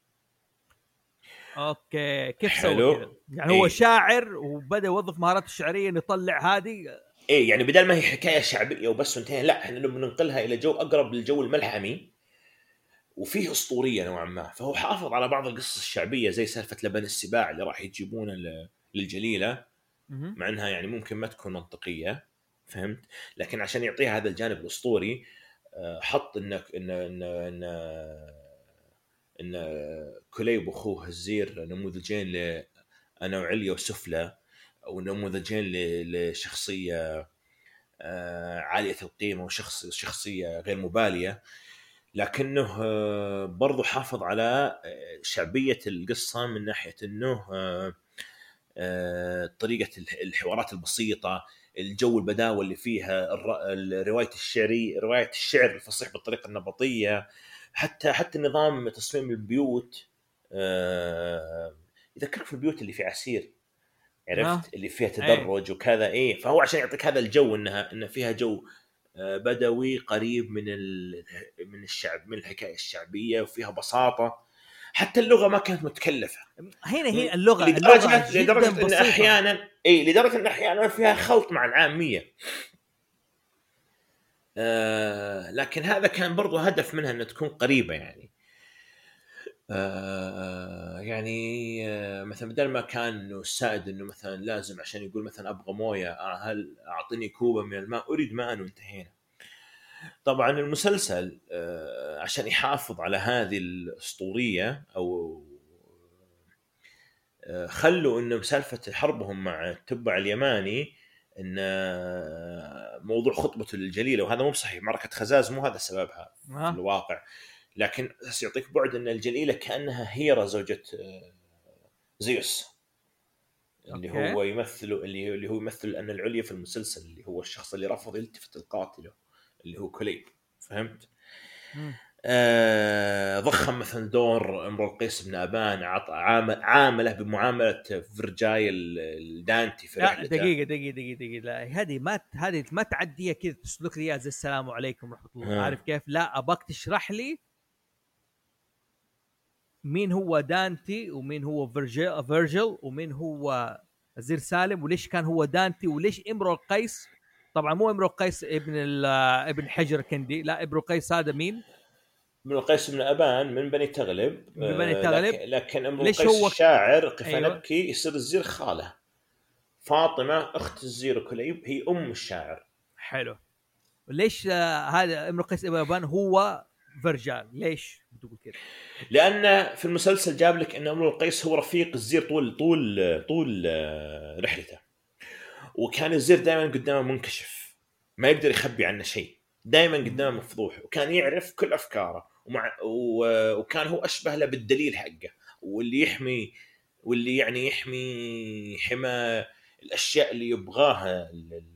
اوكي كيف سوى كذا؟ يعني هو إيه؟ شاعر وبدا يوظف مهاراته الشعريه انه يطلع هذه. ايه يعني بدل ما هي حكايه شعبيه وبس وانتهى، لا احنا نبغى ننقلها الى جو اقرب للجو الملحمي وفيه اسطوريه نوعا ما. فهو حافظ على بعض القصص الشعبيه زي سالفه لبن السباع اللي راح يجيبونه للجليله، مع انها يعني ممكن ما تكون منطقيه، فهمت؟ لكن عشان يعطيها هذا الجانب الاسطوري حط انك ان ان ان, إن كليب واخوه الزير نموذجين لانا وعليا وسفلى، او نموذجين لشخصيه عاليه القيمه وشخص شخصيه غير مباليه، لكنه برضو حافظ على شعبية القصة من ناحية أنه طريقة الحوارات البسيطة، الجو البداوة اللي فيها، رواية الشعري رواية الشعر الفصيح بالطريقة النبطية، حتى حتى نظام تصميم البيوت يذكرك في البيوت اللي في عسير، عرفت؟ اللي فيها تدرج وكذا. إيه فهو عشان يعطيك هذا الجو إنها إن فيها جو بدوي قريب من من الشعب، من الحكايه الشعبيه، وفيها بساطه، حتى اللغه ما كانت متكلفه. هنا هي اللغه لدرجه, لدرجة ان احيانا اي لدرجه ان احيانا فيها خلط مع العاميه. آه لكن هذا كان برضو هدف منها ان تكون قريبه يعني. آه يعني آه مثلا بدل ما كان السائد انه مثلا لازم عشان يقول مثلا ابغى مويه هل اعطيني كوبا من الماء، اريد ماء وانتهينا. طبعا المسلسل عشان يحافظ على هذه الأسطورية أو خلوا إنه سالفة حربهم مع التبع اليماني إن موضوع خطبته للجليلة، وهذا مو صحيح، معركة خزاز مو هذا سببها في الواقع، لكن يعطيك بعد إن الجليلة كأنها هيرا زوجة زيوس اللي أوكي. هو يمثل اللي اللي هو يمثل أن العليا في المسلسل اللي هو الشخص اللي رفض يلتفت القاتله اللي هو كليب، فهمت؟ آه ضخم مثلا دور امرؤ القيس بن ابان، عامل عامله بمعامله فيرجايل دانتي في لا رحلته. دقيقة دقيقة دقيقة دقيقة، لا هذه ما هذه ما تعديها كذا تسلك لي زي السلام عليكم ورحمة الله، عارف كيف؟ لا أباك تشرح لي مين هو دانتي ومين هو فيرجيل فيرجيل ومين هو الزير سالم، وليش كان هو دانتي، وليش امرؤ القيس. طبعا مو امرؤ القيس ابن ابن حجر كندي، لا امرؤ القيس هذا مين؟ امرؤ القيس بن ابان من بني تغلب. من بني آه تغلب. لكن لكن امرؤ ليش القيس هو؟ الشاعر قف أيوة. نبكي يصير الزير خاله. فاطمه اخت الزير كليب هي ام الشاعر. حلو. ليش آه هذا امرؤ القيس ابن ابان هو فيرجال؟ ليش بتقول كده؟ لأن في المسلسل جاب لك أن امرؤ القيس هو رفيق الزير طول طول طول رحلته، وكان الزير دائما قدامه منكشف، ما يقدر يخبي عنه شيء، دائما قدامه مفضوح، وكان يعرف كل أفكاره، ومع وكان هو أشبه له بالدليل حقه، واللي يحمي واللي يعني يحمي حمى الأشياء اللي يبغاها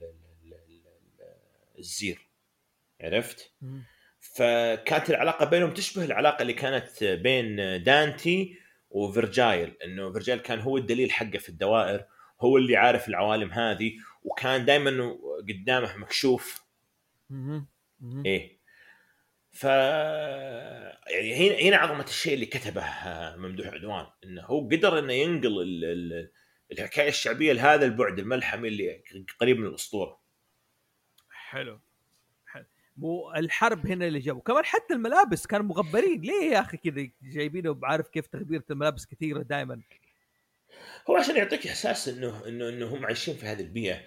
الزير، عرفت؟ فكانت العلاقه بينهم تشبه العلاقه اللي كانت بين دانتي وفيرجايل، انه فيرجايل كان هو الدليل حقه في الدوائر، هو اللي عارف العوالم هذه، وكان دائما قدامه مكشوف. ايه ف يعني هنا هنا عظمه الشيء اللي كتبه ممدوح عدوان، انه هو قدر انه ينقل ال... ال... الحكايه الشعبيه لهذا البعد الملحمي اللي قريب من الاسطوره. حلو. مو الحرب هنا اللي جابوا كمان، حتى الملابس كانوا مغبرين ليه يا اخي كذا جايبينه، بعرف كيف تغبيره الملابس كثيره دائما. هو عشان يعطيك احساس انه انه انه هم عايشين في هذه البيئه.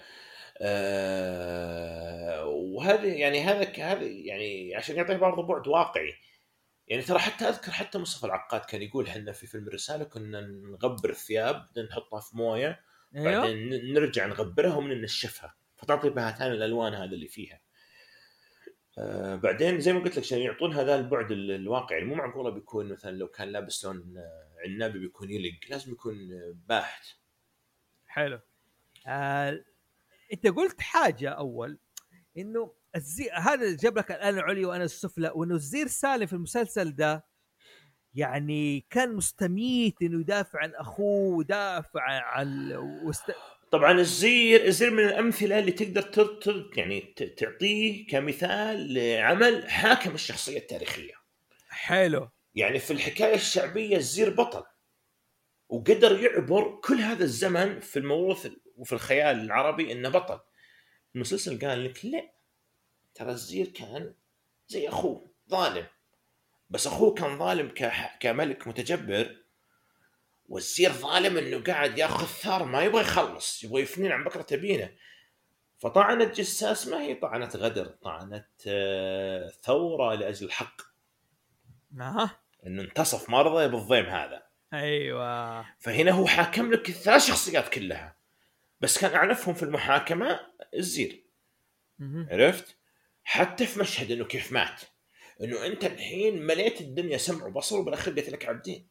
أه وهذا يعني هذا هذا يعني عشان يعطيك برضه بعد واقعي. يعني ترى حتى اذكر حتى مصطفى العقاد كان يقول احنا في فيلم الرساله كنا نغبر الثياب، نحطها في مويه، أيوه؟ بعدين نرجع نغبرها ومنشفها فتعطي بهتان الالوان هذا اللي فيها. آه بعدين زي ما قلت لك عشان يعطون هذا البعد الواقعي، مو معقوله بيكون مثلا لو كان لابس لون عنابي بيكون يلق، لازم يكون باحت. حلو. آه، انت قلت حاجه اول انه الزي... هذا جاب لك انا العليا وانا السفلى، وانه الزير سالم في المسلسل ده يعني كان مستميت انه يدافع عن اخوه ويدافع عن وست... طبعا الزير الزير من الامثله اللي تقدر تر يعني تعطيه كمثال لعمل حاكم الشخصيه التاريخيه. حلو. يعني في الحكايه الشعبيه الزير بطل، وقدر يعبر كل هذا الزمن في الموروث وفي الخيال العربي انه بطل. المسلسل قال لك لا، ترى الزير كان زي اخوه ظالم، بس اخوه كان ظالم كح... كملك متجبر، والزير ظالم انه قاعد ياخذ ثار ما يبغى يخلص، يبغى يفنين عن بكره تبينه. فطعنة جساس ما هي طعنة غدر، طعنة ثورة لأجل الحق. اها. انه انتصف مرضى بالضيم هذا. ايوه. فهنا هو حاكم لك الثلاث شخصيات كلها، بس كان اعنفهم في المحاكمة الزير. عرفت؟ حتى في مشهد انه كيف مات، انه انت الحين مليت الدنيا سمع وبصر وبالاخير قلت لك عبدين.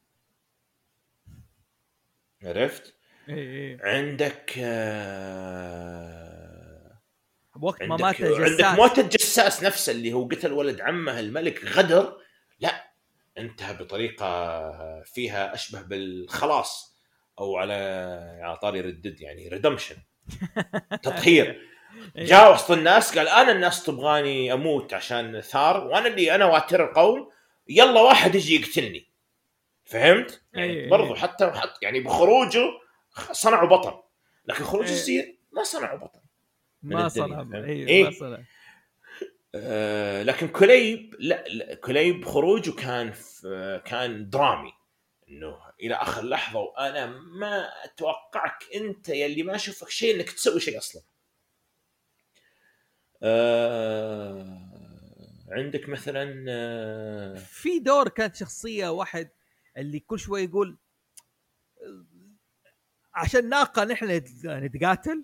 عرفت؟ ايه. عندك آه وقت ما عندك مات الجساس، عندك موت الجساس نفسه اللي هو قتل ولد عمه الملك غدر، لا انتهى بطريقه فيها اشبه بالخلاص، او على على طاري ردد يعني ريدمشن، تطهير. جاء وسط الناس قال انا الناس تبغاني اموت عشان ثار، وانا اللي انا واتر القوم، يلا واحد يجي يقتلني. فهمت؟ يعني برضو حتى حتى يعني بخروجه صنعوا بطل، لكن خروج الزير ما صنعوا بطل، ما صنع. ايوه إيه؟ ما صنع. آه لكن كليب لا, لا كليب خروجه كان كان درامي، انه الى اخر لحظه وانا ما اتوقعك انت يلي ما اشوفك شيء انك تسوي شيء اصلا. آه عندك مثلا آه في دور كانت شخصيه واحد اللي كل شوي يقول عشان ناقه نحن نتقاتل.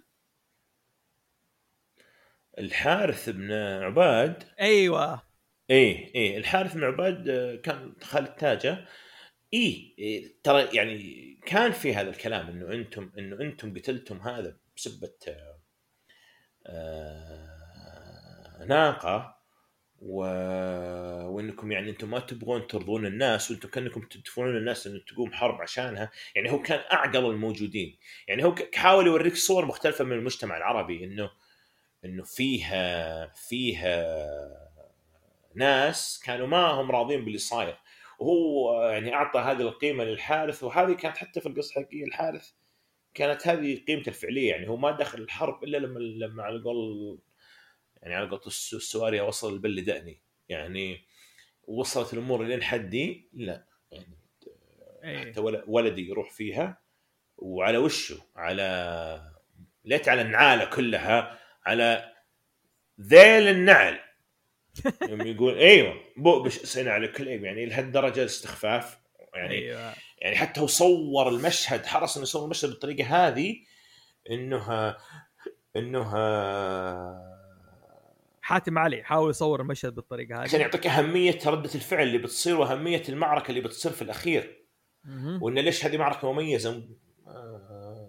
الحارث بن عباد. ايوه. ايه ايه الحارث بن عباد كان خالد تاجه. إيه, إيه ترى يعني كان في هذا الكلام انه انتم انه انتم قتلتم هذا بسبه آه ناقه، و... وانكم يعني انتم ما تبغون ترضون الناس، وانتم كانكم تدفعون الناس انه تقوم حرب عشانها. يعني هو كان اعقل الموجودين. يعني هو حاول يوريك صور مختلفه من المجتمع العربي، انه انه فيها فيها ناس كانوا ما هم راضين باللي صاير، وهو يعني اعطى هذه القيمه للحارث. وهذه كانت حتى في القصه الحقيقيه الحارث كانت هذه قيمته الفعليه. يعني هو ما دخل الحرب الا لما لما على قول يعني على قول السواريه وصل البل دقني، يعني وصلت الامور لين حدي لا يعني أيه. حتى ولدي يروح فيها وعلى وشه، على ليت على النعاله كلها، على ذيل النعل يوم يقول ايوه بؤبش سنة على كل ايه، يعني لهالدرجه الاستخفاف. يعني أيوة. يعني حتى هو صور المشهد، حرص انه يصور المشهد بالطريقه هذه، انه انه حاتم علي حاول يصور المشهد بالطريقه هذه عشان يعطيك اهميه رده الفعل اللي بتصير واهميه المعركه اللي بتصير في الاخير، مه. وان ليش هذه معركه مميزه. آه،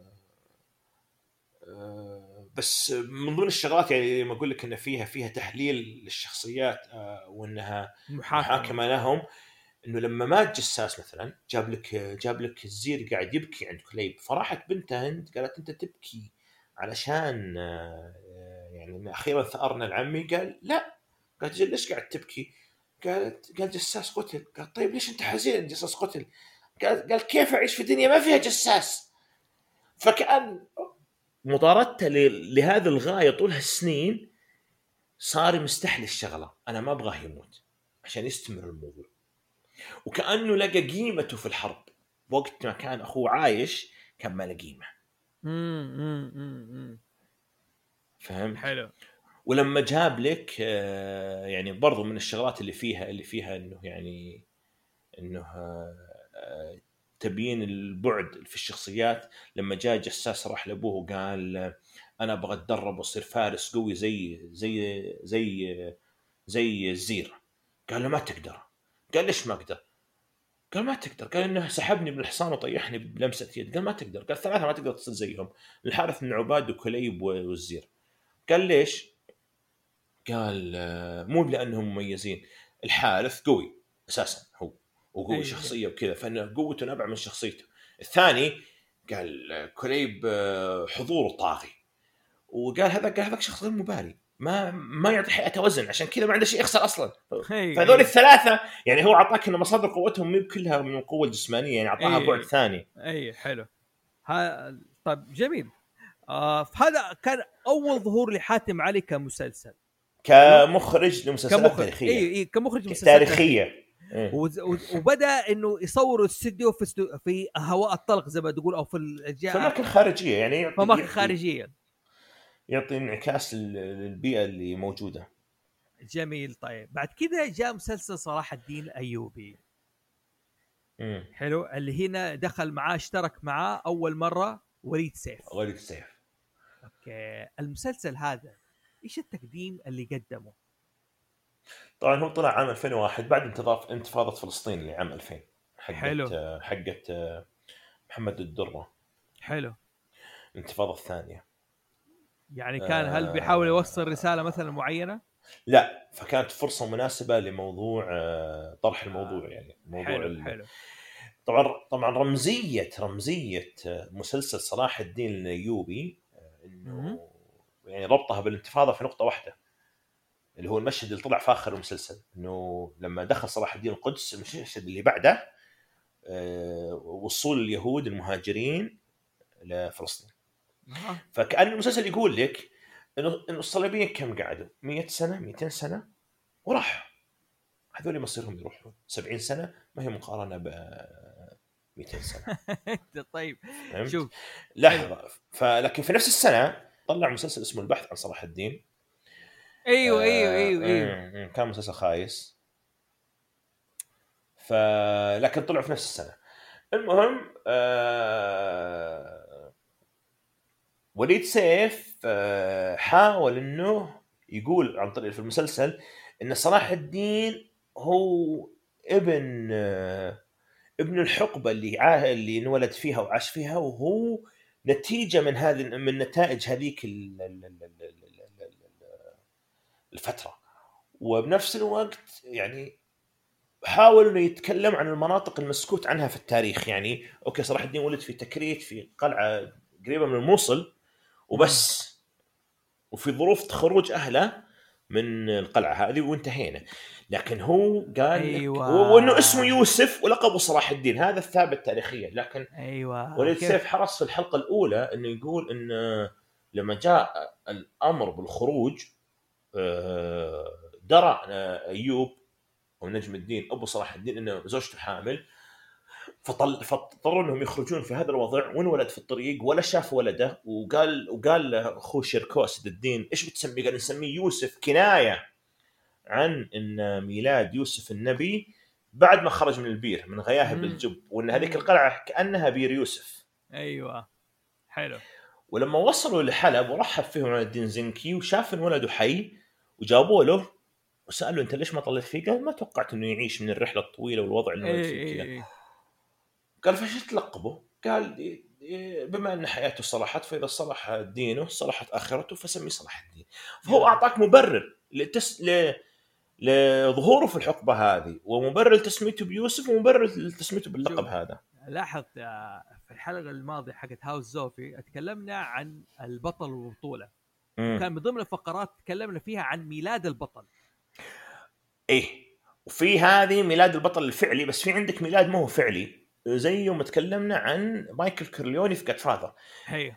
آه، بس من ضمن الشغلات يعني ما اقول لك ان فيها فيها تحليل للشخصيات، آه، وانها محاكمه, محاكمه لهم. انه لما مات جساس مثلا جاب لك جاب لك الزير قاعد يبكي عند كليب، فراحت بنته هند قالت انت تبكي علشان آه، يعني اخيرا ثارنا العمي. قال لا. قالت ليش قاعد تبكي؟ قالت قال جساس قتل. قال طيب ليش انت حزين جساس قتل؟ قال قال كيف اعيش في دنيا ما فيها جساس؟ فكأن مطاردته لهذه الغايه طول هالسنين صار مستحل الشغله، انا ما ابغاه يموت عشان يستمر الموضوع. وكأنه لقى قيمته في الحرب وقت ما كان أخوه عايش كان ما له قيمة. فهمت؟ حلو. ولما جاب لك يعني برضو من الشغلات اللي فيها اللي فيها إنه يعني إنه تبين البعد في الشخصيات. لما جاء جساس راح لأبوه وقال أنا أبغى أتدرب وأصير فارس قوي زي زي زي زي الزير. قال له ما تقدر. قال ليش ما أقدر؟ قال ما تقدر. قال انه سحبني من الحصان وطيحني بلمسه يد. قال ما تقدر. قال ثلاثه ما تقدر تصير زيهم، الحارث بن عباد وكليب والزير. قال ليش؟ قال مو لانهم مميزين، الحارث قوي اساسا هو وقوي شخصيه وكذا، فانه قوته نبع من شخصيته. الثاني قال كليب حضوره طاغي، وقال هذا قال هذاك شخص غير مبالي، ما ما يعطي حياته وزن، عشان كذا ما عنده شيء يخسر اصلا. فهذول الثلاثه يعني هو اعطاك ان مصادر قوتهم مو كلها من القوه الجسمانيه، يعني اعطاها بعد ثاني. اي حلو. ها طيب جميل. آه فهذا كان اول ظهور لحاتم علي كمسلسل، كمخرج لمسلسلات كمخرج. تاريخيه. اي اي كمخرج مسلسلات تاريخيه. إيه. وبدا انه يصوروا الاستوديو في استو... في هواء الطلق زي ما تقول، او في الجاء في اماكن خارجيه، يعني في اماكن خارجيه يعطي انعكاس للبيئه اللي موجوده. جميل. طيب بعد كذا جاء مسلسل صلاح الدين الايوبي. مم. حلو. اللي هنا دخل معاه اشترك معاه اول مره وليد سيف. وليد سيف. اوكي. المسلسل هذا ايش التقديم اللي قدمه؟ طبعا هو طلع عام ألفين وواحد بعد انتظار انتفاضه فلسطين اللي عام ألفين حقت حلو. حقت محمد الدرة. حلو. الانتفاضه الثانيه يعني كان آه هل بيحاول يوصل رساله مثلا معينه؟ لا، فكانت فرصه مناسبه لموضوع طرح الموضوع. آه. يعني موضوع حلو. حلو. طبعا طبعا رمزيه رمزيه مسلسل صلاح الدين الايوبي انه يعني ربطها بالانتفاضه في نقطه واحده، اللي هو المشهد اللي طلع فاخر المسلسل، انه لما دخل صلاح الدين القدس. المشهد اللي بعده وصول اليهود المهاجرين لفلسطين. فكأن المسلسل يقول لك انه الصليبيين كم قعدوا مئة سنه مئتين سنه وراح، هذول مصيرهم يروحون سبعين سنه، ما هي مقارنه ب مئتين سنه. طيب فهمت؟ شوف لحظه. فلكن في نفس السنه طلع مسلسل اسمه البحث عن صلاح الدين. ايوه ايوه ايوه ايوه كان مسلسل خايس، فلكن طلعوا في نفس السنه. المهم آه وليد سيف آه حاول انه يقول عن طريق في المسلسل ان صلاح الدين هو ابن آه ابن الحقبه اللي عاه اللي انولد فيها وعاش فيها، وهو نتيجه من هذه من نتائج هذيك الفتره. وبنفس الوقت يعني حاول انه يتكلم عن المناطق المسكوت عنها في التاريخ. يعني اوكي صلاح الدين ولد في تكريت في قلعه قريبه من الموصل وبس، وفي ظروف خروج اهله من القلعه هذه وانتهينا. لكن هو قال أيوة. لك وانه اسمه يوسف ولقبه صلاح الدين، هذا الثابت تاريخيا. لكن أيوة وليد كيف؟ سيف حرص في الحلقه الاولى انه يقول ان لما جاء الامر بالخروج درى ايوب ونجم الدين ابو صلاح الدين انه زوجته حامل، فطل فاضطروا انهم يخرجون في هذا الوضع وانولد في الطريق ولا شاف ولده. وقال وقال له اخوه شيركو اسد الدين ايش بتسميه؟ قال نسميه يوسف كنايه عن ان ميلاد يوسف النبي بعد ما خرج من البير من غياهب الجب، وان هذيك القلعه كانها بير يوسف. ايوه حلو. ولما وصلوا لحلب ورحب فيهم عن الدين زنكي وشاف ان ولده حي وجابوا له وسأله انت ليش ما طلعت فيه؟ قال ما توقعت انه يعيش من الرحله الطويله والوضع اللي ولد فيه كذا. قال فايش تلقبه؟ قال بما ان حياته صلحت فاذا صلح دينه صلحت اخرته فسمي صلاح الدين. فهو اعطاك مبرر لتس... ل... لظهوره في الحقبه هذه، ومبرر لتسميته بيوسف، ومبرر لتسميته باللقب هذا. لاحظ في الحلقه الماضيه حقت هاوس زوفي تكلمنا عن البطل والبطوله، وكان من ضمن الفقرات تكلمنا فيها عن ميلاد البطل. ايه وفي هذه ميلاد البطل الفعلي، بس في عندك ميلاد ما هو فعلي زي يوم تكلمنا عن مايكل كورليوني في جاد فاذر. هي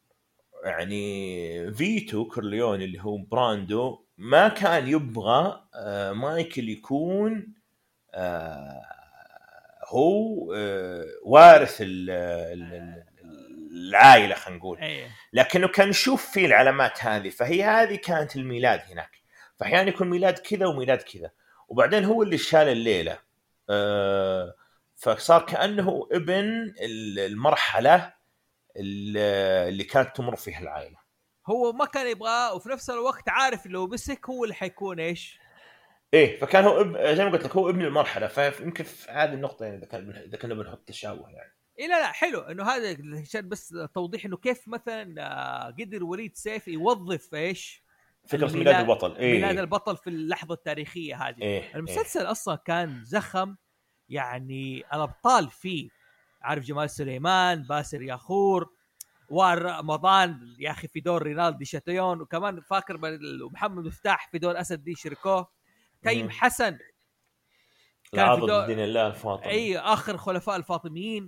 يعني فيتو كورليوني اللي هو براندو ما كان يبغى مايكل يكون هو وارث العائلة خلينا نقول، لكنه كان يشوف فيه العلامات هذه. فهي هذه كانت الميلاد هناك، فأحيانا يكون ميلاد كذا وميلاد كذا، وبعدين هو اللي شال الليلة. فصار كأنه ابن المرحلة اللي كانت تمر فيها العائلة. هو ما كان يبغاه، وفي نفس الوقت عارف لو مسك هو اللي حيكون ايش. ايه فكان هو اب... زي ما قلت لك هو ابن المرحله. فيمكن في هذه النقطه يعني اذا كان اذا كنا بنحط تشابه يعني. إيه لا لا حلو انه هذا عشان بس توضيح انه كيف مثلا قدر وليد سيف يوظف ايش فكره ميلاد البطل. إيه؟ ميلاد البطل في اللحظه التاريخيه هذه. إيه؟ المسلسل إيه؟ اصلا كان زخم، يعني الابطال فيه عارف جمال سليمان، باسل ياخور، ورمضان يا اخي في دور رينالدي شاتيون، وكمان فاكر محمد مفتاح في دور اسد دي شركوه، تيم حسن كان في دور دين الله الفاطمي، اي اخر خلفاء الفاطميين،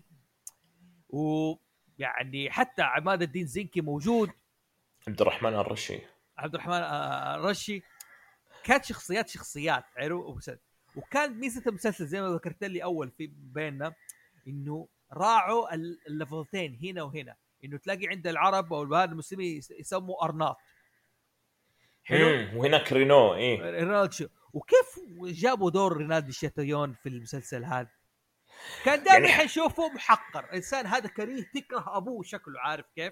ويعني حتى عماد الدين زنكي موجود، عبد الرحمن الرشي عبد الرحمن الرشي. كانت شخصيات شخصيات عرو. وكان ميزه المسلسل زي ما ذكرت لي اول في بيننا انه راعوا اللفظتين هنا وهنا، انه تلاقي عند العرب او البلاد المسلمين يسموا ارناط حلو، وهناك رينو. ايه رينالدو. وكيف جابوا دور رينالدو شاتيون في المسلسل هذا؟ كان دائما يعني حنشوفه محقر، انسان هذا كريه تكره ابوه شكله، عارف كيف؟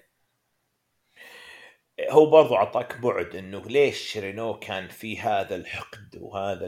هو برضو عطاك بعد انه ليش رينو كان في هذا الحقد وهذا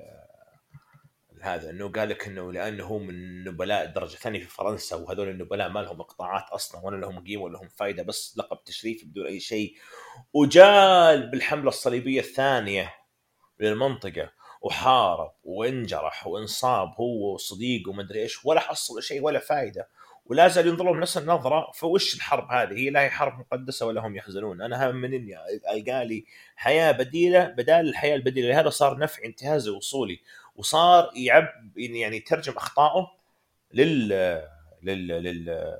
هذا انه قال لك انه لانه هو من نبلاء درجه ثانيه في فرنسا، وهذول النبلاء ما لهم اقطاعات اصلا ولا لهم قيمه ولا لهم فائده، بس لقب تشريفي بدون اي شيء. وجاء بالحمله الصليبيه الثانيه للمنطقه وحارب وانجرح وانصاب هو وصديقه وما ادري ايش، ولا حصل شيء ولا فائده، ولا زال ينظر لهم نفس النظره. فوش الحرب هذه؟ هي لا هي حرب مقدسه ولا هم يحزنون. انا هم من اني القى لي حياه بديله بدال الحياه البديله. هذا صار نفع انتهازي وصولي، وصار يعب يعني يترجم اخطائه لل لل لل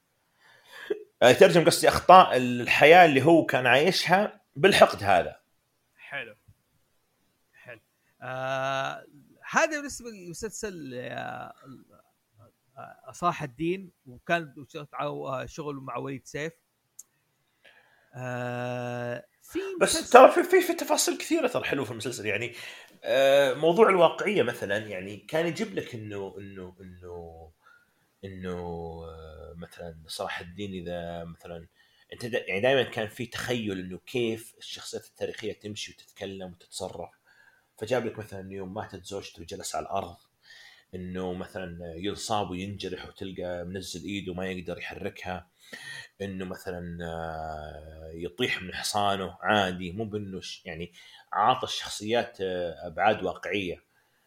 يترجم قصدي اخطاء الحياه اللي هو كان عايشها بالحقد هذا. حلو حلو. آه هذا بالنسبه للمسلسل آه صلاح الدين، وكان شغل مع وليد سيف. آه في بس ترى في, في في تفاصيل كثيره ترى حلوه في المسلسل. يعني آه موضوع الواقعيه مثلا، يعني كان يجيب لك انه انه انه انه آه مثلا صلاح الدين اذا مثلا انت دا يعني دائما كان في تخيل انه كيف الشخصيات التاريخيه تمشي وتتكلم وتتصرف. فجاب لك مثلا يوم ماتت زوجته وجلس على الارض، انه مثلا ينصاب وينجرح وتلقى منزل ايده وما يقدر يحركها، انه مثلا يطيح من حصانه عادي، مو بانه يعني عاطى الشخصيات ابعاد واقعيه.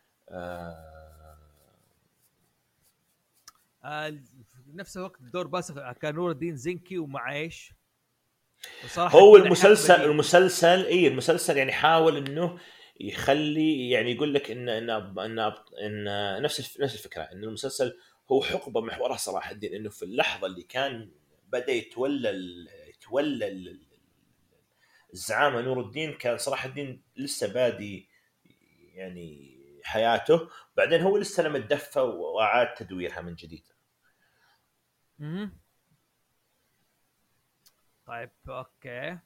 آه نفس الوقت دور باسل كان نور الدين زنكي ومع ايش وصراحه هو الدين المسلسل المسلسل اي المسلسل يعني حاول انه يخلي يعني يقول لك ان ان ان, إن نفس نفس الفكره، ان المسلسل هو حقبه محورها صلاح الدين، انه في اللحظه اللي كان بدا يتولى يتولى الزعامه نور الدين، كان صلاح الدين لسه بادي يعني حياته، بعدين هو لسه لما تدفى واعاد تدويرها من جديد. امم طيب اوكي.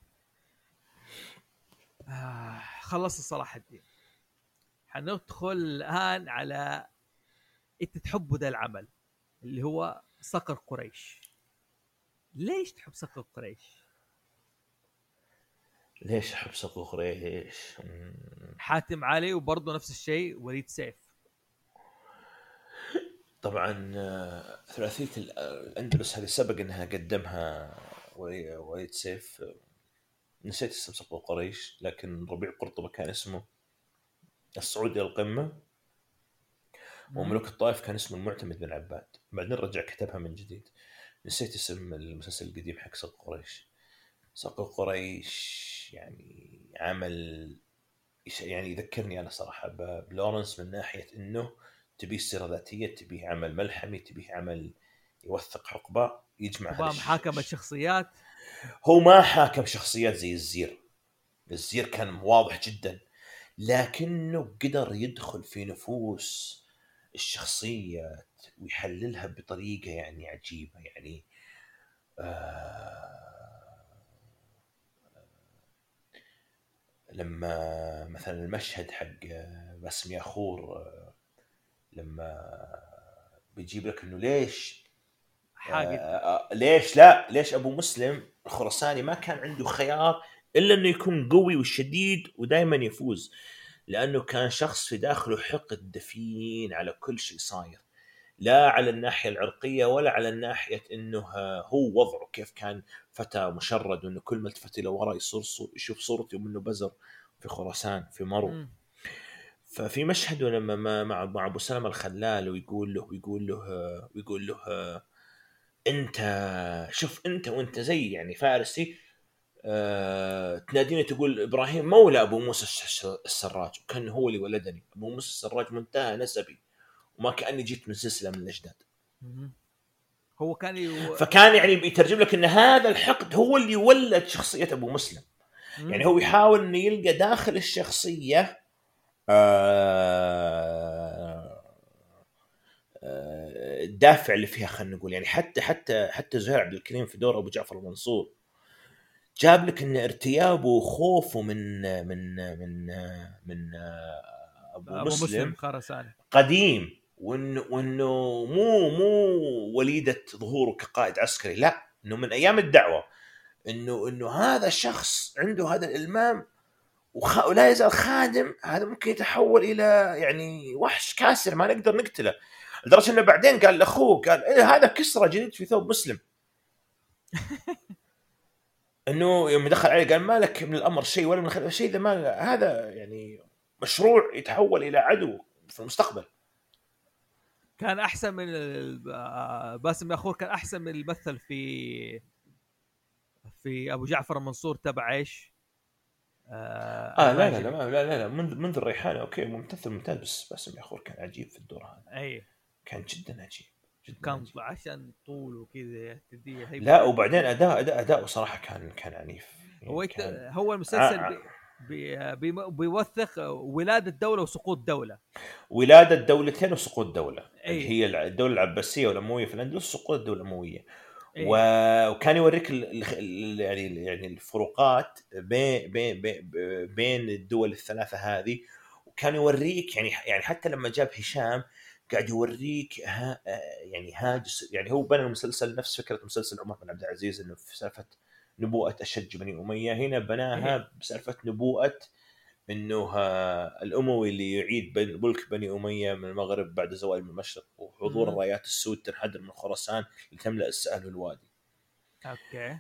آه خلص صلاح الدين، حندخل الان على انت تحبه ذا العمل اللي هو صقر قريش. ليش تحب صقر قريش؟ ليش احب صقر قريش؟ حاتم علي وبرضه نفس الشيء وليد سيف. طبعا ثلاثيه الاندلس هذه سبق انها قدمها وليد سيف، نسيت اسم صقر قريش، لكن ربيع قرطبة كان اسمه الصعود الى القمه، وملوك الطائف كان اسمه المعتمد بن عباد، بعدين رجع كتبها من جديد. نسيت اسم المسلسل القديم حق صقر قريش. صقر قريش يعني عمل يعني يذكرني انا صراحه بلورنس، من ناحيه انه تبي سيره ذاتيه، تبي عمل ملحمي، تبي عمل يوثق حقبه، يجمع تبغى محاكمه شخصيات. هو ما حاكم شخصيات زي الزير، الزير كان واضح جدا، لكنه قدر يدخل في نفوس الشخصيات ويحللها بطريقه يعني عجيبه. يعني آه لما مثلا المشهد حق باسم ياخور، لما بيجيب لك انه ليش حاقد. آه ليش لا ليش ابو مسلم الخراساني ما كان عنده خيار الا انه يكون قوي وشديد ودائما يفوز، لانه كان شخص في داخله حقد دفين على كل شيء صاير، لا على الناحيه العرقيه ولا على الناحيه انه هو وضعه كيف كان فتى مشرد، وانه كل ما التفت الى وراء يصير يشوف صورته منه بزر في خراسان في مرو. م. ففي مشهد لما مع مع ابو سلمة الخلال ويقول له ويقول له ويقول له انت شوف انت وانت زي يعني فارسي أه تناديني تقول ابراهيم مولى ابو موسى السراج، وكان هو اللي ولدني ابو موسى السراج منتهى نسبي، وما كاني جيت من سلسله من الاجداد. هو كان يو... فكان يعني بيترجم لك ان هذا الحقد هو اللي ولد شخصيه ابو مسلم. مم. يعني هو يحاول انه يلقى داخل الشخصيه الدافع اللي فيها، خلينا نقول يعني حتى حتى حتى زهير عبد الكريم في دور ابو جعفر المنصور جاب لك ان ارتيابه وخوفه من من من من ابو, أبو مسلم, مسلم خرساني قديم، وانه وانه مو مو وليده ظهوره كقائد عسكري، لا انه من ايام الدعوه، انه انه هذا الشخص عنده هذا الالمام وخ... ولا يزال خادم، هذا ممكن يتحول الى يعني وحش كاسر ما نقدر نقتله، لدرجه انه بعدين قال لاخوه قال إيه هذا كسرى جديد في ثوب مسلم. انه يوم دخل عليه قال ما لك من الامر شيء ولا من خلف شيء، اذا ما هذا يعني مشروع يتحول الى عدو في المستقبل. كان احسن من باسم ياخور، كان احسن من الممثل في في ابو جعفر المنصور تبع ايش آه, آه لا, لا لا لا لا لا منذ منذ الريحانه اوكي ممثل ممتاز، بس باسم ياخور كان عجيب في الدور هذا. اي كان جدا عجيب جدا كان عجيب. عشان طول وكذا تديه هيبه. لا وبعدين اداء اداء اداء صراحه كان كان عنيف يعني هو كان هو المسلسل آه بي بي بيوثق ولاده دوله وسقوط دوله، ولاده دولتين وسقوط دوله. أي. اللي هي الدوله العباسيه والامويه في الاندلس، سقوط الدوله الامويه. أي. وكان يوريك يعني يعني الفروقات بين بين بين الدول الثلاثه هذه، وكان يوريك يعني يعني حتى لما جاب هشام قاعد يوريك ها يعني هاجس، يعني هو بنى المسلسل نفس فكره مسلسل عمر بن عبد العزيز، انه في سالفه نبوءه اشج بني اميه، هنا بناها بسالفه نبوءه انه الاموي اللي يعيد ملك بني اميه من المغرب بعد زوال من المشرق، وحضور الرايات السود تنحدر من خراسان لتملا السهل والوادي. اوكي.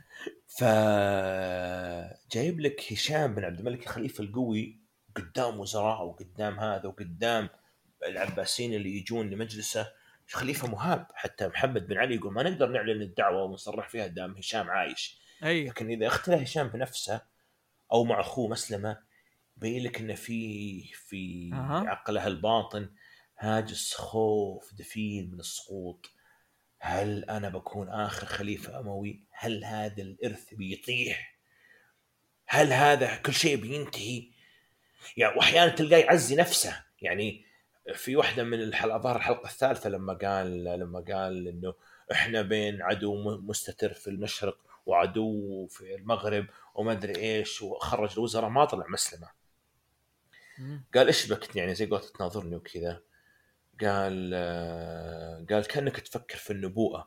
فجايب لك هشام بن عبد الملك الخليفه القوي قدام وزراء وقدام هذا وقدام العباسيين اللي يجون لمجلسه، خليفه مهاب. حتى محمد بن علي يقول ما نقدر نعلن الدعوه ونصرح فيها دام هشام عايش. أي. لكن اذا اختلى هشام بنفسه او مع اخوه مسلمه بين لك انه في في أه. عقله الباطن هاجس خوف دفين من السقوط. هل انا بكون اخر خليفه اموي؟ هل هذا الارث بيطيح؟ هل هذا كل شيء بينتهي؟ يعني واحيانا تلقاه يعزي نفسه. يعني في واحده من الحلقات الحلقه الثالثه لما قال لما قال انه احنا بين عدو مستتر في المشرق وعدو في المغرب وما ادري ايش، وخرج الوزراء ما طلع مسلمه. قال ايش بك يعني زي قلت تناظرني وكذا. قال قال كأنك تفكر في النبوءة.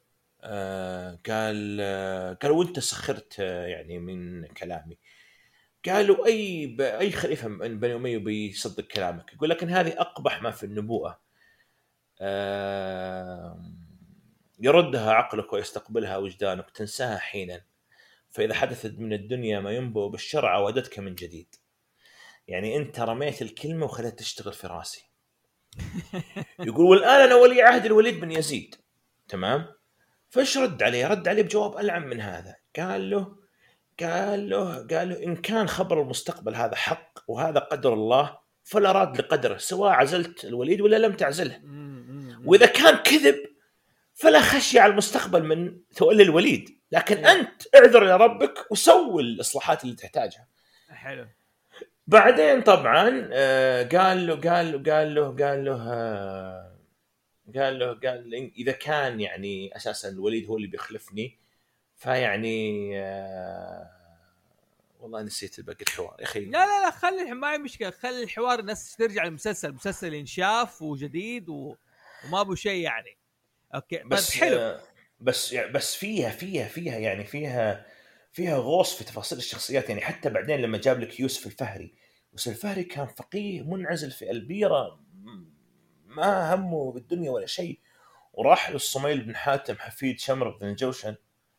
قال قال وانت سخرت يعني من كلامي. قالوا اي اي خليفه من بني اميه بيصدق كلامك. يقول لكن هذه اقبح ما في النبوءه، يردها عقلك ويستقبلها وجدانك، تنساها حينا، فاذا حدثت من الدنيا ما ينبئ بالشرع عودتك من جديد. يعني انت رميت الكلمه وخليتها تشتغل في راسي. يقول والان انا ولي عهد الوليد بن يزيد، تمام؟ فايش رد عليه؟ رد عليه بجواب ألعن من هذا. قال له قال له قال له إن كان خبر المستقبل هذا حق وهذا قدر الله فلا راد لقدره، سواء عزلت الوليد ولا لم تعزله. وإذا كان كذب فلا خشية على المستقبل من تولي الوليد، لكن أنت اعذر إلى ربك وسوي الإصلاحات اللي تحتاجها. حلو. بعدين طبعا قال له قال له قال له قال له قال له قال إذا كان يعني أساسا الوليد هو اللي بيخلفني فيعني آه والله نسيت باقي الحوار يا أخي. لا لا لا خلي ما هي مشكلة، خلي الحوار الناس ترجع للمسلسل، مسلسل انشاف وجديد و... وما ابو شيء يعني. اوكي بس طيب حلو. آه بس يعني بس فيها فيها فيها يعني فيها فيها غوص في تفاصيل الشخصيات. يعني حتى بعدين لما جاب لك يوسف الفهري، يوسف الفهري كان فقيه منعزل في البيرة ما همه بالدنيا ولا شيء، وراح للصميل بن حاتم حفيد شمر بن الجوشن.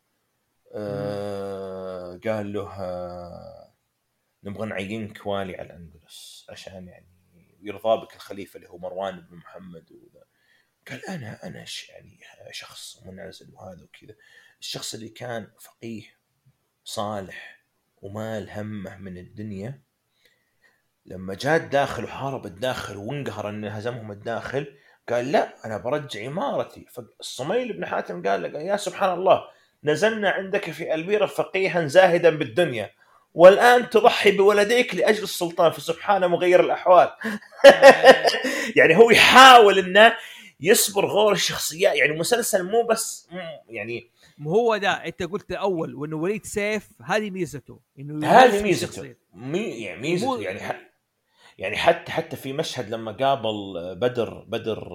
آه قال له آه نبغى نعينك والي على الأندلس عشان يعني يرضى بك الخليفة اللي هو مروان بن محمد. وذا قال أنا أنا يعني شخص منعزل وهذا وكذا. الشخص اللي كان فقيه صالح ومال همه من الدنيا لما جاء الداخل وحارب الداخل وانقهر أن هزمهم الداخل قال لا أنا برجع إمارتي. فالصميل بن حاتم قال لك يا سبحان الله نزلنا عندك في البيرة فقيها زاهدا بالدنيا والآن تضحي بولديك لأجل السلطان، فسبحانه مغير الأحوال. يعني هو يحاول إنه يصبر غور الشخصيات. يعني مسلسل مو بس يعني مو هو ده انت قلت اول وانه وليد سيف هذه ميزته، انه هذه ميزته مي يعني ميزته مو... يعني ح... يعني حتى حتى في مشهد لما قابل بدر بدر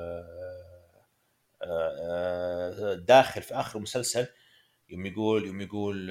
داخل في آخر المسلسل يوم يقول يوم يقول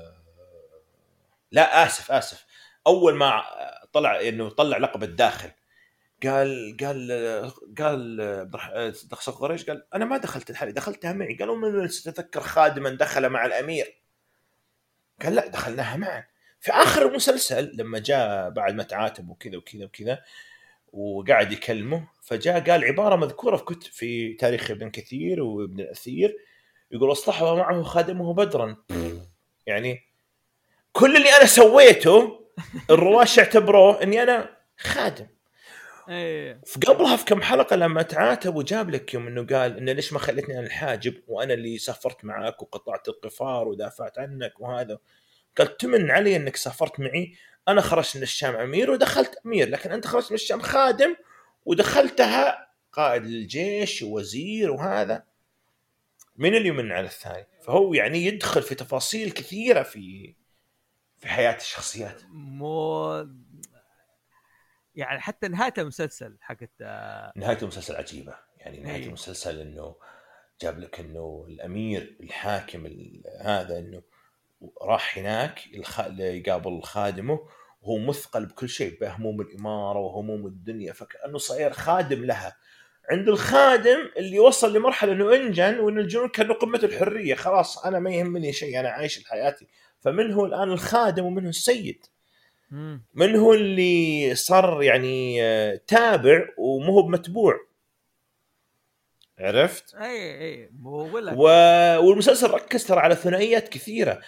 لا آسف آسف أول ما طلع إنه طلع لقب الداخل قال قال قال دخل قريش قال أنا ما دخلت الحالي دخلتها معي. قالوا من ستتذكر خادما دخل مع الأمير؟ قال لا دخلناها معا. في آخر المسلسل لما جاء بعد ما تعاتب وكذا وكذا وكذا وقاعد يكلمه فجاء قال عبارة مذكورة في كتب في تاريخ ابن كثير وابن الأثير يقول اصطحب معه خادمه بدرا. يعني كل اللي أنا سويته الرواش اعتبروه أني أنا خادم. في قبلها في كم حلقة لما تعاتب وجاب لك يوم أنه قال إنه ليش ما خلتني أنا الحاجب وأنا اللي سافرت معك وقطعت القفار ودافعت عنك وهذا. قال تمن علي أنك سافرت معي، أنا خرجت من الشام أمير ودخلت أمير، لكن أنت خرجت من الشام خادم ودخلتها قائد للجيش ووزير وهذا. من اللي يمن على الثاني؟ فهو يعني يدخل في تفاصيل كثيرة في في حياة الشخصيات. مو يعني حتى نهاية المسلسل حقت نهاية المسلسل عجيبة. يعني نهاية أيه. المسلسل إنه جاب لك إنه الأمير الحاكم هذا إنه راح هناك يقابل خادمه وهو مثقل بكل شيء بهموم الإمارة وهموم الدنيا، فكأنه صاير خادم لها. عند الخادم اللي وصل لمرحلة أنه انجن وأن الجنون كانوا قمة الحرية، خلاص أنا ما يهمني شيء، أنا عايش حياتي. فمن هو الآن الخادم ومنه السيد، من هو اللي صار يعني تابع ومو بمتبوع، عرفت؟ اي اي ولا و... والمسلسل ركز ترى على ثنائيات كثيرة،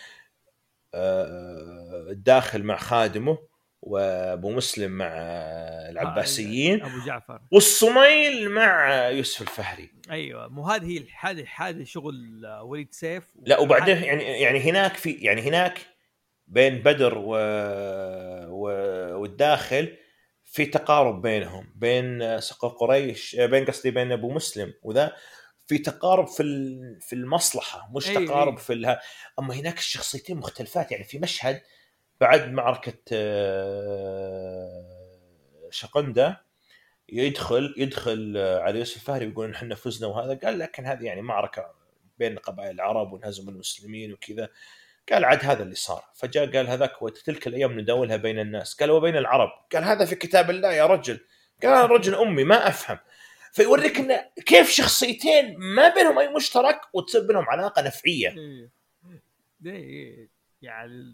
الداخل مع خادمه، وابو مسلم مع العباسيين، ابو جعفر، والصميل مع يوسف الفهري. ايوه مو هذه الحاله حاله شغل وليد سيف. لا وبعدين يعني يعني هناك في يعني هناك بين بدر و... و... والداخل في تقارب بينهم، بين سقف قريش، بين قصدي بين ابو مسلم وذا في تقارب في في المصلحه، مش أي تقارب أي. في الها. اما هناك الشخصيتين مختلفات. يعني في مشهد بعد معركه شقندة يدخل يدخل على يوسف الفهري ويقول احنا فزنا وهذا، قال لكن هذه يعني معركه بين قبائل العرب وانهزم المسلمين وكذا. قال عاد هذا اللي صار. فجاء قال هذاك وتلك الايام نداولها بين الناس. قال وبين العرب. قال هذا في كتاب الله يا رجل. قال انا رجل امي ما افهم. فيوريك إن كيف شخصيتين ما بينهم أي مشترك وتصير بينهم علاقة نفعية. إيه يعني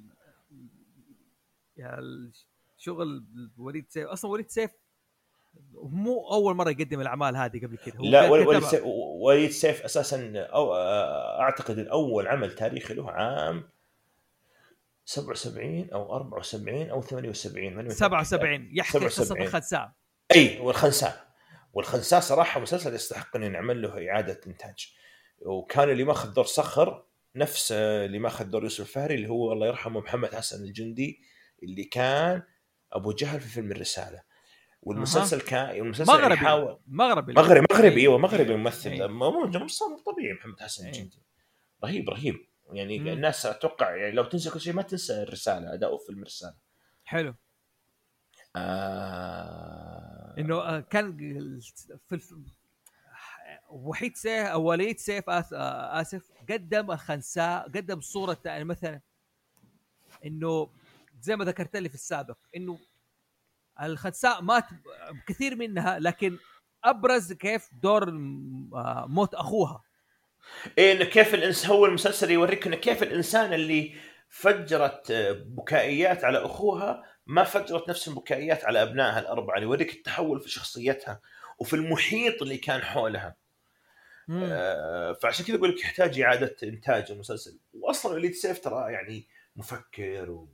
يعني شغل وليد سيف. أصلا وليد سيف مو أول مرة يقدم الأعمال هذه، قبل كده هو لا وليد سيف, وليد سيف أساسا أو أعتقد الأول عمل تاريخي له عام سبعة وسبعين أو أربعة وسبعين أو ثمانية وسبعين سبعة وسبعين يحكي قصة الخنساء. أي والخنساء والخنساء صراحة مسلسل يستحق أن نعمل له إعادة إنتاج. وكان اللي ما أخذ دور صخر نفس اللي ما أخذ دور يوسف الفهري اللي هو الله يرحمه محمد حسن الجندي اللي كان أبو جهل في فيلم الرسالة. والمسلسل أه. كان المسلسل مغربي يحاول مغربي مغربي مغربي ايوه مغربي ممثل مو مصاب طبيعي محمد حسن الجندي رهيب رهيب يعني. مم. الناس اتوقع يعني لو تنسى كل شيء ما تنسى الرسالة، اداؤه في الرسالة حلو. آه... انه كان في الف... وحيد سيف او وليد سيف آس... اسف قدم الخنساء، قدم صورة يعني مثلا انه زي ما ذكرت لي في السابق انه الخنساء مات كثير منها، لكن ابرز كيف دور موت اخوها. إيه إنه كيف الإنسان هو المسلسل يوريك إنه كيف الإنسان اللي فجرت بكائيات على أخوها ما فجرت نفس البكائيات على أبنائها الأربعة. يوريك التحول في شخصيتها وفي المحيط اللي كان حولها. آه فعشان كذا أقول لك يحتاج إعادة إنتاج المسلسل. وأصلاً وليد سيف ترى يعني مفكر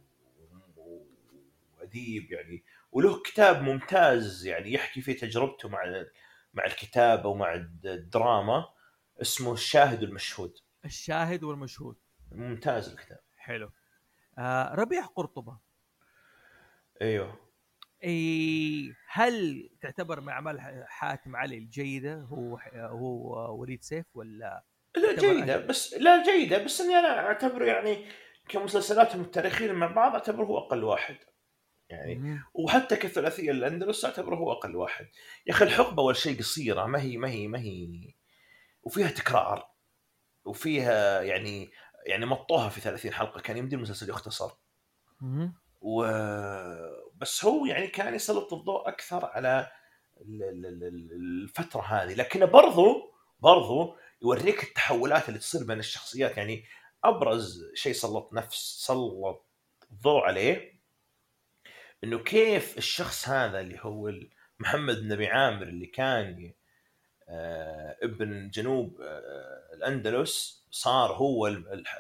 وأديب يعني، وله كتاب ممتاز يعني يحكي فيه تجربته مع مع الكتابة ومع الدراما اسمه الشاهد والمشهود. الشاهد والمشهود ممتاز الكتاب. حلو. آه ربيع قرطبة ايوه. اي هل تعتبر من اعمال حاتم علي الجيده هو هو وليد سيف ولا لا جيده أجل. بس لا جيده بس اني انا اعتبره يعني كمسلسلاتهم التاريخيه مع بعض اعتبره هو اقل واحد يعني. مم. وحتى كثلاثيه الاندلس اعتبره هو اقل واحد. يا اخي الحقبه اول شيء قصيره ما هي ما هي ما هي وفيها تكرار وفيها يعني يعني مطوها في ثلاثين حلقه. كان يمدي المسلسل يختصر. مم. و بس هو يعني كان يسلط الضوء اكثر على الفتره هذه، لكنه برضو برضو يوريك التحولات اللي تصير بين الشخصيات. يعني ابرز شيء سلط نفس سلط الضوء عليه انه كيف الشخص هذا اللي هو محمد بن ابي عامر اللي كان ابن جنوب الاندلس صار هو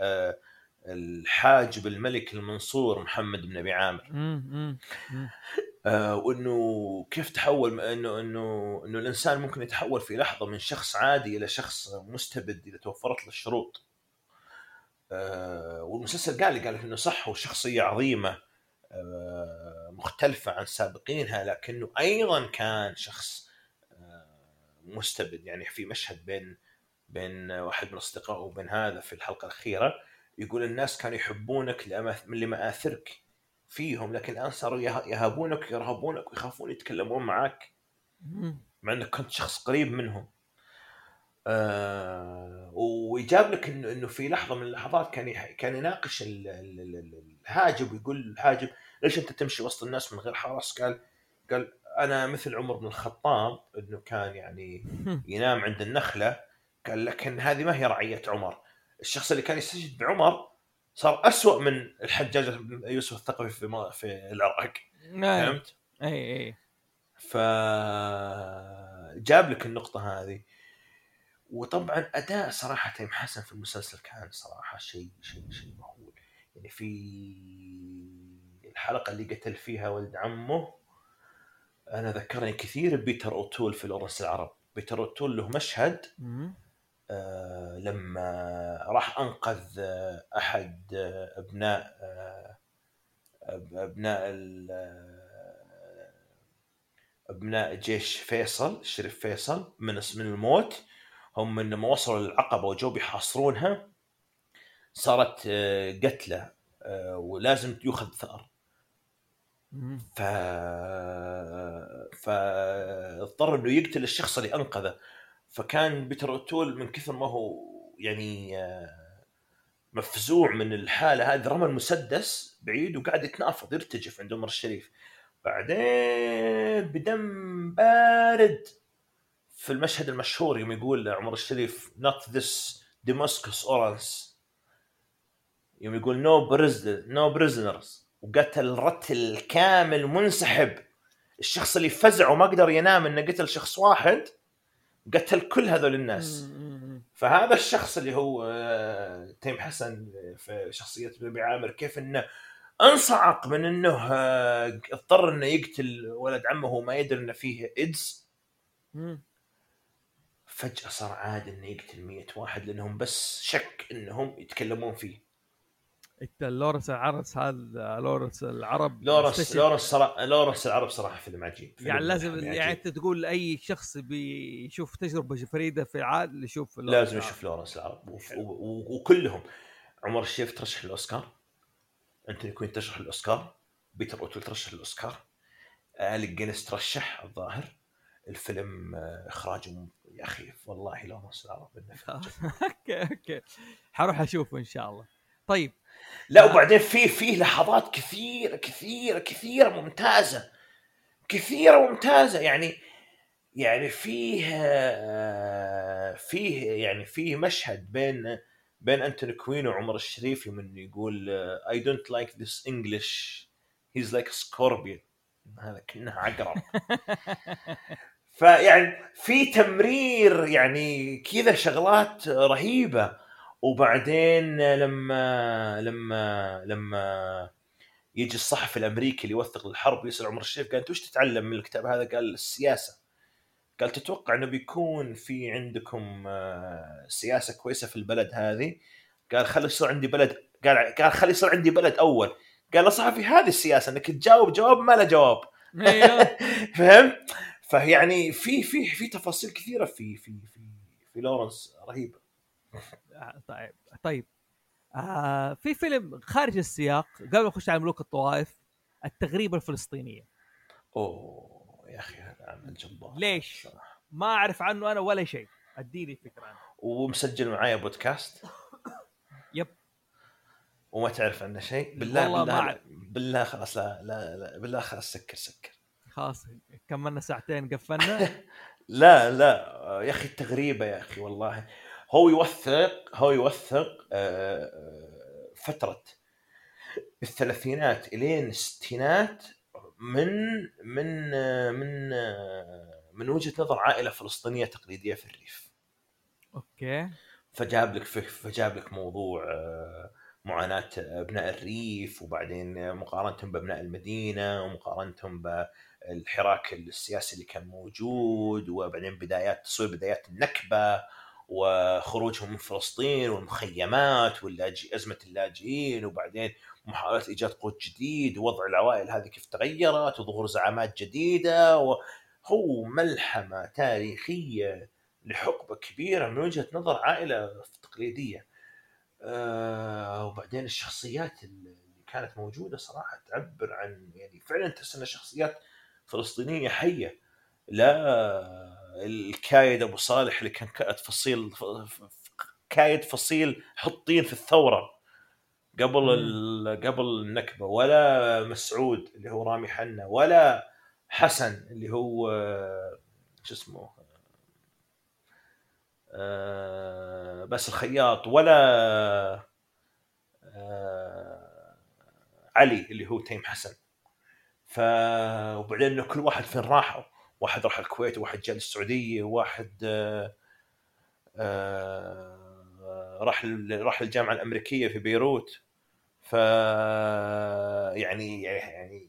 الحاجب الملك المنصور محمد بن ابي عامر. آه وانه كيف تحول انه انه انه الانسان ممكن يتحول في لحظه من شخص عادي الى شخص مستبد اذا توفرت له الشروط. آه والمسلسل قال لي قال انه صح هو شخصيه عظيمه آه مختلفه عن سابقينها، لكنه ايضا كان شخص آه مستبد. يعني في مشهد بين بين واحد من اصدقائه وبين هذا في الحلقه الاخيره يقول الناس كانوا يحبونك من لمآثرك فيهم، لكن الآن صاروا يهابونك يرهبونك ويخافون يتكلمون معك مع أنك كنت شخص قريب منهم. آه ويجاب لك إنه إنه في لحظة من اللحظات كان كان يناقش الحاجب ويقول الحاجب ليش انت تمشي وسط الناس من غير حرس؟ قال قال انا مثل عمر بن الخطاب انه كان يعني ينام عند النخله. قال لكن هذه ما هي رعيه عمر. الشخص اللي كان يستشهد بعمر صار أسوأ من الحجاج بن يوسف الثقفي في في العراق. فهمت؟ اي اي. فجاب لك النقطه هذه. وطبعا اداء صراحه تيم حسن في المسلسل كان صراحه شيء شيء شيء مهول. يعني في الحلقه اللي قتل فيها ولد عمه انا ذكرني كثير بيتر اوتول في لورنس العرب. بيتر اوتول له مشهد آه لما راح انقذ آه احد آه ابناء آه ابناء ابناء جيش فيصل الشريف فيصل من من الموت. هم لما وصلوا للعقبه وجو بيحاصرونها صارت قتله ولازم ياخذ ثأر. ف فاضطر انه يقتل الشخص اللي انقذه. فكان بيتر أوتول من كثر ما هو يعني مفزوع من الحاله هذه رمى المسدس بعيد وقاعد يتنافض يرتجف عند عمر الشريف. بعدين بدم بارد في المشهد المشهور يوم يقول عمر الشريف not this Damascus orange يوم يقول no prisoners no prisoners وقتل رتل كامل منسحب. الشخص اللي فزع وما قدر ينام انه قتل شخص واحد قتل كل هذول الناس. فهذا الشخص اللي هو تيم حسن في شخصية بيبي عامر كيف انه انصعق من انه اضطر انه يقتل ولد عمه وما يدري انه فيه ايدز. فجأة صار عادي انه يقتل مية واحد لانهم بس شك انهم يتكلمون فيه. انت لورنس العرب هذا لورنس العرب لورنس لورنس صراحة لورنس العرب صراحة فيلم عجيب. فيلم يعني لازم يعني انت تقول اي شخص بيشوف تجربة فريدة في العالم يشوف لازم يشوف لورنس العرب. وكلهم عمر الشريف ترشح للأوسكار، أنتوني كوين ترشح للأوسكار، بيتر أوتول ترشح للأوسكار، آليك جينيس ترشح الظاهر. الفيلم إخراجه يا أخي والله لورنس العرب. اوكي اوكي حروح أشوفه إن شاء الله. طيب لا وبعدين فيه فيه لحظات كثيرة كثيرة كثيرة ممتازة كثيرة ممتازة. يعني يعني فيه فيه يعني فيه مشهد بين بين أنتوني كوين وعمر الشريف من يقول I don't like this English he's like a scorpion. هذا كأنه عقرب. فيعني في تمرير يعني كذا شغلات رهيبة. وبعدين لما لما لما يجي الصحفي الأمريكي اللي يوثق الحرب يسأل عمر الشريف قال وش تتعلم من الكتاب هذا؟ قال السياسة. قال تتوقع أنه بيكون في عندكم سياسة كويسة في البلد هذه؟ قال خلي يصير عندي بلد. قال قال خلي يصير عندي بلد أول. قال الصحفي هذه السياسة أنك تجاوب جواب ما له جواب. فهم؟ فيعني في في في تفاصيل كثيرة في في في في لورنس رهيبة. طيب طيب آه في فيلم خارج السياق قبل نخش على ملوك الطوائف التغريبة الفلسطينية. أوه يا أخي هذا عمل جبار. ليش صراحة. ما أعرف عنه أنا ولا شيء. أديني فكرة عنه. ومسجل معايا بودكاست. يب. وما تعرف عنه شيء. بالله والله بالله, ما بالله خلاص لا, لا لا بالله خلاص سكر سكر خلاص كملنا ساعتين قفلنا. لا لا يا أخي التغريبة يا أخي والله هو يوثق هو يوثق فترة الثلاثينات إلين الستينات من من من من وجهة نظر عائلة فلسطينية تقليدية في الريف. أوكي. فجاب لك فجاب لك موضوع معاناة أبناء الريف وبعدين مقارنتهم بأبناء المدينة ومقارنتهم بالحراك السياسي اللي كان موجود وبعدين بدايات تصوير بدايات النكبة وخروجهم من فلسطين والمخيمات واللاجئ أزمة اللاجئين وبعدين محاولة إيجاد قوت جديد ووضع العوائل هذه كيف تغيرت وظهور زعامات جديدة. وهو ملحمة تاريخية لحقبة كبيرة من وجهة نظر عائلة تقليدية. أه وبعدين الشخصيات اللي كانت موجودة صراحة تعبر عن يعني فعلا تحس شخصيات فلسطينية حية. لا الكايد أبو صالح اللي كان كائد فصيل كايد فصيل حطين في الثورة قبل مم. ال... قبل النكبه، ولا مسعود اللي هو رامي حنا، ولا حسن اللي هو آه، شو اسمه آه، بس الخياط، ولا آه، علي اللي هو تيم حسن. ف وبعدين إنه كل واحد فين راحوا، واحد راح الكويت، وواحد جاء للسعوديه، وواحد آه، آه، راح ال- راح الجامعه الامريكيه في بيروت. ف يعني يعني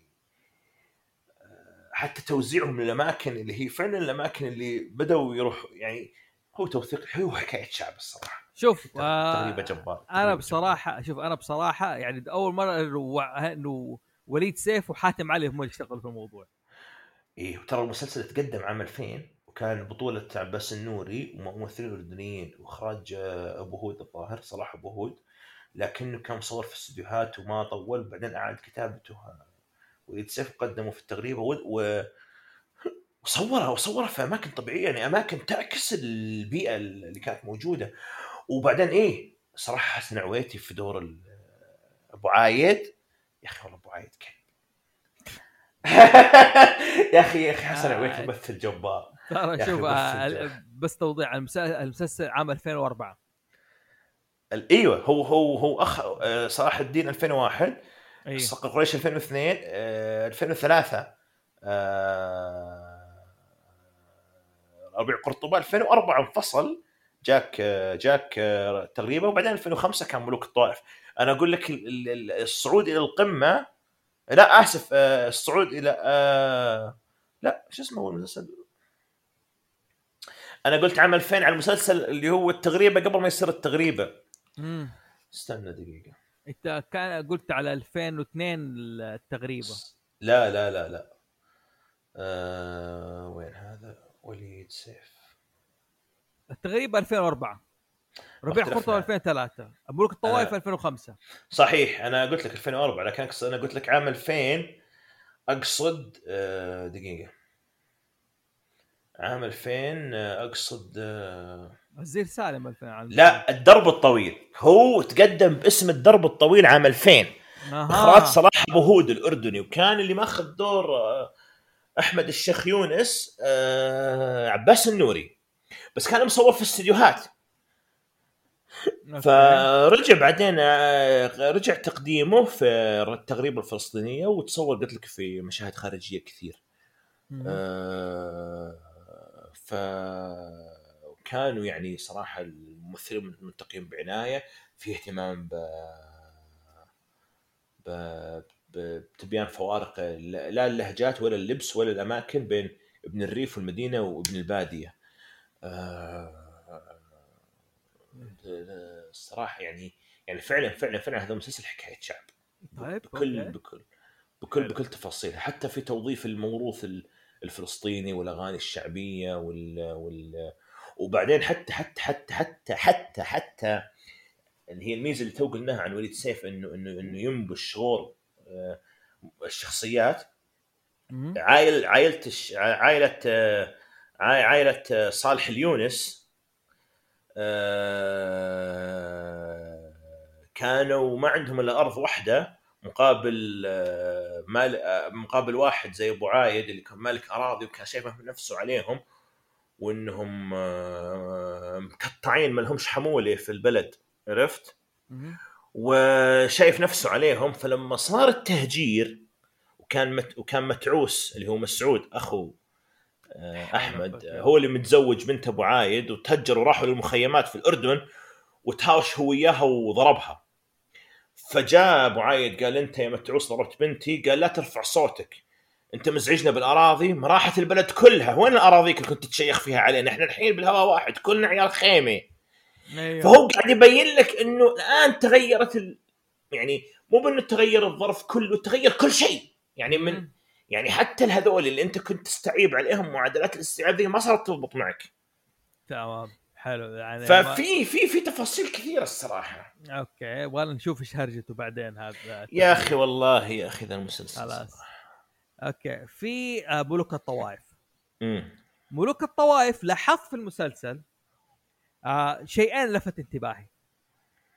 حتى توزيعهم للاماكن اللي هي فعلا الاماكن اللي بدأوا يروحوا، يعني هو توثيق، هو حكايه شعب الصراحه. شوف تغريبه آه جبار، انا تغريبه جبار. بصراحه شوف انا بصراحه يعني اول مره انه انه وليد سيف وحاتم علي هم اللي اشتغلوا في الموضوع. ايه، وترى المسلسل تقدم عام ألفين، وكان بطولة عباس النوري وممثلين أردنيين، وإخراج آه، أبو هود الظاهر، صلاح أبو هود، لكنه كان مصور في استديوهات وما طول. بعدين أعاد كتابته آه، وليد سيف، قدمه في التغريبة و... و... وصورها وصورها في أماكن طبيعية، يعني أماكن تعكس البيئة اللي كانت موجودة. وبعدين إيه، صراحة حسن عويتي في دور ال- أبو عايد، يا أخي والله أبو عايد كان يا اخي يا اخي حسن عويتي آه ممثل جبار. ترى يا اخي شوف ممثل آه جبار. بس توضيح المسلسل, المسلسل عام ألفين وأربعة. ايوه، هو هو هو اخ آه، صلاح الدين ألفين وواحد، اي صقر قريش ألفين واثنين، آه، ألفين وثلاثة آه، ربيع قرطبة ألفين وأربعة انفصل، جاك آه، جاك آه، تقريبا، وبعدين ألفين وخمسة كان ملوك الطائف. انا اقول لك ال- ال- ال- الصعود الى القمه، لا اسف، آه، الصعود الى آه، لا شو اسمه هو المسلسل، انا قلت عام ألفين على المسلسل اللي هو التغريبه قبل ما يصير التغريبه. امم استنى دقيقه. انت كان قلت على ألفين واثنين التغريبه. لا لا لا لا آه وين هذا، وليد سيف. التغريبه ألفين وأربعة، ما ربيع قرطبه اختلفنا. ألفين وثلاثة، ملوك الطوائف انا ألفين وخمسة. صحيح، انا قلت لك ألفين وأربعة، لكن أقصد انا قلت لك عام ألفين، اقصد آه دقيقه، عام ألفين آه، اقصد آه الزير سالم ألفين عام. لا، الدرب الطويل، هو تقدم باسم الدرب الطويل عام ألفين، اخراج اها صلاح ابو هود الاردني، وكان اللي ماخذ دور آه، احمد الشيخ يونس آه، عباس النوري، بس كان مصور في استديوهات. اوكي. فرجع بعدين آه، رجع تقديمه في التغريبه الفلسطينيه، وتصور قلت لك في مشاهد خارجيه كثير. مم. آه، ف كانوا يعني صراحه الممثلين منتقين بعنايه، في اهتمام ب ب- بتبيان فوارق لا اللهجات ولا اللبس ولا الاماكن بين ابن الريف والمدينه وابن الباديه. آه، الصراحه يعني يعني فعلا فعلا فعلا هذا مسلسل حكايه شعب، طيب بكل اوكي بكل بكل حلو. بكل تفاصيل، حتى في توظيف الموروث ال- الفلسطيني والاغاني الشعبيه وال, وال وبعدين حتى حتى حتى حتى حتى حتى اللي هي الميزه اللي تو قلناها عن وليد سيف، انه انه انه ينبش شعور آه، الشخصيات. مم. عائل عائله الش- عائله آه، عائ- عائله آه، صالح اليونس آه، كانوا ما عندهم الا ارض واحده، مقابل آه، مال آه، مقابل واحد زي ابو عايد اللي كان مالك اراضي، وكان شايف نفسه عليهم، وانهم آه، مقطعين، ما لهمش حموله في البلد، عرفت؟ مم. وشايف نفسه عليهم. فلما صار التهجير، وكان مت وكان متعوس اللي هو مسعود اخو آه، احمد، حلو آه، اوكي. هو اللي متزوج بنت ابو عايد، وتهجروا وراحوا للمخيمات في الاردن، وتهاوش هو وياها وضربها. فجاء ابو عايد قال انت يا متعوس ضربت بنتي، قال لا ترفع صوتك، انت مزعجنا بالاراضي، ما راحت البلد كلها، وين الاراضيك اللي كنت تشيخ فيها علينا؟ احنا الحين بالهواء واحد، كلنا عيال خيمه. ايوه. فهو قاعد يبين لك انه الان تغيرت ال... يعني مو بانه تغير الظرف كله، تغير كل شيء، يعني من مم. يعني حتى الهذول اللي انت كنت تستعيب عليهم معادلات الاستيعاب ذي ما صارت تضبط معك. تمام حلو يعني ما. ففي في في تفاصيل كثيره الصراحه. اوكي ولا نشوف ايش هرجته بعدين هذا يا اخي التغريب. والله يا اخي ذا المسلسل خلاص صراحه. اوكي. في آه، ملوك الطوائف. امم ملوك الطوائف لاحظت في المسلسل آه شيئين لفت انتباهي.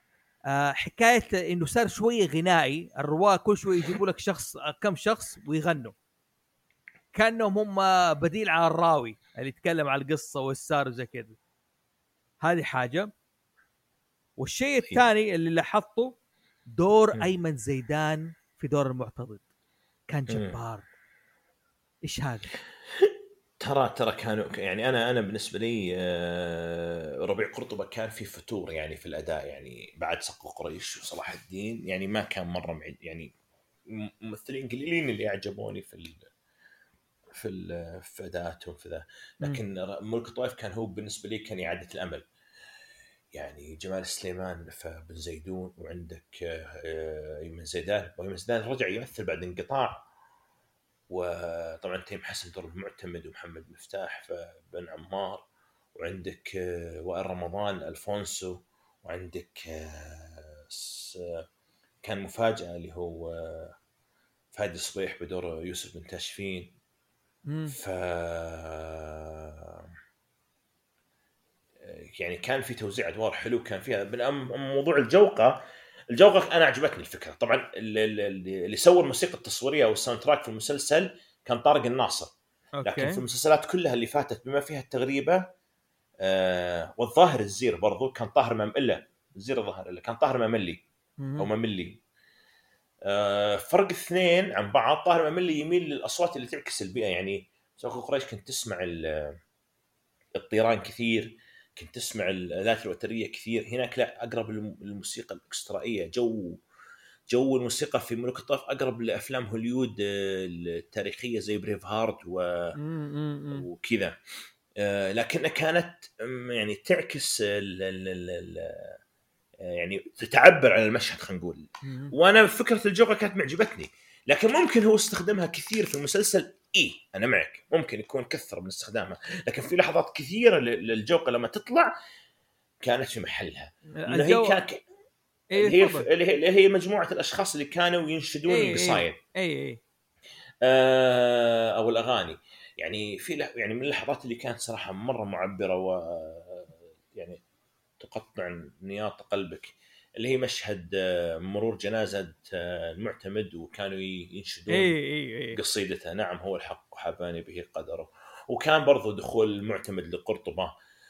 آه حكايه انه صار شويه غنائي، الرواه كل شويه يجيبوا لك شخص كم شخص ويغنوا كانهم هم بديل على الراوي اللي يتكلم على القصه والسار وزي كذا. هذه حاجه. والشيء الثاني اللي لاحظته دور م. ايمن زيدان في دور المعتضد كان م. جبار. ايش هذا؟ ترى ترى كانوا يعني انا انا بالنسبه لي آه، ربيع قرطبه كان في فتور يعني في الاداء، يعني بعد سقو قريش وصلاح الدين يعني ما كان مره معد، يعني ممثلين قليلين اللي اعجبوني في ال في ال في اداءاتهم في ذا. لكن ملك الطوائف كان هو بالنسبه لي كان اعاده الامل. يعني جمال سليمان فبن زيدون، وعندك آه، ايمن زيدان، وايمن زيدان رجع يمثل بعد انقطاع. وطبعا تيم حسن دور المعتمد، ومحمد مفتاح فبن عمار، وعندك وائل رمضان الفونسو، وعندك كان مفاجأة اللي هو فادي صبيح بدور يوسف بن تاشفين. ف يعني كان في توزيع ادوار حلو كان فيها. موضوع الجوقة الجوقة انا عجبتني الفكرة. طبعا اللي سوى الموسيقى التصويرية والساوند تراك في المسلسل كان طارق الناصر. أوكي. لكن في المسلسلات كلها اللي فاتت بما فيها التغريبة آه والظاهر الزير برضو كان طاهر مملة. الزير الظاهر اللي كان طاهر مملي او مملي. آه فرق اثنين عن بعض. طاهر مملي يميل للاصوات اللي تعكس البيئة. يعني سوق قريش كنت تسمع الطيران كثير، كنت تسمع الآلات الوترية كثير. هناك لا، أقرب للموسيقى الإكسترائية. جو جو الموسيقى في ملوك الطوائف أقرب لأفلام هوليود التاريخية زي بريف هارت و... وكذا. لكنها كانت يعني تعكس ال ال ال ال يعني تتعبر عن المشهد خلينا نقول. وأنا فكرة الجوقة كانت معجبتني، لكن ممكن هو استخدمها كثير في المسلسل. إيه أنا معك، ممكن يكون كثر من استخدامها، لكن في لحظات كثيرة للجوقة لما تطلع كانت في محلها. إنه هي كانت إيه هي اللي هي مجموعة الأشخاص اللي كانوا ينشدون إيه القصايد إيه إيه آه أو الأغاني. يعني في يعني من اللحظات اللي كانت صراحة مرة معبرة و يعني تقطع نياط قلبك، اللي هي مشهد مرور جنازة المعتمد وكانوا ينشدون إيه إيه إيه. قصيدته نعم هو الحق وحباني به قدره. وكان برضو دخول المعتمد لقرطبة،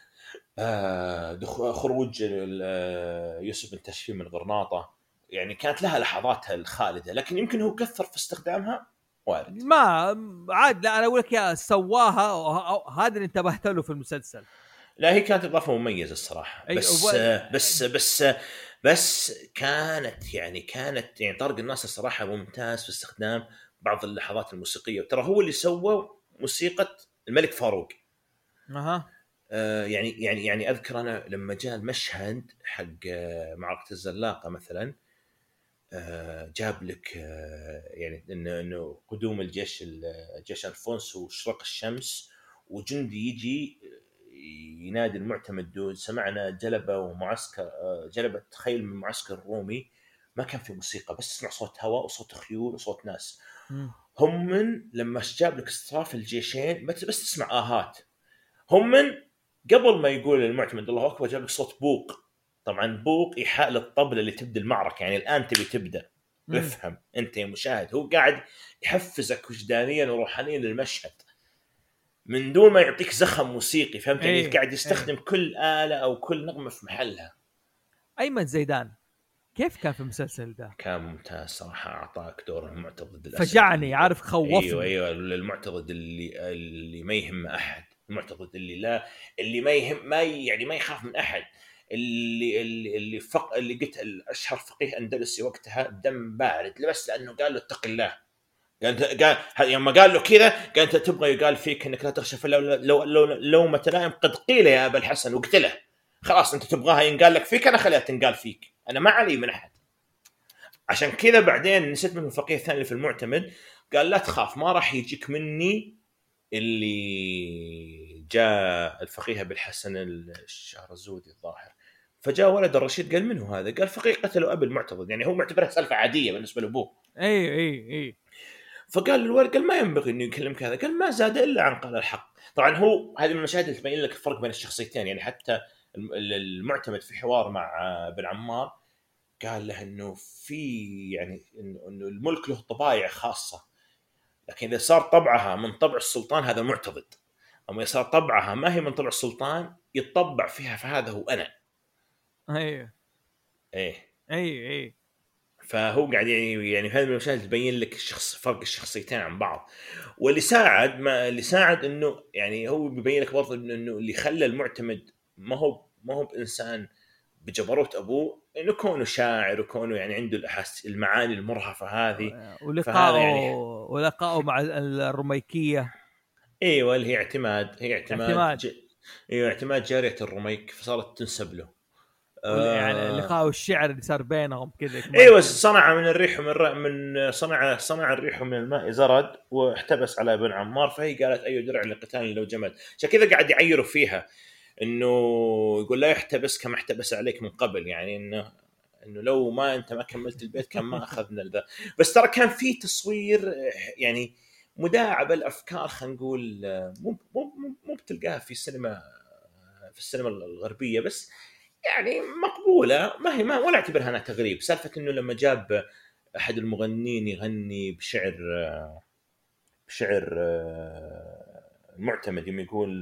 دخول خروج يوسف بن تاشفين من غرناطة. يعني كانت لها لحظاتها الخالدة، لكن يمكن هو كثر في استخدامها وارد. ما عاد لا أنا أقول لك يا سواها هذا اللي انتبهت له في المسلسل. لا هي كانت إضافة مميزة الصراحة. بس أيوة. بس بس بس كانت يعني كانت يعني طارق الناصر صراحة ممتاز في استخدام بعض اللحظات الموسيقية. وترى هو اللي سوى موسيقى الملك فاروق. أها. آه يعني يعني يعني أذكر أنا لما جاء المشهد حق معركة الزلاقة مثلا، آه جاب لك آه يعني إنه إنه قدوم الجيش الجيش الفونسو وشرق الشمس وجندي يجي ينادي المعتمد دون سمعنا جلبة ومعسكر جلبة خيل من معسكر الرومي. ما كان في موسيقى، بس تسمع صوت هواء وصوت خيول وصوت ناس. م. هم من لما جاب لك اصطراف الجيشين بس بس تسمع آهات. هم من قبل ما يقول المعتمد الله أكبر جاب لك صوت بوق. طبعا بوق إيحاء للطبلة اللي تبدأ المعركة، يعني الآن تبي تبدأ. افهم أنت يا مشاهد، هو قاعد يحفزك وجدانيا وروحانيا للمشهد من دون ما يعطيك زخم موسيقي. فهمت يعني؟ أيه قاعد يستخدم أيه. كل آلة أو كل نغمة في محلها. أيمن زيدان كيف كان في المسلسل ده؟ كان ممتاز صراحة، أعطاك دور المعتضد الأسد. فجعني عارف خوفني. أيوة أيوة المعتضد اللي اللي ما يهم أحد، المعتضد اللي لا اللي ما يهم ما يعني ما يخاف من أحد، اللي اللي اللي فق اللي قلت الأشهر فقيه أندلسي وقتها دم بارد بس لأنه قال له اتق الله. قال قال يوم قال له كذا قال انت تبغى يقال فيك انك لا تخشى لو لو لو, لو ما تلائم قد قيل يا ابا الحسن وقتله. خلاص انت تبغاها ينقال لك فيك، انا خليها تنقال فيك، انا ما علي من احد. عشان كذا بعدين نسيت من الفقيه الثاني اللي في المعتمد قال لا تخاف ما راح يجيك مني اللي جاء الفقيه بالحسن الشهرزودي الظاهر. فجاء ولد الرشيد قال منه هذا؟ قال فقيه قتلوا ابي المعتضد. يعني هو معتبرها سالفه عاديه بالنسبه لابوه. اي اي اي فقال الولد قال ما ينبغي انه يكلمك هذا. قال ما زاد الا عن قال الحق. طبعا هو هذه من المشاهد اللي تبين لك الفرق بين الشخصيتين. يعني حتى المعتمد في حوار مع بن عمار قال له انه في يعني انه إنه الملك له طبايع خاصه، لكن اذا صار طبعها من طبع السلطان هذا معتضد، اما اذا صار طبعها ما هي من طبع السلطان يتطبع فيها، فهذا هو انا. ايوه ايه ايوه ايوه. فهو قاعد يعني يعني هذه المشاهد تبين لك الشخص فرق الشخصيتين عن بعض. واللي ساعد ما اللي ساعد انه يعني هو بيبين لك برضه انه اللي خلى المعتمد ما هو ما هو بانسان بجبروت ابوه، انه كونه شاعر وكونه يعني عنده الاحاس المعاني المرهفه هذه. فهذا ولقائه يعني ولقائه مع الرميكيه. ايوه اللي هي اعتماد هي اعتماد اعتماد. ج... ايوه اعتماد جاريه الرميك، فصارت تنسب له. يعني آه... لقائه الشعر اللي صار بينهم كذا كمان ايوه كان. صنع من الريح من الر... من صنع صنع الريح من الماء زرد واحتبس على ابن عمار، فهي قالت اي درع لقتال لو جمد. عشان كذا قاعد يعيروا فيها انه يقول لا يحتبس كما احتبس عليك من قبل، يعني انه انه لو ما انت ما كملت البيت كان ما اخذنا ذا. بس ترى كان في تصوير يعني مداعبه الافكار، خلينا نقول مو مو مو بتلقاها في السينما في السينما الغربيه، بس يعني مقبوله، ما هي ما ولا اعتبرها انا تغريب. سالفه انه لما جاب احد المغنين يغني بشعر بشعر المعتمد يوم يقول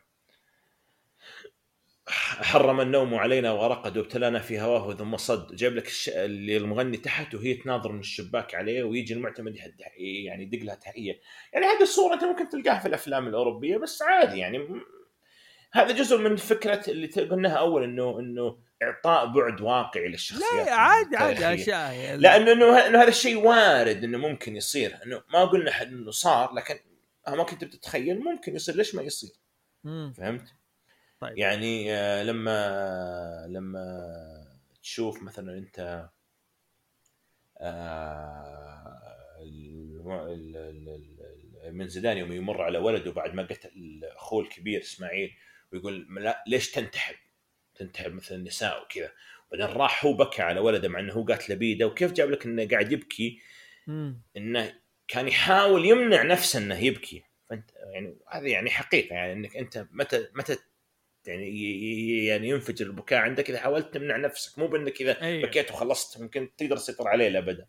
حرم النوم علينا ورقد وابتلانا في هواه ثم صد، جايب لك الش... اللي المغني تحت وهي تناظر من الشباك عليه، ويجي المعتمد يحد... يعني يدق لها تحيه. يعني هذه الصوره انت ممكن تلقاها في الافلام الاوروبيه بس عادي، يعني هذا جزء من فكره اللي قلناها اول، انه انه اعطاء بعد واقعي لا للشخصيات عادي عادي التاريخيه. اشياء لانه انه انه هذا الشيء وارد انه ممكن يصير، انه ما قلنا انه صار، لكن ما كنت بتتخيل ممكن يصير، ليش ما يصير؟ مم. فهمت؟ طيب يعني آه لما لما تشوف مثلا انت آه من زيدان يوم يمر على ولده بعد ما قتل اخوه الكبير اسماعيل، ويقول لا ليش تنتحب تنتحب مثل النساء وكذا، بعدين راح هو بكى على ولده مع انه هو قاتل بيده، وكيف جاب لك انه قاعد يبكي؟ مم. انه كان يحاول يمنع نفسه انه يبكي. فانت يعني هذه يعني حقيقه، يعني انك انت متى متى يعني يعني ينفجر البكاء عندك اذا حاولت تمنع نفسك، مو بانك اذا أيه. بكيت وخلصت ممكن تقدر تسيطر عليه لابد.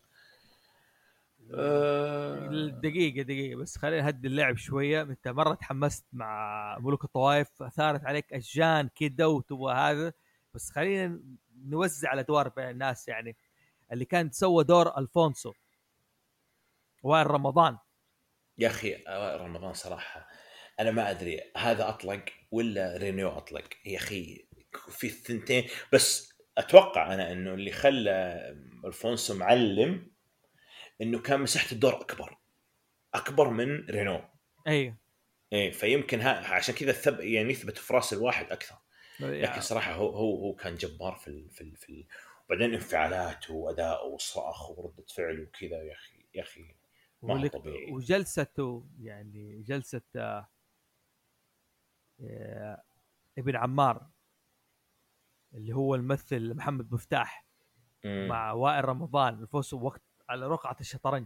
أه... دقيقة دقيقة بس خلينا نهدي اللعب شوية. انت مرة تحمست مع ملوك الطوائف، اثارت عليك اشجان كده وتبغى هذا، بس خلينا نوزع الادوار بين الناس. يعني اللي كان تسوى دور الفونسو وائل رمضان. يا اخي رمضان صراحه انا ما ادري هذا اطلق ولا رينيو اطلق يا اخي، في الثنتين. بس اتوقع انا انه اللي خلى الفونسو معلم انه كان مساحه الدور اكبر اكبر من رينو. ايوه ايه فيمكن ها عشان كذا ثب يعني يثبت في راس الواحد اكثر. لكن يعني صراحه هو هو هو كان جبار في ال في ال في ال وبعدين انفعالاته واداءه وصراخ وردة فعل وكذا، يا اخي يا اخي ما هو طبيعي. وجلسته يعني جلسة آه، آه، ابن عمار اللي هو الممثل محمد مفتاح مم. مع وائل رمضان الفوز وقت على رقعة الشطرنج.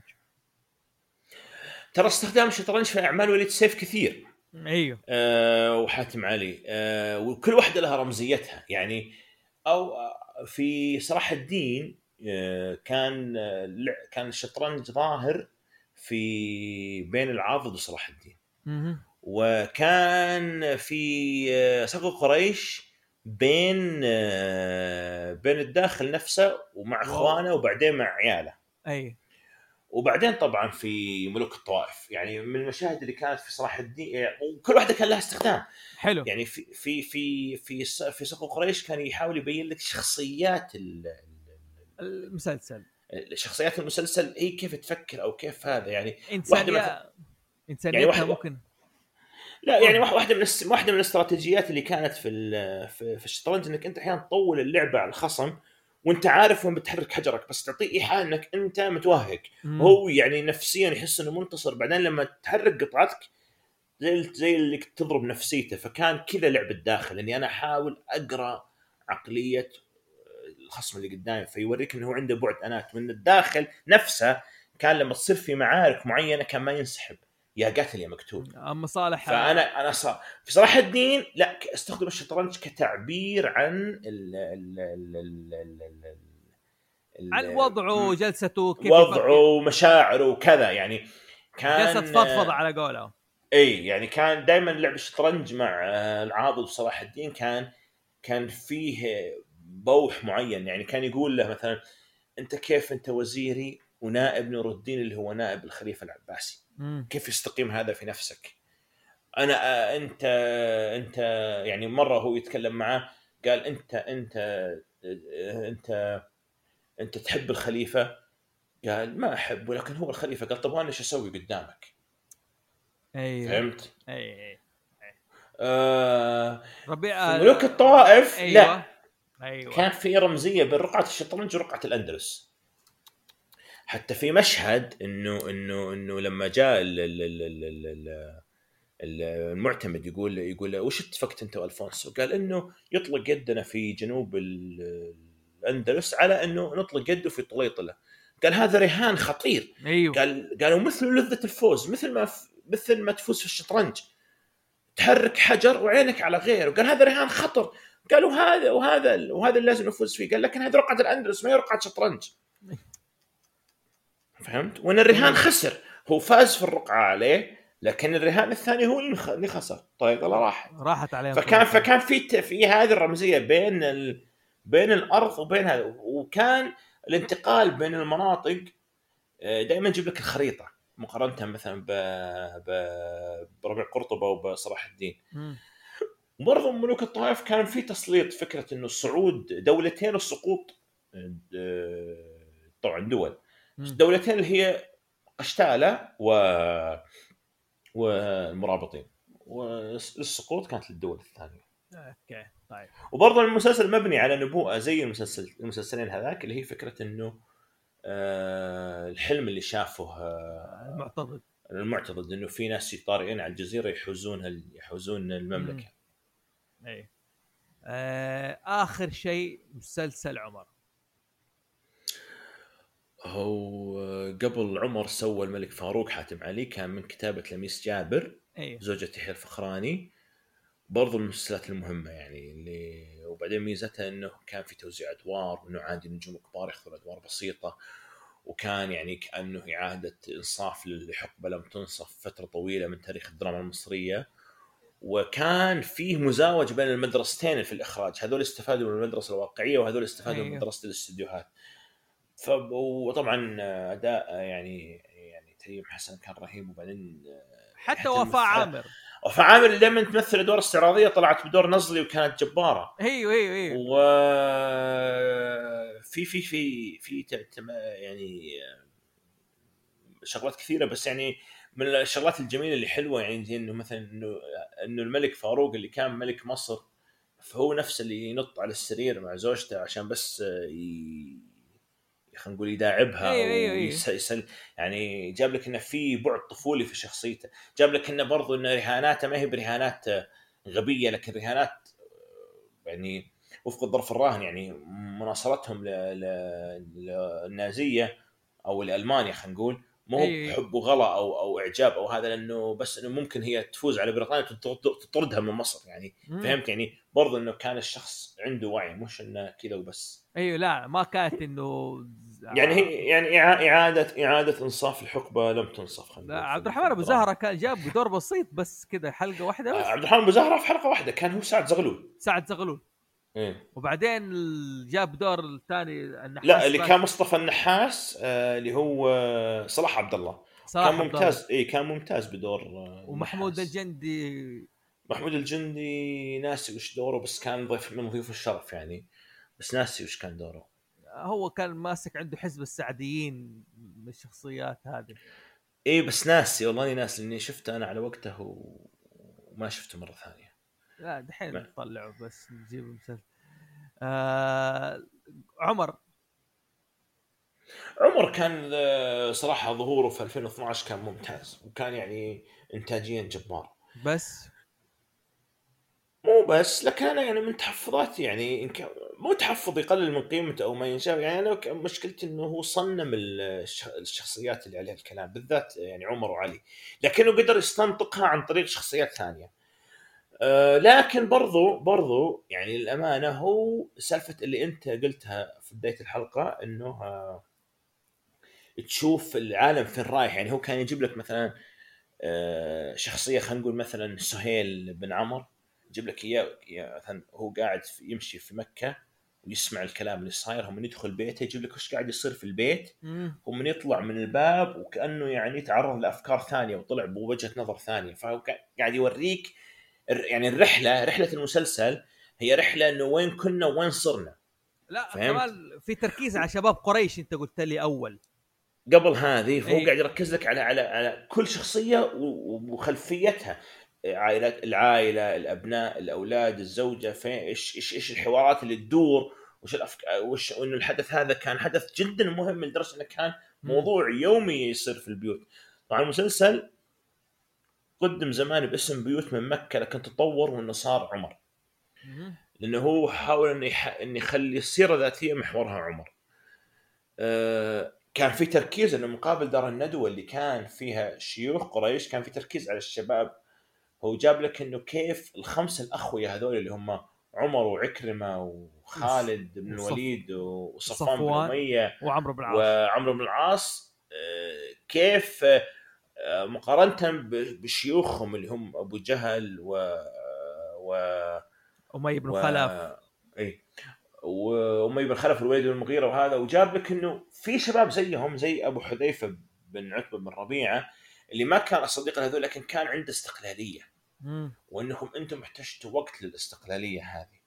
ترى استخدام الشطرنج في اعمال وليد سيف كثير. ايوه أه وحاتم علي أه وكل واحده لها رمزيتها يعني. او في صلاح الدين أه كان أه كان الشطرنج ظاهر في بين العاضد وصلاح الدين. مه. وكان في صقر قريش بين بين الداخل نفسه ومع اخوانه وبعدين مع عياله. اي وبعدين طبعا في ملوك الطوائف، يعني من المشاهد اللي كانت في صلاح الدين، وكل واحده كان لها استخدام. حلو. يعني في في في في في صقر قريش كان يحاول يبين لك شخصيات المسلسل شخصيات المسلسل هي كيف تفكر او كيف هذا يعني. انسانيه واحده من يعني انسانيتها واحد ممكن. لا يعني واحده من واحده من الاستراتيجيات اللي كانت في في الشطرنج انك انت احيانا تطول اللعبه على الخصم وانت عارف وين بتحرك حجرك، بس تعطيه ايحاء انك انت متوهق. مم. وهو يعني نفسيا يحس انه منتصر، بعدين لما تحرك قطعتك زي زي اللي تضرب نفسيته. فكان كذا لعب الداخل اني انا احاول اقرا عقليه الخصم اللي قدامي، فيوريك انه هو عنده بعد انات من الداخل نفسه. كان لما تصير في معارك معينه كان ما ينسحب، يا قاتل يا مقتول. اما صالح فانا انا صار في صلاح الدين لا استخدم الشطرنج كتعبير عن ال ال ال ال ال ال عن وضعه جلسته كيف وضعه ومشاعره وكذا يعني كان جلسة فضفض على قوله. اي يعني كان دائما لعب الشطرنج مع العاضد صلاح الدين كان كان فيه بوح معين يعني كان يقول له مثلا انت كيف انت وزيري ونائب نور الدين اللي هو نائب الخليفة العباسي مم. كيف يستقيم هذا في نفسك انا انت انت يعني مرة هو يتكلم معه قال انت انت انت انت تحب الخليفة قال ما احب ولكن هو الخليفة قال طب وانا ايش اسوي قدامك ايوه فهمت اي اي آه ربيع في ملوك الطوائف أيوة. لا أيوة. كان في رمزية بين رقعة الشطرنج ورقعة الأندلس حتى في مشهد انه انه انه لما جاء ال ال ال ال ال ال المعتمد يقول يقول وش اتفقت انت والفونسو قال انه يطلق يدنا في جنوب الاندلس على انه نطلق يده في طليطله قال هذا رهان خطير أيوة. قال قالوا مثل لذة الفوز مثل ما ف... مثل ما تفوز في الشطرنج تحرك حجر وعينك على غيره قال هذا رهان خطر قالوا هذا وهذا وهذا اللي لازم نفوز فيه قال لكن هذه رقعة الأندلس ما هي رقعة شطرنج فهمت وان الرهان خسر هو فاز في الرقعة عليه لكن الرهان الثاني هو اللي خسر طيب الله راح راحت عليه فكان فكان في في هذه الرمزية بين ال... بين الأرض وبين هذا وكان الانتقال بين المناطق دائما يجيب لك الخريطة مقارنة مثلا ب... ب... بربيع قرطبة وبصلاح الدين وبرضه ملوك الطوائف كان في تسليط فكرة إنه الصعود دولتين والسقوط طبعا دول الدولتين اللي هي قشتالة و والمرابطين والسقوط كانت للدول الثانية. اوكي طيب. وبرضه المسلسل مبني على نبوءة زي المسلسل المسلسلين هذاك اللي هي فكرة إنه آه الحلم اللي شافه آه المعتضد المعتضد إنه في ناس طارئين على الجزيرة يحوزون يحوزون المملكة. أي. آه آخر شيء مسلسل عمر. هو قبل عمر سوى الملك فاروق حاتم علي كان من كتابة لميس جابر أيه. زوجة يحيى الفخراني برضو المسلسلات المهمة يعني اللي وبعدين ميزتها انه كان في توزيع ادوار وانه عادي نجوم كبار ياخذون ادوار بسيطة وكان يعني كأنه إعادة إنصاف لحقبة لم تنصف فترة طويلة من تاريخ الدراما المصرية وكان فيه مزاوج بين المدرستين في الإخراج هذول استفادوا من المدرسة الواقعية وهذول استفادوا أيه. من مدرسة الاستديوهات وطبعا اداء يعني يعني تريم حسن كان رهيب وبعدين حتى وفاء عامر وفاء عامر اللي دائما تمثل ادوار استعراضيه طلعت بدور نزلي وكانت جباره ايوه ايوه ايوه وفي في في في يعني شغلات كثيره بس يعني من الشغلات الجميله اللي حلوه يعني زي انه مثلا انه انه الملك فاروق اللي كان ملك مصر فهو نفسه اللي ينط على السرير مع زوجته عشان بس ي... خلينا نقول يداعبها أيوة أيوة ويسل يعني جاب لك انه في بعد طفولي في شخصيته جاب لك انه برضو انه رهاناته ما هي برهانات غبيه لكن رهانات يعني وفق الظرف الراهن يعني مناصرتهم للنازيه او لألمانيا خلينا نقول مو أيوة. حب وغلا او او اعجاب او هذا لانه بس انه ممكن هي تفوز على بريطانيا وتطردها من مصر يعني مم. فهمت يعني برضو انه كان الشخص عنده وعي مش انه كذا وبس ايوه لا ما كانت انه يعني هي يعني اعاده اعاده انصاف الحقبه لم تنصف. عبد الرحمن ابو زهره كان جاب دور بسيط بس كذا حلقه واحده بس. عبد الرحمن ابو زهره في حلقه واحده كان هو سعد زغلول سعد زغلول إيه؟ وبعدين جاب دور الثاني النحاس لا اللي كان مصطفى النحاس آه اللي هو صلاح عبد الله كان ممتاز اي كان ممتاز بدور آه ومحمود الجندي محمود الجندي ناسي وش دوره بس كان ضيف من ضيوف الشرف يعني بس ناسي وش كان دوره هو كان ماسك عنده حزب السعديين من الشخصيات هذه ايه بس ناسي والله ناسي لاني شفته انا على وقته وما شفته مره ثانيه لا دحين نطلعه بس نجيب مسلسل آه عمر عمر كان صراحه ظهوره في ألفين واثناشر كان ممتاز وكان يعني انتاجيا جبار بس مو بس لكن انا يعني من تحفظاتي يعني مو تحفظ يقلل من قيمته او ما ينشاف يعني انا مشكلتي انه هو صنم الشخصيات اللي عليها الكلام بالذات يعني عمر وعلي لكنه قدر يستنطقها عن طريق شخصيات ثانيه أه لكن برضو برضو يعني الأمانة هو سالفة اللي أنت قلتها في بداية الحلقة إنه أه تشوف العالم فين رايح. يعني هو كان يجيب لك مثلا أه شخصية، خلينا نقول مثلا سهيل بن عمر، يجيب لك إياه إياه مثلا هو قاعد في يمشي في مكة ويسمع الكلام اللي صاير. هم من يدخل بيته يجيب لك وش قاعد يصير في البيت، مم. ومن يطلع من الباب وكأنه يعني تعرض لأفكار ثانية وطلع بوجهة نظر ثانية. فهو قاعد يوريك يعني الرحلة رحلة المسلسل هي رحلة إنه وين كنا وين صرنا. لا فهمت؟ كمان في تركيز على شباب قريش، انت قلت لي اول. قبل هذه فهو اي. قاعد يركز لك على على على كل شخصية وخلفيتها، عائلات العائلة، الأبناء، الأولاد، الزوجة، فين إيش إيش إيش الحوارات اللي تدور، وش الأفكار، وش إنه الحدث هذا كان حدث جدا مهم لدرجة إنه كان مم. موضوع يومي يصير في البيوت. طبعا المسلسل قدم زمان باسم بيوت من مكة، لكن تطور وإنه صار عمر، مم. لأنه هو حاول إنه يح... إنه يخلي السيرة الذاتية محورها عمر. أه... كان في تركيز إنه مقابل دار الندوة اللي كان فيها شيوخ قريش كان في تركيز على الشباب. هو جاب لك إنه كيف الخمسة الأخوية هذول اللي هم عمر وعكرمة وص... وخالد بن وصف... الوليد وصفوان بن وصفوان أمية وعمرو بن العاص. وعمرو بن العاص، أه... كيف أه... مقارنة ب... بشيوخهم اللي هم أبو جهل و و أمية بن و خلف. اي وأمي بن خلف الوليد بن المغيرة وهذا، وجاب لك انه في شباب زيهم زي ابو حذيفة بن عتبة بن ربيعة اللي ما كان صديق هذول لكن كان عنده استقلالية، مم. وانكم انتم احتجتوا وقت للاستقلالية هذه.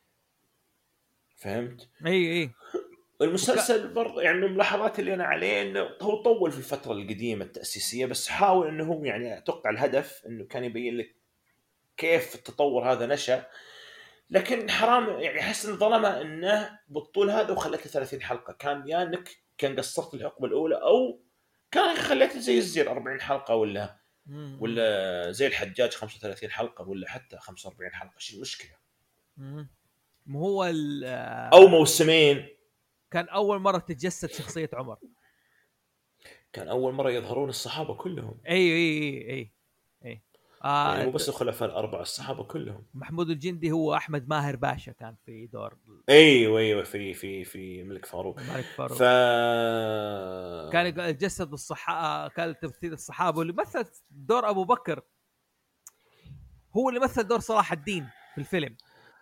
فهمت؟ اي اي. وك... المسلسل برضه يعني من الملاحظات اللي انا عليه انه هو طول في الفترة القديمة التأسيسية، بس حاول انه هو يعني اتوقع الهدف انه كان يبين لك كيف التطور هذا نشأ. لكن حرام يعني احس ان ظلمه انه بالطول هذا وخلته ثلاثين حلقه. كان يا انك كان قصرت الحقبه الاولى، او كان خليته زي الزير أربعين حلقه، ولا مم. ولا زي الحجاج خمسة وثلاثين حلقه، ولا حتى خمسة وأربعين حلقه. شو المشكله؟ مم. ما هو ال... او آه، موسمين. كان اول مره تتجسد شخصيه عمر. كان اول مره يظهرون الصحابه كلهم، اي اي اي اي اي. يعني آه مو د- بس الخلفاء الاربعه، الصحابه كلهم. محمود الجندي هو احمد ماهر باشا كان في دور ايوه ايوه في في في الملك فاروق. الملك ف فاروق. كان يتجسد الصحابه، كان تمثيل الصحابه واللي مثل دور ابو بكر هو اللي مثل دور صلاح الدين في الفيلم.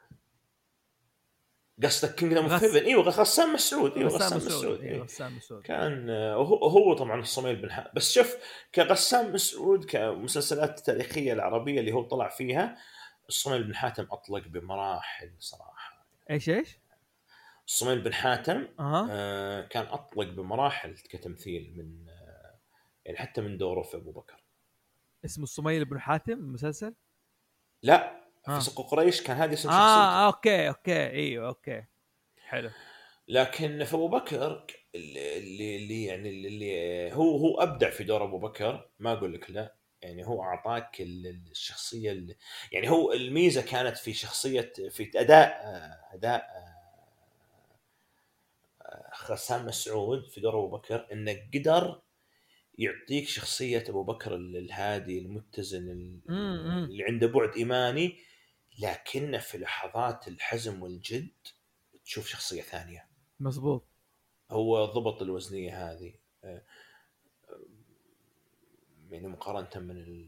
قصدك كينجدم اوف غس هيفن؟ ايوه غسان مسعود. ايوه غسان غسان مسعود. مسعود. ايوه اي غسان مسعود. كان هو هو طبعا الصميل بن حق. بس شوف، كغسان مسعود كمسلسلات التاريخية العربية اللي هو طلع فيها، الصميل بن حاتم أطلق بمراحل صراحة. ايش ايش؟ الصميل بن حاتم اها. آه كان أطلق بمراحل كتمثيل من آه يعني حتى من دوره في أبو بكر. اسمه الصميل بن حاتم المسلسل. لا، في اه سوق قريش كان هذا اسم شخصيته. اه اوكي اوكي ايوه اوكي. حلو. لكن في ابو بكر اللي اللي يعني اللي هو هو ابدع في دور ابو بكر، ما اقول لك لا. يعني هو اعطاك الشخصيه اللي يعني هو الميزه كانت في شخصيه، في اداء اداء غسان مسعود في دور ابو بكر، انه قدر يعطيك شخصيه ابو بكر الهادي المتزن امم. اللي عنده بعد ايماني، لكنه في لحظات الحزم والجد تشوف شخصيه ثانيه. مزبوط. هو ضبط الوزنيه هذه يعني مقارنه من ال...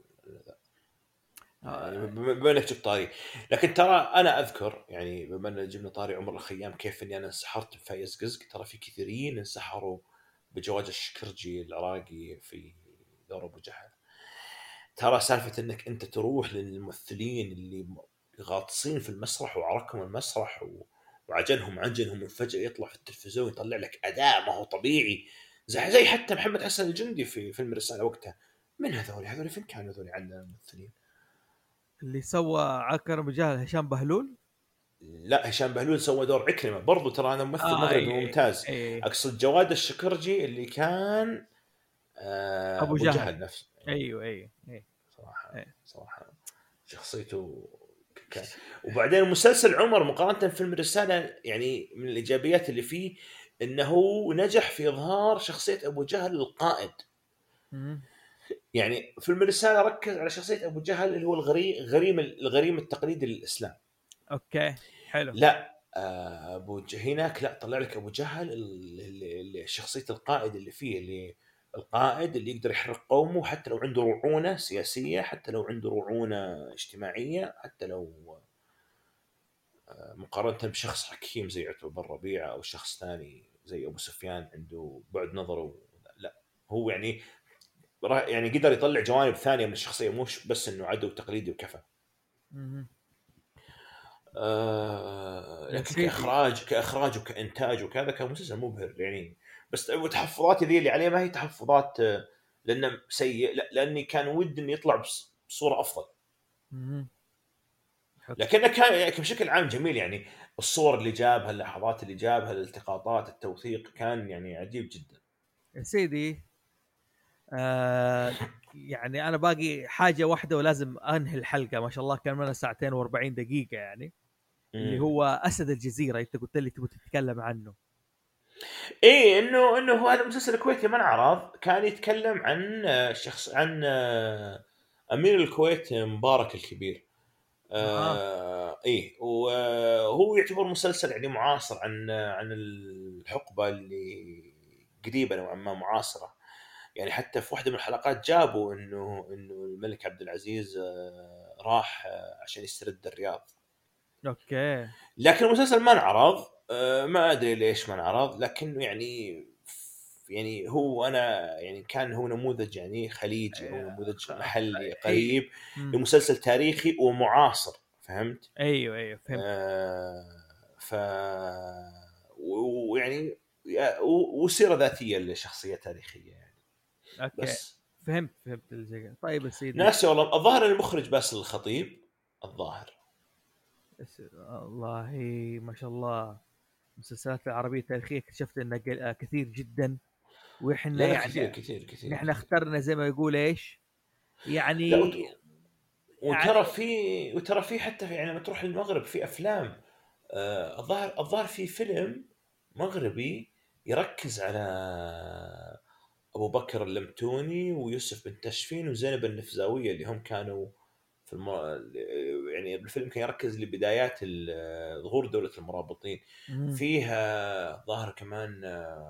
يعني آه. بما انك جبت طاري. لكن ترى انا اذكر يعني بما ان جبنا طاري عمر الخيام، كيف اني انا انسحرت بفايز قزق. ترى في كثيرين انسحروا بجواج الشكرجي العراقي في دور ابو جهل. ترى سالفه انك انت تروح للممثلين اللي غاطسين في المسرح وعركهم المسرح و... وعجنهم عجنهم، وفجاه يطلع في التلفزيون يطلع لك اداء ما هو طبيعي، زي زي حتى محمد حسن الجندي في فيلم الرسالة وقتها. من هذول هذول فين كانوا هذول عندنا الممثلين؟ اللي سوى عكر بجهل هشام بهلول. لا، هشام بهلول سوى دور عكرمة برضو، ترى أنا ممثل اه مغربي اي ممتاز. اي. أقصد جواد الشكرجي اللي كان آه ابو أبو جهل. جهل نفسه. ايوه ايوه اي. صراحة اي. صراحة شخصيته كان. وبعدين المسلسل عمر مقارنة بفيلم الرسالة، يعني من الإيجابيات اللي فيه إنه نجح في إظهار شخصية أبو جهل القائد. مم. يعني فيلم الرسالة ركز على شخصية أبو جهل اللي هو الغريم غريم الغريم التقليدي للإسلام. اوكي حلو. لا آه، أبو ج... هناك لا طلع لك أبو جهل اللي, اللي شخصية القائد اللي فيه، اللي القائد اللي يقدر يحرق قومه حتى لو عنده رعونة سياسية، حتى لو عنده رعونة اجتماعية، حتى لو مقارنة بشخص حكيم زي عتبة بن ربيعة أو شخص ثاني زي أبو سفيان عنده بعد نظره. لا هو يعني يعني قدر يطلع جوانب ثانية من الشخصية، مش بس إنه عدو تقليدي وكفى. آه لكن كإخراج كإخراج وكإنتاج وكذا كان مسلسل مبهر يعني. بس تحفظاتي ذي اللي عليه ما هي تحفظات لأنه سيء، لا لأني كان ودي إنه يطلع بصورة أفضل. لكنه كان بشكل عام جميل يعني، الصور اللي جابها، اللحظات اللي جابها، الالتقاطات، التوثيق كان يعني عجيب جدا يا سيدي. آه يعني أنا باقي حاجة واحدة ولازم أنهي الحلقة، ما شاء الله كان لنا ساعتين وأربعين دقيقة يعني. مم. اللي هو أسد الجزيرة، أنت قلت لي تبغى تتكلم عنه. إيه إنه إنه هو هذا مسلسل كويتي من عرض، كان يتكلم عن شخص عن أمير الكويت مبارك الكبير. آه إيه وهو يعتبر مسلسل يعني معاصر عن عن الحقبة اللي قريبة نوعا ما معاصرة يعني. حتى في واحدة من الحلقات جابوا إنه إنه الملك عبد العزيز راح عشان يسترد الرياض. أوكي. لكن المسلسل ما انعرض، ما أدري ليش ما انعرض، لكن يعني يعني هو أنا يعني كان هو نموذج يعني خليجي أو نموذج محلي قريب لمسلسل تاريخي ومعاصر، فهمت؟ أيوه أيوه فهمت. آه ف ويعني وسيرة ذاتية لشخصية تاريخية يعني. أوكي. بس فهمت فهمت الزي. طيب السيد ناسي والله الظاهر المخرج باسل الخطيب الظاهر. والله ما شاء الله المسلسلات العربية التاريخية اكتشفت انها كثير جدا، واحنا يعني كثير كثير كثير نحن اخترنا زي ما يقول ايش يعني. لا وت... وترى يعني... في وترى في حتى في يعني لما تروح للمغرب في افلام الظاهر آه الظاهر في فيلم مغربي يركز على ابو بكر اللمتوني ويوسف بن تشفين وزينب النفزاوية اللي هم كانوا في الم... يعني الفيلم كان يركز لبدايات ظهور دولة المرابطين. فيها ظاهر كمان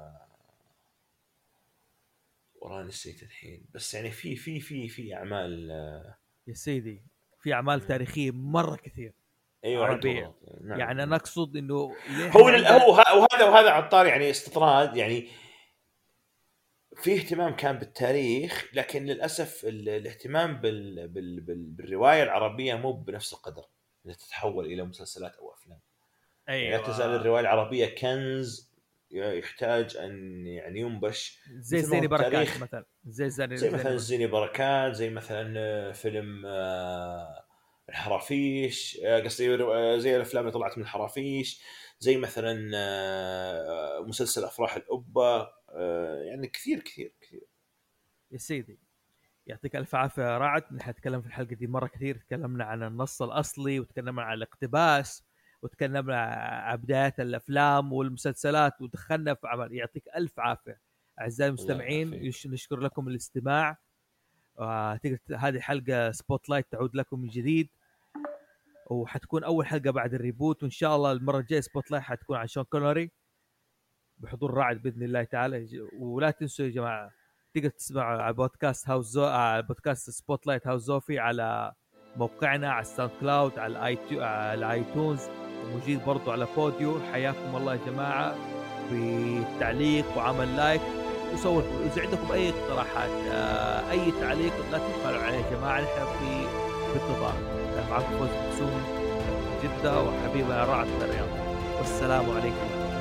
وراني نسيت الحين، بس يعني في في في في اعمال يا سيدي، في اعمال تاريخيه مره كثير. ايوه عربيه. نعم. يعني انا اقصد انه هو هو وهذا وهذا عطار يعني استطراد يعني. في اهتمام كان بالتاريخ، لكن للاسف الاهتمام بال بال بال بالروايه العربيه مو بنفس القدر اللي تتحول الى مسلسلات او افلام. ايوه يعني لا تزال الروايه العربيه كنز يحتاج ان يعني ينبش، زي زيني بركات مثلا، زي زي, زي مثلا زيني بركات، زي مثلا فيلم الحرافيش، قصدي زي الافلام اللي طلعت من الحرافيش، زي مثلا مسلسل افراح الأبة، يعني كثير كثير كثير. يا سيدي يعطيك الف عافيه يا رعد. نحن نتكلم في الحلقه دي مره كثير، تكلمنا عن النص الاصلي وتكلمنا عن الاقتباس وتكلمنا عن بدايات الافلام والمسلسلات ودخلنا في عمل. يعطيك الف عافيه اعزائي المستمعين، نشكر لكم الاستماع. آه هذه حلقه سبوت لايت تعود لكم من جديد، وحتكون اول حلقه بعد الريبوت، وان شاء الله المره الجايه سبوت لايت حتكون عن شون كونوري بحضور رعد باذن الله تعالى. ولا تنسوا يا جماعه تقدر تسمعوا على بودكاست هاوس زو على بودكاست سبوت لايت هاوس زوفي على موقعنا، على الساوند كلاود، على الاي على الايتونز، وموجود برضو على بوديو. حياكم الله يا جماعه بالتعليق وعمل لايك وصور. اذا عندكم اي اقتراحات اي تعليق لا تبخلوا عليه يا جماعه، نحن في بالانتظار. معكم فوز بسوم جده وحبيبنا رعد الرياض، والسلام عليكم.